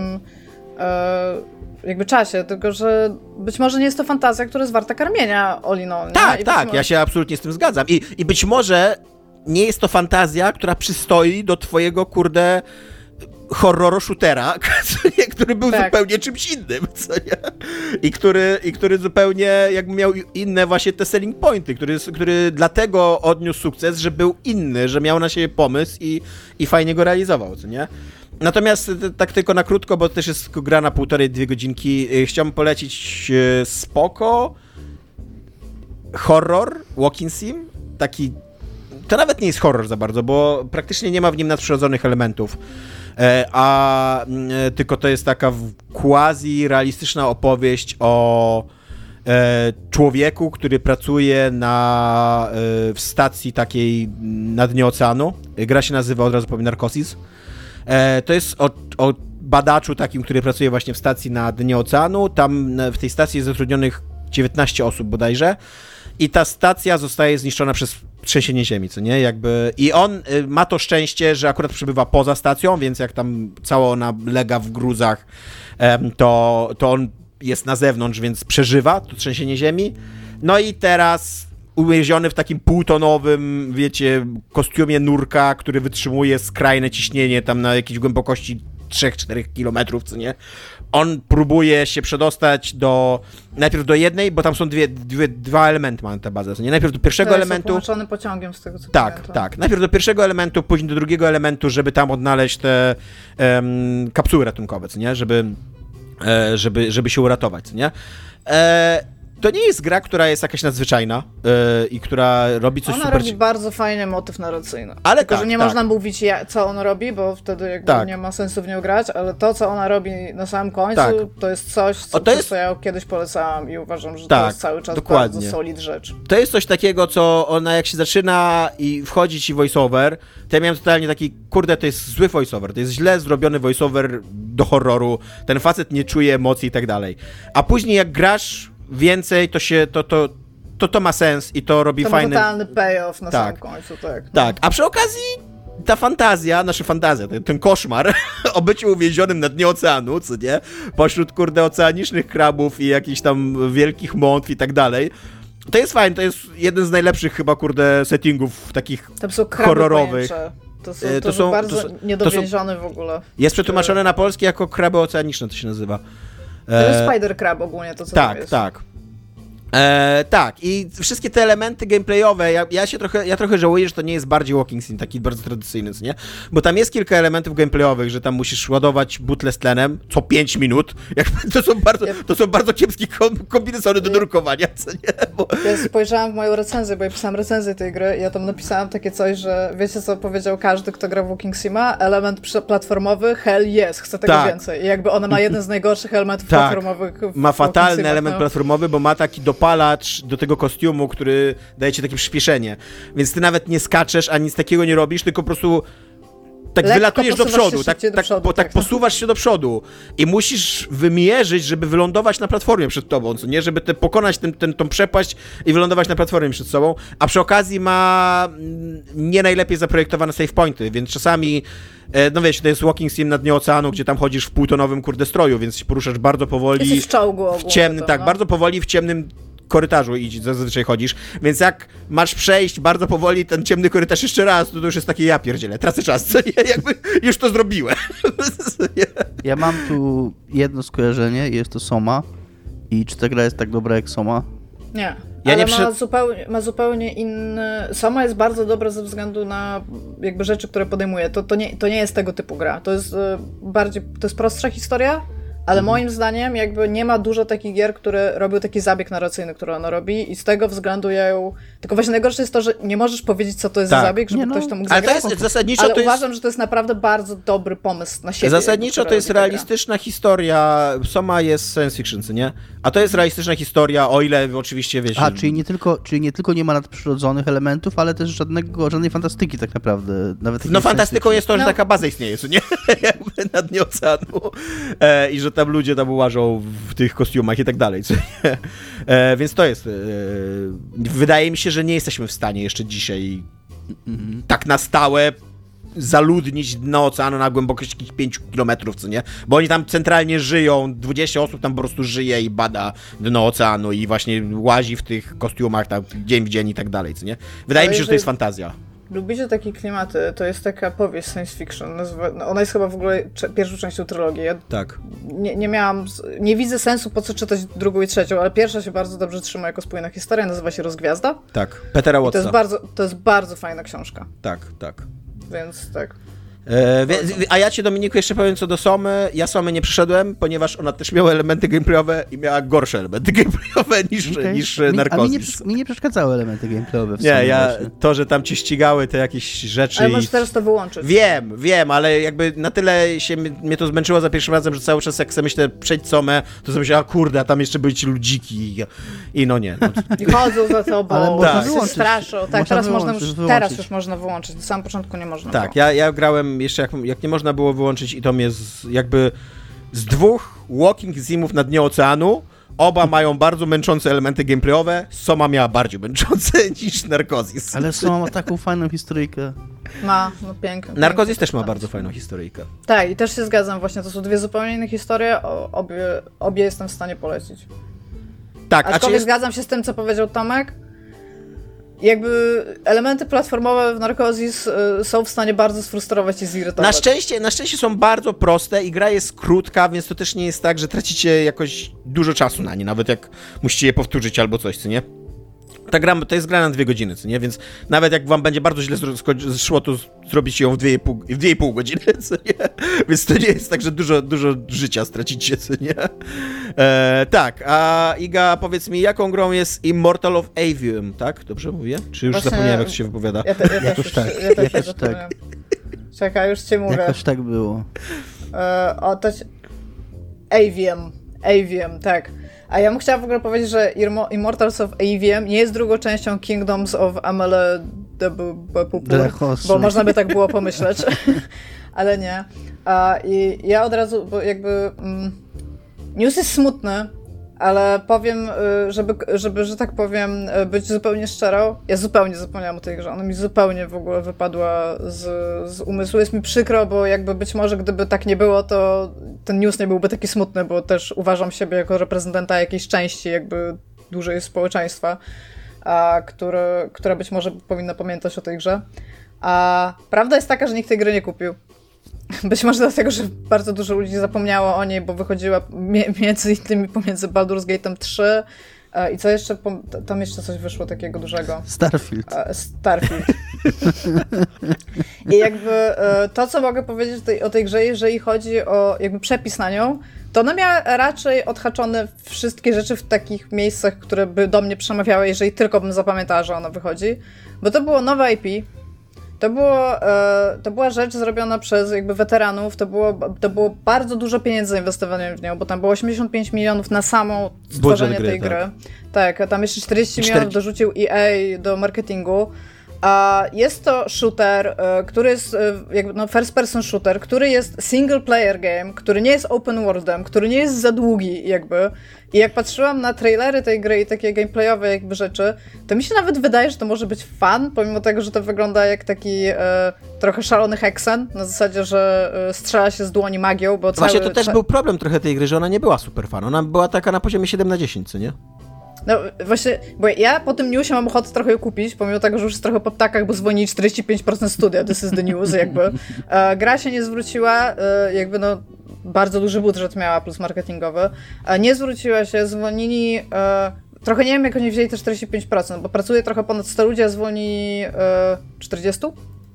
y, jakby czasie, tylko że być może nie jest to fantazja, która jest warta karmienia all in all, nie? Tak, I tak, może... ja się absolutnie z tym zgadzam. I, I być może nie jest to fantazja, która przystoi do twojego, kurde, horroro-shootera, który był tak. zupełnie czymś innym, co nie? I który, i który zupełnie jakby miał inne właśnie te selling pointy, który, który dlatego odniósł sukces, że był inny, że miał na siebie pomysł i, i fajnie go realizował, co nie? Natomiast tak tylko na krótko, bo to też jest gra na półtorej, dwie godzinki, chciałbym polecić spoko horror, walking sim, taki, to nawet nie jest horror za bardzo, bo praktycznie nie ma w nim nadprzyrodzonych elementów, a tylko to jest taka quasi-realistyczna opowieść o człowieku, który pracuje na, w stacji takiej na dnie oceanu. Gra się nazywa, od razu powiem, Narcosis. To jest o, o badaczu takim, który pracuje właśnie w stacji na dnie oceanu. Tam w tej stacji jest zatrudnionych dziewiętnaście osób bodajże i ta stacja zostaje zniszczona przez trzęsienie ziemi, co nie? Jakby... I on ma to szczęście, że akurat przebywa poza stacją, więc jak tam cała ona lega w gruzach, to, to on jest na zewnątrz, więc przeżywa to trzęsienie ziemi. No i teraz uwięziony w takim półtonowym, wiecie, kostiumie nurka, który wytrzymuje skrajne ciśnienie tam na jakiejś głębokości trzy do czterech kilometrów, co nie? On próbuje się przedostać do, najpierw do jednej, bo tam są dwie, dwie, dwa elementy ma ta baza, co nie? Najpierw do pierwszego to elementu. Jest połączony pociągiem z tego, co Tak, pamiętam. tak. Najpierw do pierwszego elementu, później do drugiego elementu, żeby tam odnaleźć te um, kapsuły ratunkowe, co nie? Żeby e, żeby, żeby się uratować, nie? E, To nie jest gra, która jest jakaś nadzwyczajna yy, i która robi coś ona super... Ona robi bardzo fajny motyw narracyjny. Ale Tylko, tak, że nie tak. można mówić, ja, co ona robi, bo wtedy jakby tak. nie ma sensu w nią grać, ale to, co ona robi na samym końcu, tak. to jest coś, co, o, to jest... co ja kiedyś polecałam i uważam, że tak, to jest cały czas dokładnie. bardzo solid rzecz. To jest coś takiego, co ona jak się zaczyna i wchodzi ci voiceover, to ja miałem totalnie taki, kurde, to jest zły voiceover, to jest źle zrobiony voiceover do horroru, ten facet nie czuje emocji i tak dalej. A później jak grasz więcej, to się, to, to, to, to ma sens i to robi to fajny... To ma totalny payoff na tak. samym końcu, tak. No. Tak, a przy okazji ta fantazja, nasza fantazja, ten, ten koszmar o byciu uwięzionym na dnie oceanu, co nie? Pośród, kurde, oceanicznych krabów i jakichś tam wielkich mątw i tak dalej. To jest fajne, to jest jeden z najlepszych chyba, kurde, settingów takich Tam są kraby horrorowych. pojęcze. To są, To to są- bardzo to są- niedowiezione w ogóle. Jest przetłumaczone na polski jako kraby oceaniczne, to się nazywa. To jest E, Spider Crab ogólnie, to co tam Tak, jest. tak. E, tak, i wszystkie te elementy gameplayowe, ja, ja się trochę, ja trochę żałuję, że to nie jest bardziej walking sim, taki bardzo tradycyjny, co nie? Bo tam jest kilka elementów gameplayowych, że tam musisz ładować butlę z tlenem co pięć minut, jakby to są bardzo, to są bardzo kiepskie kom- kombinezony do drukowania, co nie? Bo... Ja spojrzałam w moją recenzję, bo ja pisałam recenzję tej gry i ja tam napisałam takie coś, że wiecie co powiedział każdy, kto gra w Walking Sima? Element platformowy, hell yes, chcę tego tak. więcej. I jakby ona ma jeden z najgorszych elementów tak. platformowych w Ma fatalny Simach, element no. platformowy, bo ma taki dopalacz do tego kostiumu, który daje ci takie przyspieszenie. Więc ty nawet nie skaczesz, ani nic takiego nie robisz, tylko po prostu tak Lekko wylatujesz do posuwasz przodu, się tak, szybciej do tak, przodu, po, tak tak. posuwasz się do przodu i musisz wymierzyć, żeby wylądować na platformie przed tobą, co nie? Żeby te, pokonać ten, ten, tą przepaść i wylądować na platformie przed sobą, a przy okazji ma mm, nie najlepiej zaprojektowane save pointy, więc czasami e, no wiesz, to jest walking sim na dnie oceanu, gdzie tam chodzisz w półtonowym kurde stroju, więc się poruszasz bardzo powoli. Jesteś w czołgu ogólnie. W ciemnym, to, tak, no. bardzo powoli w ciemnym korytarzu i zazwyczaj chodzisz, więc jak masz przejść bardzo powoli ten ciemny korytarz jeszcze raz, to, to już jest takie ja pierdzielę, tracę czas, co nie? Jakby już to zrobiłem. Ja mam tu jedno skojarzenie, jest to Soma. I czy ta gra jest tak dobra jak Soma? Nie. Ja Ale nie ma, przy- zupełnie, ma zupełnie inny... Soma jest bardzo dobra ze względu na jakby rzeczy, które podejmuje. To, to, nie, to nie jest tego typu gra. To jest e, bardziej... To jest prostsza historia, ale Mhm. moim zdaniem jakby nie ma dużo takich gier, które robią taki zabieg narracyjny, który ona robi i z tego względu ja ją... Tylko właśnie najgorsze jest to, że nie możesz powiedzieć, co to jest Tak. za zabieg, żeby Nie, no. ktoś to mógł Ale to zagrać. jest zasadniczo Ale to jest... uważam, że to jest naprawdę bardzo dobry pomysł na siebie. Zasadniczo jakby, to jest który robi ta gra. realistyczna historia. Soma jest science fiction, co nie? A to jest realistyczna historia, o ile oczywiście wiesz. A, czyli nie tylko, czyli nie tylko nie ma nadprzyrodzonych elementów, ale też żadnego, żadnej fantastyki tak naprawdę. Nawet takiej No fantastyką science jest to, że No. taka baza istnieje, co nie? Jakby na dnie oceanu. E, I że tam ludzie tam łażą w tych kostiumach i tak dalej, co nie? E, więc to jest... E, wydaje mi się, że nie jesteśmy w stanie jeszcze dzisiaj Mhm. tak na stałe zaludnić dno oceanu na głębokość jakichś pięciu kilometrów, co nie? Bo oni tam centralnie żyją, dwadzieścia osób tam po prostu żyje i bada dno oceanu i właśnie łazi w tych kostiumach tam dzień w dzień i tak dalej, co nie? Wydaje Ale mi się, że to jeżeli- jest fantazja. Lubicie takie klimaty, to jest taka powieść science fiction, nazywa, no ona jest chyba w ogóle cze- pierwszą częścią trylogii. Ja Tak. nie, nie miałam, nie widzę sensu po co czytać drugą i trzecią, ale pierwsza się bardzo dobrze trzyma jako spójna historia, nazywa się Rozgwiazda. Tak. Petera I to Wattsa. jest bardzo, to jest bardzo fajna książka, Tak, tak. więc tak. E, wie, a ja ci, Dominiku, jeszcze powiem co do Somy. Ja Somy nie przeszedłem, ponieważ ona też miała elementy gameplayowe i miała gorsze elementy gameplayowe niż, Okay. niż Mi- A mi nie, Narkozis. przesz- mi nie przeszkadzały elementy gameplayowe w Nie, Somie ja, właśnie. to, że tam cię ścigały te jakieś rzeczy Ale i... możesz teraz to wyłączyć. Wiem, wiem, ale jakby na tyle się m- mnie to zmęczyło za pierwszym razem, że cały czas jak sobie myślę przejść Somę, to sobie myślę, a kurde, a tam jeszcze byli ci ludziki i, i no nie. No, I chodzą za tobą, Ale można się wyłączyć. straszą. Tak, Można teraz, można wyłączyć, już, wyłączyć. teraz już można wyłączyć, na samym początku nie można tak, było. ja, ja grałem jeszcze jak, jak nie można było wyłączyć i to mnie z, jakby z dwóch walking simów na dnie oceanu, oba mają bardzo męczące elementy gameplayowe, Soma miała bardziej męczące niż Narkozis. Ale Soma ma taką fajną historyjkę. Ma, no pięknie. Narkozis pięknie. też ma bardzo fajną historyjkę. Tak, i też się zgadzam właśnie, to są dwie zupełnie inne historie, o, obie, obie jestem w stanie polecić. Tak, a czy Aczkolwiek jest... zgadzam się z tym, co powiedział Tomek. Jakby elementy platformowe w Narkozis y, są w stanie bardzo sfrustrować i zirytować. Na szczęście, na szczęście są bardzo proste i gra jest krótka, więc to też nie jest tak, że tracicie jakoś dużo czasu na nie, nawet jak musicie je powtórzyć albo coś, co nie? Ta gra, to jest gra na dwie godziny, co nie? Więc nawet jak wam będzie bardzo źle szło, to zrobicie ją w dwie i pół, w dwie i pół godziny, co nie? Więc to nie jest tak, że dużo, dużo życia stracicie, co nie? E, tak, a Iga, powiedz mi, jaką grą jest Immortal of Aveum, tak? Dobrze mówię? Czy już Właśnie, zapomniałem, jak to się wypowiada? Ja, te, ja też już, tak. Ja też Jakoś tak. Czekaj, już ci mówię. Jakoś tak było. E, o, to... Avium. Avium, tak. A ja bym chciała w ogóle powiedzieć, że Immortals of Aveum nie jest drugą częścią Kingdoms of Amalur, bo można by tak było pomyśleć, ale nie. A, I ja od razu, bo jakby mm, news jest smutny, ale powiem, żeby, żeby, że tak powiem, być zupełnie szczerą, ja zupełnie zapomniałam o tej grze, ona mi zupełnie w ogóle wypadła z, z umysłu. Jest mi przykro, bo jakby być może gdyby tak nie było, to ten news nie byłby taki smutny, bo też uważam siebie jako reprezentanta jakiejś części jakby dużej społeczeństwa, a, które, która być może powinna pamiętać o tej grze. A prawda jest taka, że nikt tej gry nie kupił. Być może dlatego, że bardzo dużo ludzi zapomniało o niej, bo wychodziła między innymi pomiędzy Baldur's Gate'em trzy i co jeszcze, tam jeszcze coś wyszło takiego dużego. Starfield. Starfield. I jakby to, co mogę powiedzieć o tej, o tej grze, jeżeli chodzi o jakby przepis na nią, to ona miała raczej odhaczone wszystkie rzeczy w takich miejscach, które by do mnie przemawiały, jeżeli tylko bym zapamiętała, że ona wychodzi, bo to było nowe I P. To, było, e, to była rzecz zrobiona przez jakby weteranów, to było, to było bardzo dużo pieniędzy zainwestowanych w nią, bo tam było osiemdziesiąt pięć milionów na samo stworzenie gry, tej gry. Tak, tak, tam jeszcze czterdzieści milionów dorzucił E A do marketingu. A jest to shooter, który jest jakby no first person shooter, który jest single player game, który nie jest open worldem, który nie jest za długi jakby. I jak patrzyłam na trailery tej gry i takie gameplayowe jakby rzeczy, to mi się nawet wydaje, że to może być fun, pomimo tego, że to wygląda jak taki e, trochę szalony heksen, na zasadzie, że e, strzela się z dłoni magią, bo Właśnie cały... to też był problem trochę tej gry, że ona nie była super fun, ona była taka na poziomie siedem na dziesięć, co nie? No właśnie, bo ja po tym newsie mam ochotę trochę ją kupić, pomimo tego, że już jest trochę po ptakach, bo zwolnili czterdzieści pięć procent studia, this is the news, jakby. E, gra się nie zwróciła, e, jakby no bardzo duży budżet miała, plus marketingowy. E, nie zwróciła się, zwolnili, e, trochę nie wiem, jak oni wzięli te czterdzieści pięć procent, bo pracuje trochę ponad sto ludzi, a zwolnili e, czterdzieści?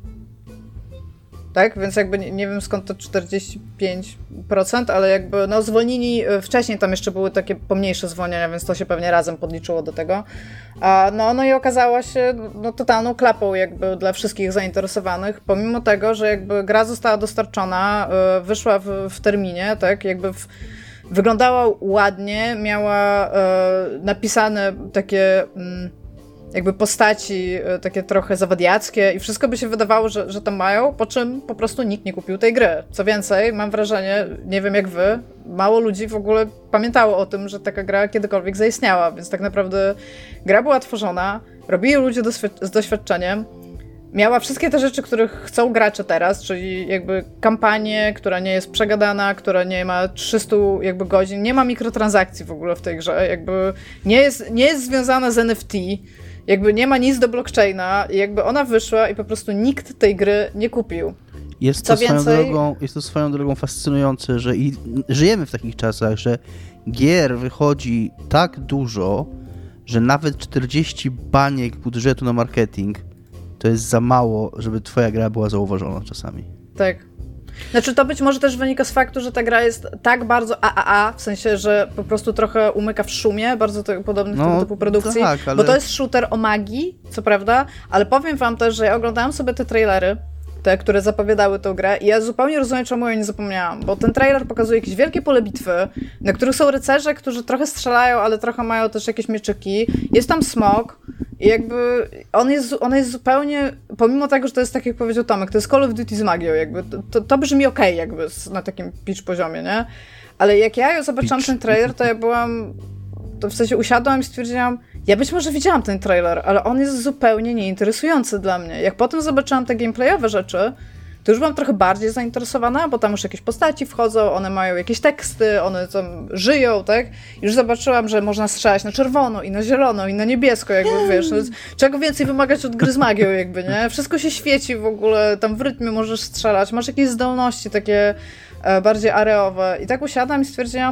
Tak, więc jakby nie, nie wiem skąd to czterdzieści pięć procent, ale jakby no zwolnili, wcześniej tam jeszcze były takie pomniejsze zwolnienia, więc to się pewnie razem podliczyło do tego. A, no, no i okazała się no, totalną klapą jakby dla wszystkich zainteresowanych, pomimo tego, że jakby gra została dostarczona, wyszła w, w terminie, tak, jakby w, wyglądała ładnie, miała e, napisane takie... Mm, jakby postaci takie trochę zawadiackie i wszystko by się wydawało, że, że tam mają, po czym po prostu nikt nie kupił tej gry. Co więcej, mam wrażenie, nie wiem jak wy, mało ludzi w ogóle pamiętało o tym, że taka gra kiedykolwiek zaistniała, więc tak naprawdę gra była tworzona, robili ludzie doświ- z doświadczeniem, miała wszystkie te rzeczy, których chcą gracze teraz, czyli jakby kampanię, która nie jest przegadana, która nie ma trzysta jakby godzin, nie ma mikrotransakcji w ogóle w tej grze, jakby nie jest, nie jest związana z N F T, jakby nie ma nic do blockchaina i jakby ona wyszła i po prostu nikt tej gry nie kupił. Jest to, swoją więcej... drogą, jest to swoją drogą fascynujące, że i żyjemy w takich czasach, że gier wychodzi tak dużo, że nawet czterdzieści baniek budżetu na marketing to jest za mało, żeby twoja gra była zauważona czasami. Tak. Znaczy to być może też wynika z faktu, że ta gra jest tak bardzo A A A, w sensie, że po prostu trochę umyka w szumie bardzo te, podobnych no, tego typu produkcji, tak, ale... bo to jest shooter o magii, co prawda, ale powiem wam też, że ja oglądałam sobie te trailery, te, które zapowiadały tę grę i ja zupełnie rozumiem, czemu ja nie zapomniałam, bo ten trailer pokazuje jakieś wielkie pole bitwy, na których są rycerze, którzy trochę strzelają, ale trochę mają też jakieś mieczyki, jest tam smok i jakby on jest, on jest zupełnie, pomimo tego, że to jest tak jak powiedział Tomek, to jest Call of Duty z magią, jakby to, to, to brzmi okej okay, jakby na takim pitch poziomie, nie? Ale jak ja zobaczyłam pitch. ten trailer, to ja byłam, to w sensie usiadłam i stwierdziłam, ja być może widziałam ten trailer, ale on jest zupełnie nieinteresujący dla mnie. Jak potem zobaczyłam te gameplayowe rzeczy, to już byłam trochę bardziej zainteresowana, bo tam już jakieś postaci wchodzą, one mają jakieś teksty, one tam żyją, tak? Już zobaczyłam, że można strzelać na czerwono i na zielono i na niebiesko, jakby wiesz, no, czego więcej wymagać od gry z magią, jakby, nie? Wszystko się świeci w ogóle, tam w rytmie możesz strzelać, masz jakieś zdolności takie e, bardziej areowe. I tak usiadłam i stwierdziłam,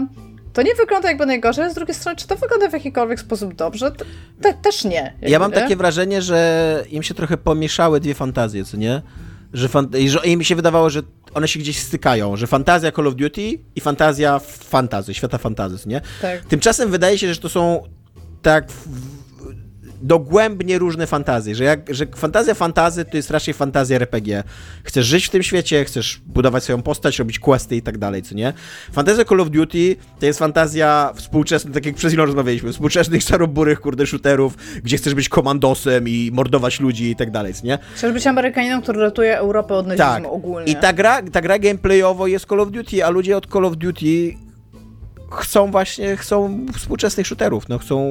to nie wygląda jakby najgorzej, a z drugiej strony, czy to wygląda w jakikolwiek sposób dobrze? Te, też nie. Jakby, ja mam nie? takie wrażenie, że im się trochę pomieszały dwie fantazje, co nie? Że, fan- że im się wydawało, że one się gdzieś stykają, że fantazja Call of Duty i fantazja fantasy, świata fantasy, nie? Tak. Tymczasem wydaje się, że to są tak w- dogłębnie różne fantazje, że, jak, że fantazja fantazy to jest raczej fantazja er pe gie. Chcesz żyć w tym świecie, chcesz budować swoją postać, robić questy i tak dalej, co nie? Fantazja Call of Duty to jest fantazja współczesna, tak jak przed chwilą rozmawialiśmy, współczesnych szaroburych, kurde, shooterów, gdzie chcesz być komandosem i mordować ludzi i tak dalej, co nie? Chcesz być Amerykaninem, który ratuje Europę od nazizmu Tak. ogólnie. I ta gra, ta gra gameplayowo jest Call of Duty, a ludzie od Call of Duty chcą właśnie, chcą współczesnych shooterów, no chcą...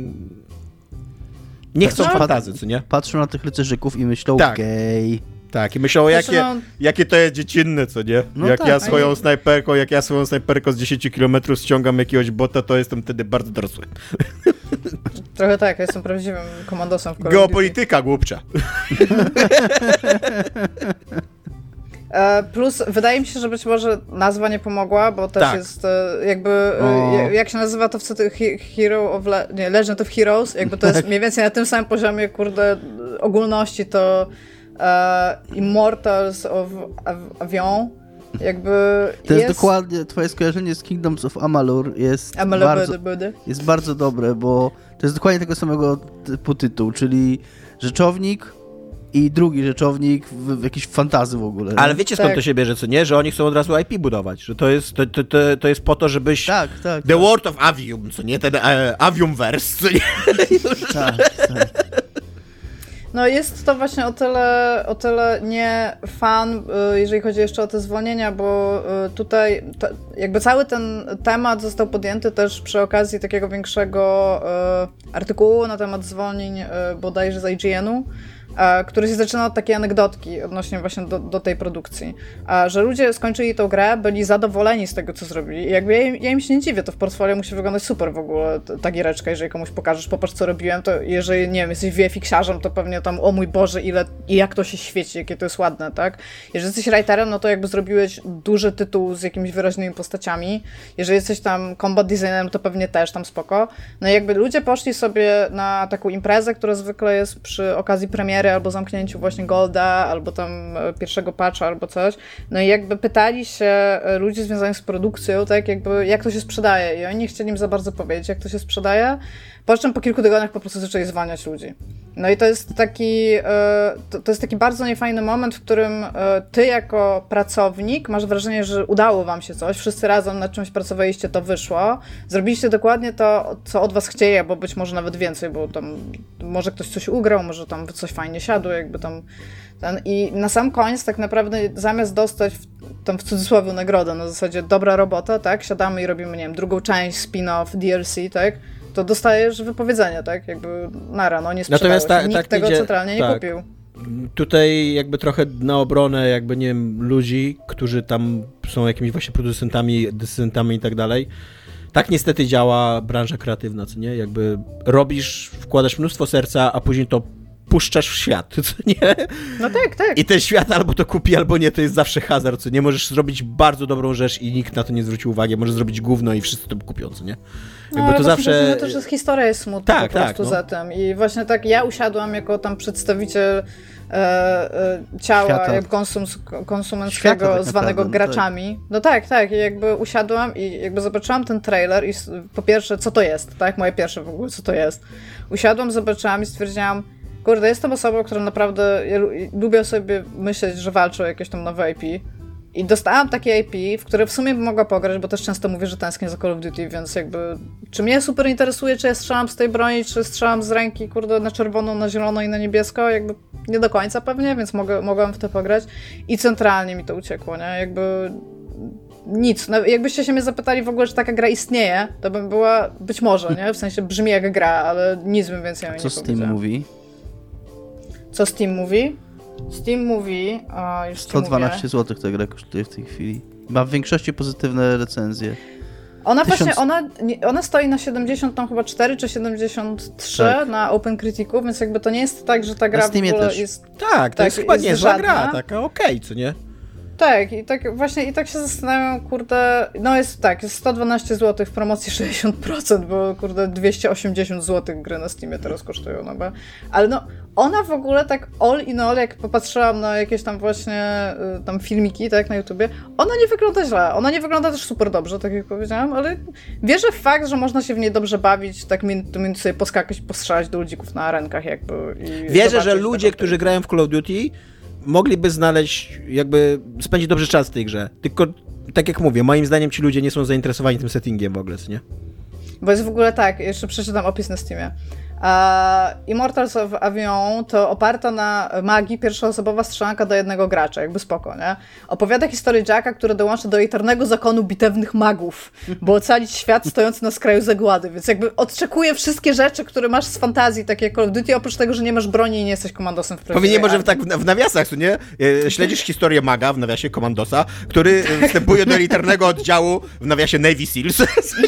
Nie chcą No, fantazy, co nie? Patrzą na tych rycerzyków i myślą, Tak. gej. Tak, i myślą, jakie, Znaczy, no- jakie to jest dziecinne, co nie? No jak tak, ja a swoją nie- snajperką, jak ja swoją snajperką z dziesięć kilometrów ściągam jakiegoś bota, to jestem wtedy bardzo dorosły. Trochę tak, ja jestem prawdziwym komandosem w Call of Duty. Geopolityka głupcza. E, Plus wydaje mi się, że być może nazwa nie pomogła, bo też Tak. jest e, jakby, e, O. jak- jak się nazywa to w co ty, He- Hero of Le- nie, Legend of Heroes, jakby to jest mniej więcej na tym samym poziomie, kurde, ogólności to e, Immortals of Av- Avion, jakby To jest, jest dokładnie, twoje skojarzenie z Kingdoms of Amalur jest, Amalur bardzo, Budy Budy. jest bardzo dobre, bo to jest dokładnie tego samego typu tytuł, czyli rzeczownik i drugi rzeczownik w, w jakiejś fantazy w ogóle. nie? Ale wiecie skąd Tak. to się bierze, co nie? Że oni chcą od razu I P budować, że to jest, to, to, to, to jest po to, żebyś... Tak, tak. The World of Avium, co nie? Ten e, Aviumverse, co nie? tak, tak. No jest to właśnie o tyle, o tyle nie fan, y, jeżeli chodzi jeszcze o te zwolnienia, bo y, tutaj to, jakby cały ten temat został podjęty też przy okazji takiego większego y, artykułu na temat zwolnień y, bodajże z I G N u, a, który się zaczyna od takiej anegdotki odnośnie właśnie do, do tej produkcji, a, że ludzie skończyli tą grę, byli zadowoleni z tego, co zrobili i jakby ja im, ja im się nie dziwię, to w portfolio musi wyglądać super w ogóle, t- ta giereczka, jeżeli komuś pokażesz, popatrz, co robiłem, to jeżeli, nie wiem, jesteś V F X-arzem, to pewnie tam, o mój Boże, ile i jak to się świeci, jakie to jest ładne, tak? Jeżeli jesteś writerem, no to jakby zrobiłeś duży tytuł z jakimiś wyraźnymi postaciami, jeżeli jesteś tam combat designerem, to pewnie też tam spoko, no i jakby ludzie poszli sobie na taką imprezę, która zwykle jest przy okazji premiery albo zamknięciu właśnie Golda, albo tam e, pierwszego patcha, albo coś. No i jakby pytali się e, ludzi związanych z produkcją, tak jakby jak to się sprzedaje i oni nie chcieli im za bardzo powiedzieć, jak to się sprzedaje, po czym po kilku tygodniach po prostu zaczęli zwalniać ludzi. No i to jest taki, e, to, to jest taki bardzo niefajny moment, w którym e, ty jako pracownik masz wrażenie, że udało wam się coś, wszyscy razem nad czymś pracowaliście, to wyszło, zrobiliście dokładnie to, co od was chcieli, albo być może nawet więcej, bo tam może ktoś coś ugrał, może tam coś fajnie siadło, jakby tam ten, i na sam koniec tak naprawdę zamiast dostać w, tam w cudzysłowie nagrodę, na zasadzie dobra robota, tak, siadamy i robimy, nie wiem, drugą część, spin-off, D L C, tak, to dostajesz wypowiedzenie, tak, jakby nara, no nie sprzedałeś, Natomiast ta, nikt tak tego idzie, centralnie nie tak. kupił. Tutaj jakby trochę na obronę jakby, nie wiem, ludzi, którzy tam są jakimiś właśnie producentami, decydentami i tak dalej. Tak niestety działa branża kreatywna, co nie? Jakby robisz, wkładasz mnóstwo serca, a później to puszczasz w świat, co nie? No tak, tak. I ten świat albo to kupi, albo nie, to jest zawsze hazard, co nie? Możesz zrobić bardzo dobrą rzecz i nikt na to nie zwróci uwagi, możesz zrobić gówno i wszyscy to kupią, co nie? No, Jakby ale to właśnie zawsze... chodzi o to, że historia jest smutna Tak, po prostu tak, no. za tym. I właśnie tak ja usiadłam jako tam przedstawiciel e, e, ciała Świata. jakby konsum, konsumenckiego Świata tak zwanego naprawdę, no graczami. No tak, tak. I jakby usiadłam i jakby zobaczyłam ten trailer i s- po pierwsze, co to jest, tak? Moje pierwsze w ogóle, co to jest. Usiadłam, zobaczyłam i stwierdziłam, kurde, jestem osobą, która naprawdę, ja lu- lubię sobie myśleć, że walczę o jakieś tam nowe I P. I dostałam takie I P, w które w sumie bym mogła pograć, bo też często mówię, że tęsknię za Call of Duty, więc jakby... Czy mnie super interesuje, czy ja strzelam z tej broni, czy strzelam z ręki, kurde, na czerwono, na zielono i na niebiesko? Jakby nie do końca pewnie, więc mogę, mogłam w to pograć. I centralnie mi to uciekło, nie? Jakby... Nic. No, jakbyście się mnie zapytali w ogóle, czy taka gra istnieje, to bym była... Być może, nie? W sensie brzmi jak gra, ale nic bym więcej o niej Co nie Steam powiedziała. mówi? Co Steam mówi? Steam mówi... A, już ci sto dwanaście mówię. złotych ta gra kosztuje w tej chwili. Ma w większości pozytywne recenzje. Ona Tysiąc- właśnie, ona, nie- ona stoi na siedemdziesiąt tam chyba cztery czy siedemdziesiąt trzy Tak. na Open Criticu, więc jakby to nie jest tak, że ta gra w Steamie ogóle też. jest... Tak, to Tak, jest chyba jest niezła żadna. gra, taka okej, co nie? Tak, i tak właśnie i tak się zastanawiam, kurde, no jest tak, jest sto dwanaście złotych w promocji sześćdziesiąt procent, bo kurde dwieście osiemdziesiąt złotych gry na Steamie teraz kosztują, no bo, ale no ona w ogóle tak all in all, jak popatrzyłam na jakieś tam właśnie y, tam filmiki, tak, na YouTubie, ona nie wygląda źle, ona nie wygląda też super dobrze, tak jak powiedziałam, ale wierzę w fakt, że można się w niej dobrze bawić, tak między sobie poskakać, postrzelać do ludzików na arenkach jakby. I wierzę, że ludzie, którzy grają w Call of Duty, mogliby znaleźć, jakby spędzić dobrze czas w tej grze. Tylko, tak jak mówię, moim zdaniem ci ludzie nie są zainteresowani tym settingiem w ogóle, nie? Bo jest w ogóle tak, jeszcze przeczytam opis na Steamie. Uh, Immortals of Avion to oparta na magii pierwszoosobowa strzelanka do jednego gracza, jakby spoko, nie? Opowiada historię Jacka, który dołącza do eternego zakonu bitewnych magów, by ocalić świat stojący na skraju zagłady, więc jakby odczekuje wszystkie rzeczy, które masz z fantazji, takie jak Call of Duty, oprócz tego, że nie masz broni i nie jesteś komandosem w prawdziwej Powinien może armii. tak w, w nawiasach, co nie? Śledzisz historię maga w nawiasie komandosa, który wstępuje do elitarnego oddziału w nawiasie Navy Seals.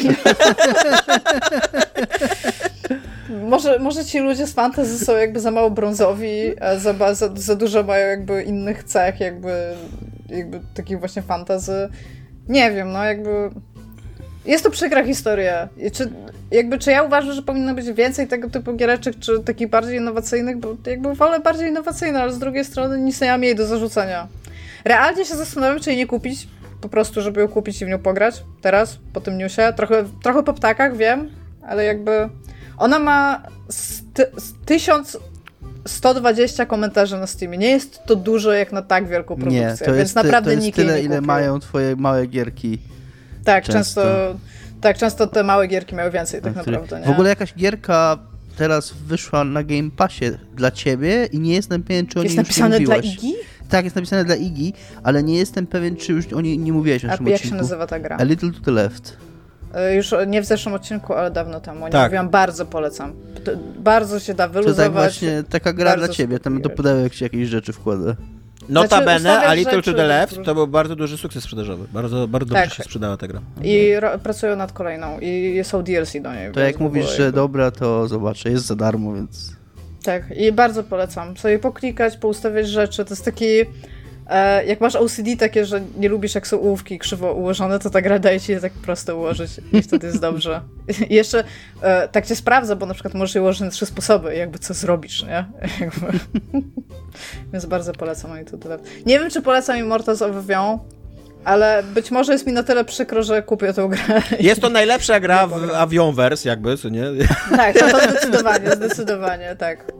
Może, może ci ludzie z fantasy są jakby za mało brązowi, a za, za, za dużo mają jakby innych cech, jakby, jakby takich właśnie fantasy. Nie wiem, no jakby... Jest to przykra historia. Czy, jakby, czy ja uważam, że powinno być więcej tego typu giereczek, czy takich bardziej innowacyjnych, bo jakby wolę bardziej innowacyjne, ale z drugiej strony nic nie mam jej do zarzucenia. Realnie się zastanawiam, czy jej nie kupić, po prostu, żeby ją kupić i w nią pograć teraz, po tym newsie. Trochę, trochę po ptakach, wiem, ale jakby... Ona ma tysiąc sto dwadzieścia komentarzy na Steamie. Nie jest to dużo jak na tak wielką produkcję, nie, to więc jest, naprawdę to jest nikt tyle, jej nie ile kupił. mają twoje małe gierki. Tak, często. często, tak, często te małe gierki mają więcej tak Który... naprawdę. Nie? W ogóle jakaś gierka teraz wyszła na Game Passie dla ciebie i nie jestem pewien, czy o niej jest już napisane nie dla mówiłaś. Iggy? Tak, jest napisane dla Iggy, ale nie jestem pewien, czy już o niej nie mówiłeś w A naszym jak odcinku. się nazywa ta gra? A Little to the Left. Już nie w zeszłym odcinku, ale dawno temu. Nie Tak. mówiłam, bardzo polecam. To bardzo się da wyluzować. To tak właśnie taka gra dla ciebie, tam do spokojnie. pudełek się jakieś rzeczy wkłada. Notabene, Znaczy, a Little to rzeczy, the Left które- to był bardzo duży sukces sprzedażowy. Bardzo, bardzo Tak. dobrze się sprzedała ta gra. I ro- pracują nad kolejną. I są D L C do niej. To więc jak w ogóle mówisz, że jakby- dobra, to zobaczę, jest za darmo, więc... Tak, i bardzo polecam. Sobie poklikać, poustawiać rzeczy. To jest taki... E, jak masz O C D takie, że nie lubisz jak są ołówki krzywo ułożone, to ta gra daje ci je tak prosto ułożyć i wtedy jest dobrze. I jeszcze e, tak cię sprawdza, bo na przykład możesz je ułożyć na trzy sposoby, jakby co zrobisz, nie? Jakby. Więc bardzo polecam i to tyle. Nie wiem, czy polecam Immortals of Avion, ale być może jest mi na tyle przykro, że kupię tę grę. Jest to najlepsza gra w Avionverse, jakby, co nie? Tak, to, to zdecydowanie, zdecydowanie, tak.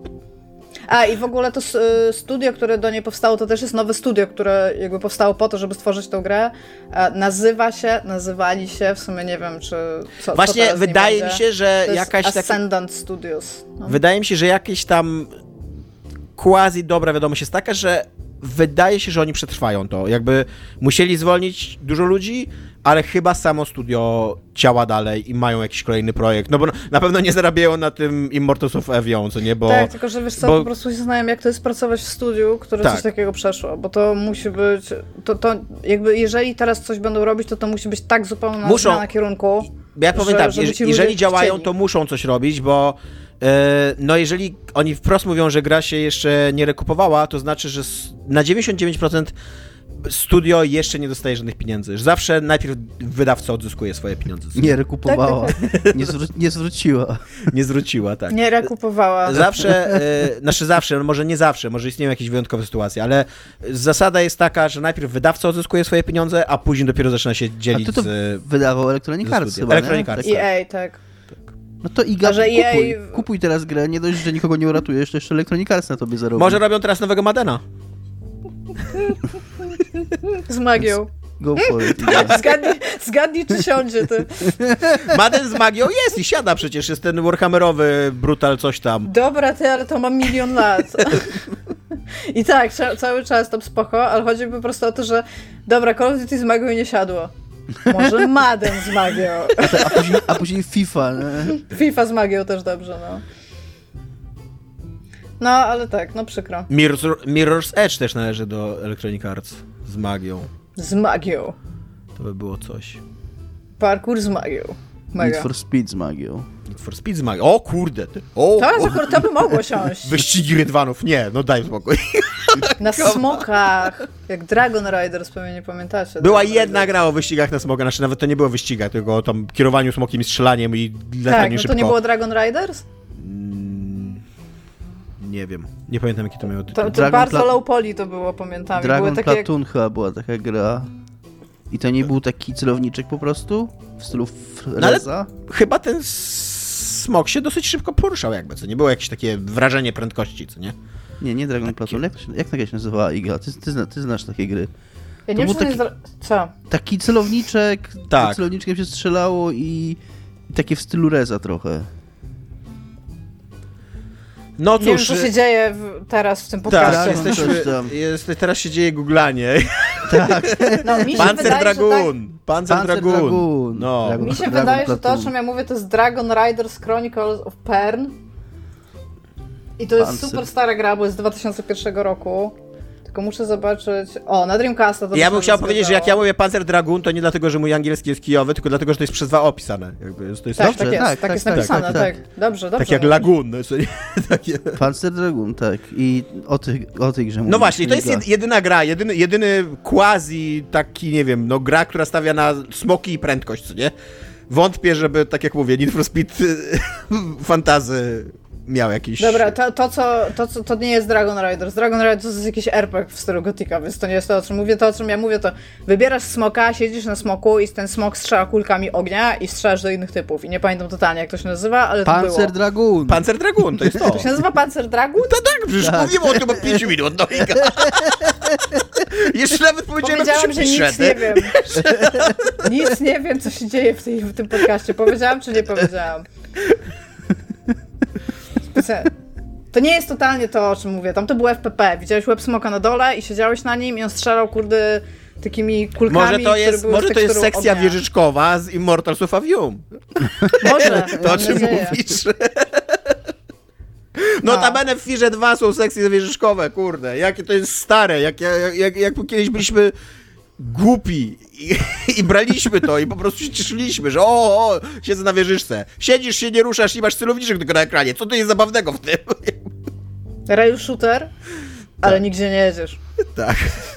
A i w ogóle to y, studio, które do niej powstało, to też jest nowe studio, które jakby powstało po to, żeby stworzyć tę grę. E, nazywa się, nazywali się, w sumie nie wiem, czy co Właśnie co teraz wydaje będzie. mi się, że To jest jakaś taka... Ascendant Studios. No. Wydaje mi się, że jakieś tam quasi dobra wiadomość jest taka, że wydaje się, że oni przetrwają to. Jakby musieli zwolnić dużo ludzi, ale chyba samo studio działa dalej i mają jakiś kolejny projekt. No bo na pewno nie zarabiają na tym Immortals of Avion, co nie? Bo, Tak, tylko że wiesz co, bo... po prostu się zastanawiam, jak to jest pracować w studiu, które Tak. coś takiego przeszło, bo to musi być, to, to jakby jeżeli teraz coś będą robić, to to musi być tak zupełnie Muszą. na kierunku. Ja powiem że- tak, żeby jeż- ci ludzie jeżeli działają, chcieli. to muszą coś robić, bo e, no jeżeli oni wprost mówią, że gra się jeszcze nie rekupowała, to znaczy, że s- na dziewięćdziesiąt dziewięć procent studio jeszcze nie dostaje żadnych pieniędzy. Że zawsze najpierw wydawca odzyskuje swoje pieniądze. Nie rekupowała, nie, zwró- nie zwróciła. Nie zwróciła, tak. Nie rekupowała. Zawsze, e, znaczy zawsze, no może nie zawsze, może istnieją jakieś wyjątkowe sytuacje, ale zasada jest taka, że najpierw wydawca odzyskuje swoje pieniądze, a później dopiero zaczyna się A dzielić ty to z... wydawał Electronic ze Arts studia. chyba, Electronic nie? Arts. Tak. E A, tak. No to Iga, A że kupuj, E A kupuj teraz grę, nie dość, że nikogo nie uratujesz, to jeszcze Electronic Arts na tobie zarobi. Może robią teraz nowego Madena. Z magią. Go for it. Iga. Zgadnij, zgadnij, czy siądzie ty. Maden z magią jest i siada przecież, jest ten Warhammerowy brutal coś tam. Dobra, ty, ale to ma milion lat. I tak, ca- cały czas tam spoko, ale chodzi po prostu o to, że dobra, Call of Duty z magią nie siadło. Może Madden z magią. A, te, a, później, a później FIFA, nie? FIFA z magią też dobrze, no. No, ale tak, no przykro. Mirror's, Mirror's Edge też należy do Electronic Arts z magią. Z magią. To by było coś. Parkour z magią. Mega. Need for Speed z magią. Need for Speed z magią. O kurde, ty. O, To, o. to, to by mogło siąść. Wyścigi rydwanów, nie, no daj spokój. Na smokach. Jak Dragon Riders, pewnie nie pamiętacie. Była Dragon jedna Riders. gra o wyścigach na smoga, znaczy nawet to nie było wyścigach, tylko o tam kierowaniu smokiem i strzelaniem i lataniu Tak, no szybko. to nie było Dragon Riders? Mm, nie wiem, nie pamiętam jaki to miało tytuł. To, to Dragon bardzo Pla- low poly to było, pamiętam. Dragon Były takie... Platoon chyba była taka gra. I to nie był taki celowniczek po prostu? W stylu No ale- Reza? Chyba ten smok się dosyć szybko poruszał jakby, co nie było jakieś takie wrażenie prędkości, co nie? Nie, nie Dragon Platoon. Jak, to się- jak ta gra się nazywała, Iga? Ty, ty, zna, ty znasz takie gry. Ja To nie wiem, był czy to jest... taki- dra- Co? Taki celowniczek, Tak. celowniczkiem się strzelało i, i takie w stylu Reza trochę. No Nie wiem, cóż, co się dzieje w, teraz w tym tak, podcaście. Dragon jesteśmy, coś tam. jest, teraz się dzieje googlanie. No, mi się Panzer wydaje, Dragoon, Panzer Panzer Dragoon. Dragoon. No. Że tak, mi się Dragon wydaje, że to, o Platoon. czym ja mówię, to jest Dragon Riders Chronicles of Pern. I to jest Panzer. super stara gra, bo jest z dwa tysiące pierwszego roku. Tylko muszę zobaczyć... O, na Dreamcasta to Ja by bym się chciał powiedzieć, że jak ja zgadzało. mówię Panzer Dragoon, to nie dlatego, że mój angielski jest kijowy, tylko dlatego, że to jest przez dwa opisane. Jakby, to jest Tak, Dobrze, tak jest, tak, tak, tak, jest tak, napisane, tak, tak. tak. Dobrze, dobrze. tak jak mówisz. Lagoon. No, co nie- takie. Panzer Dragoon, tak. I o tej, o tej grze No mówiliśmy, właśnie, to jest Iga. jed- jedyna gra, jedyny, jedyny quasi taki, nie wiem, no gra, która stawia na smoki i prędkość, co nie? Wątpię, żeby, tak jak mówię, Need for Speed fantazy miał jakiś... Dobra, to, to, co, to, co, to nie jest Dragon Riders. Dragon Riders to jest jakiś er pe gie w stylu Gothica, więc to nie jest to, o czym mówię. To, o czym ja mówię, to wybierasz smoka, siedzisz na smoku i ten smok strzela kulkami ognia i strzelasz do innych typów. I nie pamiętam totalnie, jak to się nazywa, ale to było. Panzer Dragoon. Panzer Dragoon, to jest to. To się nazywa Panzer Dragoon? No tak, przecież Tak. mówimy o tym od pięciu minut, no Iga. Jeszcze nawet powiedziałem, jak Powiedziałam, się że pisze, nic nie wiem. Nic nie wiem, co się dzieje w, tej, w tym podcaście. Powiedziałam, czy nie powiedziałam? Specjalnie. To nie jest totalnie to, o czym mówię. Tam to był ef pe pe. Widziałeś łeb smoka na dole i siedziałeś na nim i on strzelał, kurde, takimi kulkami, Może to które jest, były może z to jest teksturą sekcja ognia. wieżyczkowa z Immortals of Avium. Może, To o mam czym nadzieję. mówisz? Notabene w Firze dwa są sekcje wieżyczkowe, kurde. Jakie to jest stare, jak, jak, jak, jak kiedyś byliśmy głupi i, i braliśmy to i po prostu się cieszyliśmy, że o, o, siedzę na wieżyczce. Siedzisz, się nie ruszasz i masz celowniczek tylko na ekranie. Co to jest zabawnego w tym? Rail shooter, ale nigdzie nie jedziesz. Tak.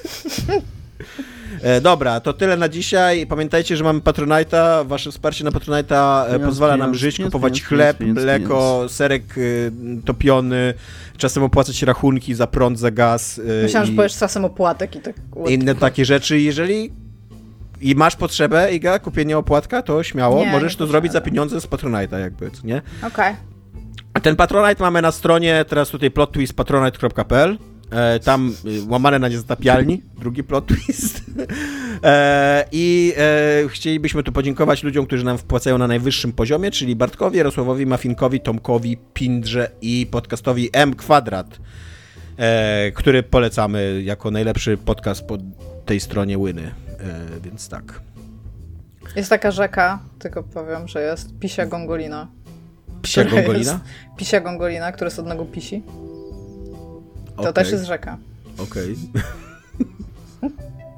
E, dobra, to tyle na dzisiaj. Pamiętajcie, że mamy Patronite'a. Wasze wsparcie na Patronite'a e, Pieniądz, pozwala nam pieniądz, żyć, pieniądz, kupować pieniądz, chleb, pieniądz, mleko, pieniądz. serek y, topiony, czasem opłacać rachunki za prąd, za gaz y, Myślałam, że i powiesz czasem opłatek i tak... inne takie rzeczy. Jeżeli i masz potrzebę, Iga, kupienia opłatka, to śmiało, Nie, możesz nie to zrobić za potrzeba. pieniądze z Patronite'a jakby, co nie? Okej. A ten Patronite mamy na stronie, teraz tutaj plot twist patronite kropka pe el. E, tam y, łamane na niezatapialni, drugi plot twist. E, I e, chcielibyśmy tu podziękować ludziom, którzy nam wpłacają na najwyższym poziomie, czyli Bartkowi, Jarosławowi, Mafinkowi, Tomkowi, Pindrze i podcastowi M Kwadrat, e, który polecamy jako najlepszy podcast po tej stronie Łyny. E, więc tak. Jest taka rzeka, tylko powiem, że jest Pisia Gongolina. Psia która Gongolina? Jest Pisia Gongolina, która jest od nogu Pisi. To Okej, też jest rzeka. Okej.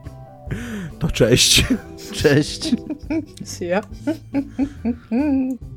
To cześć. Cześć. See ya.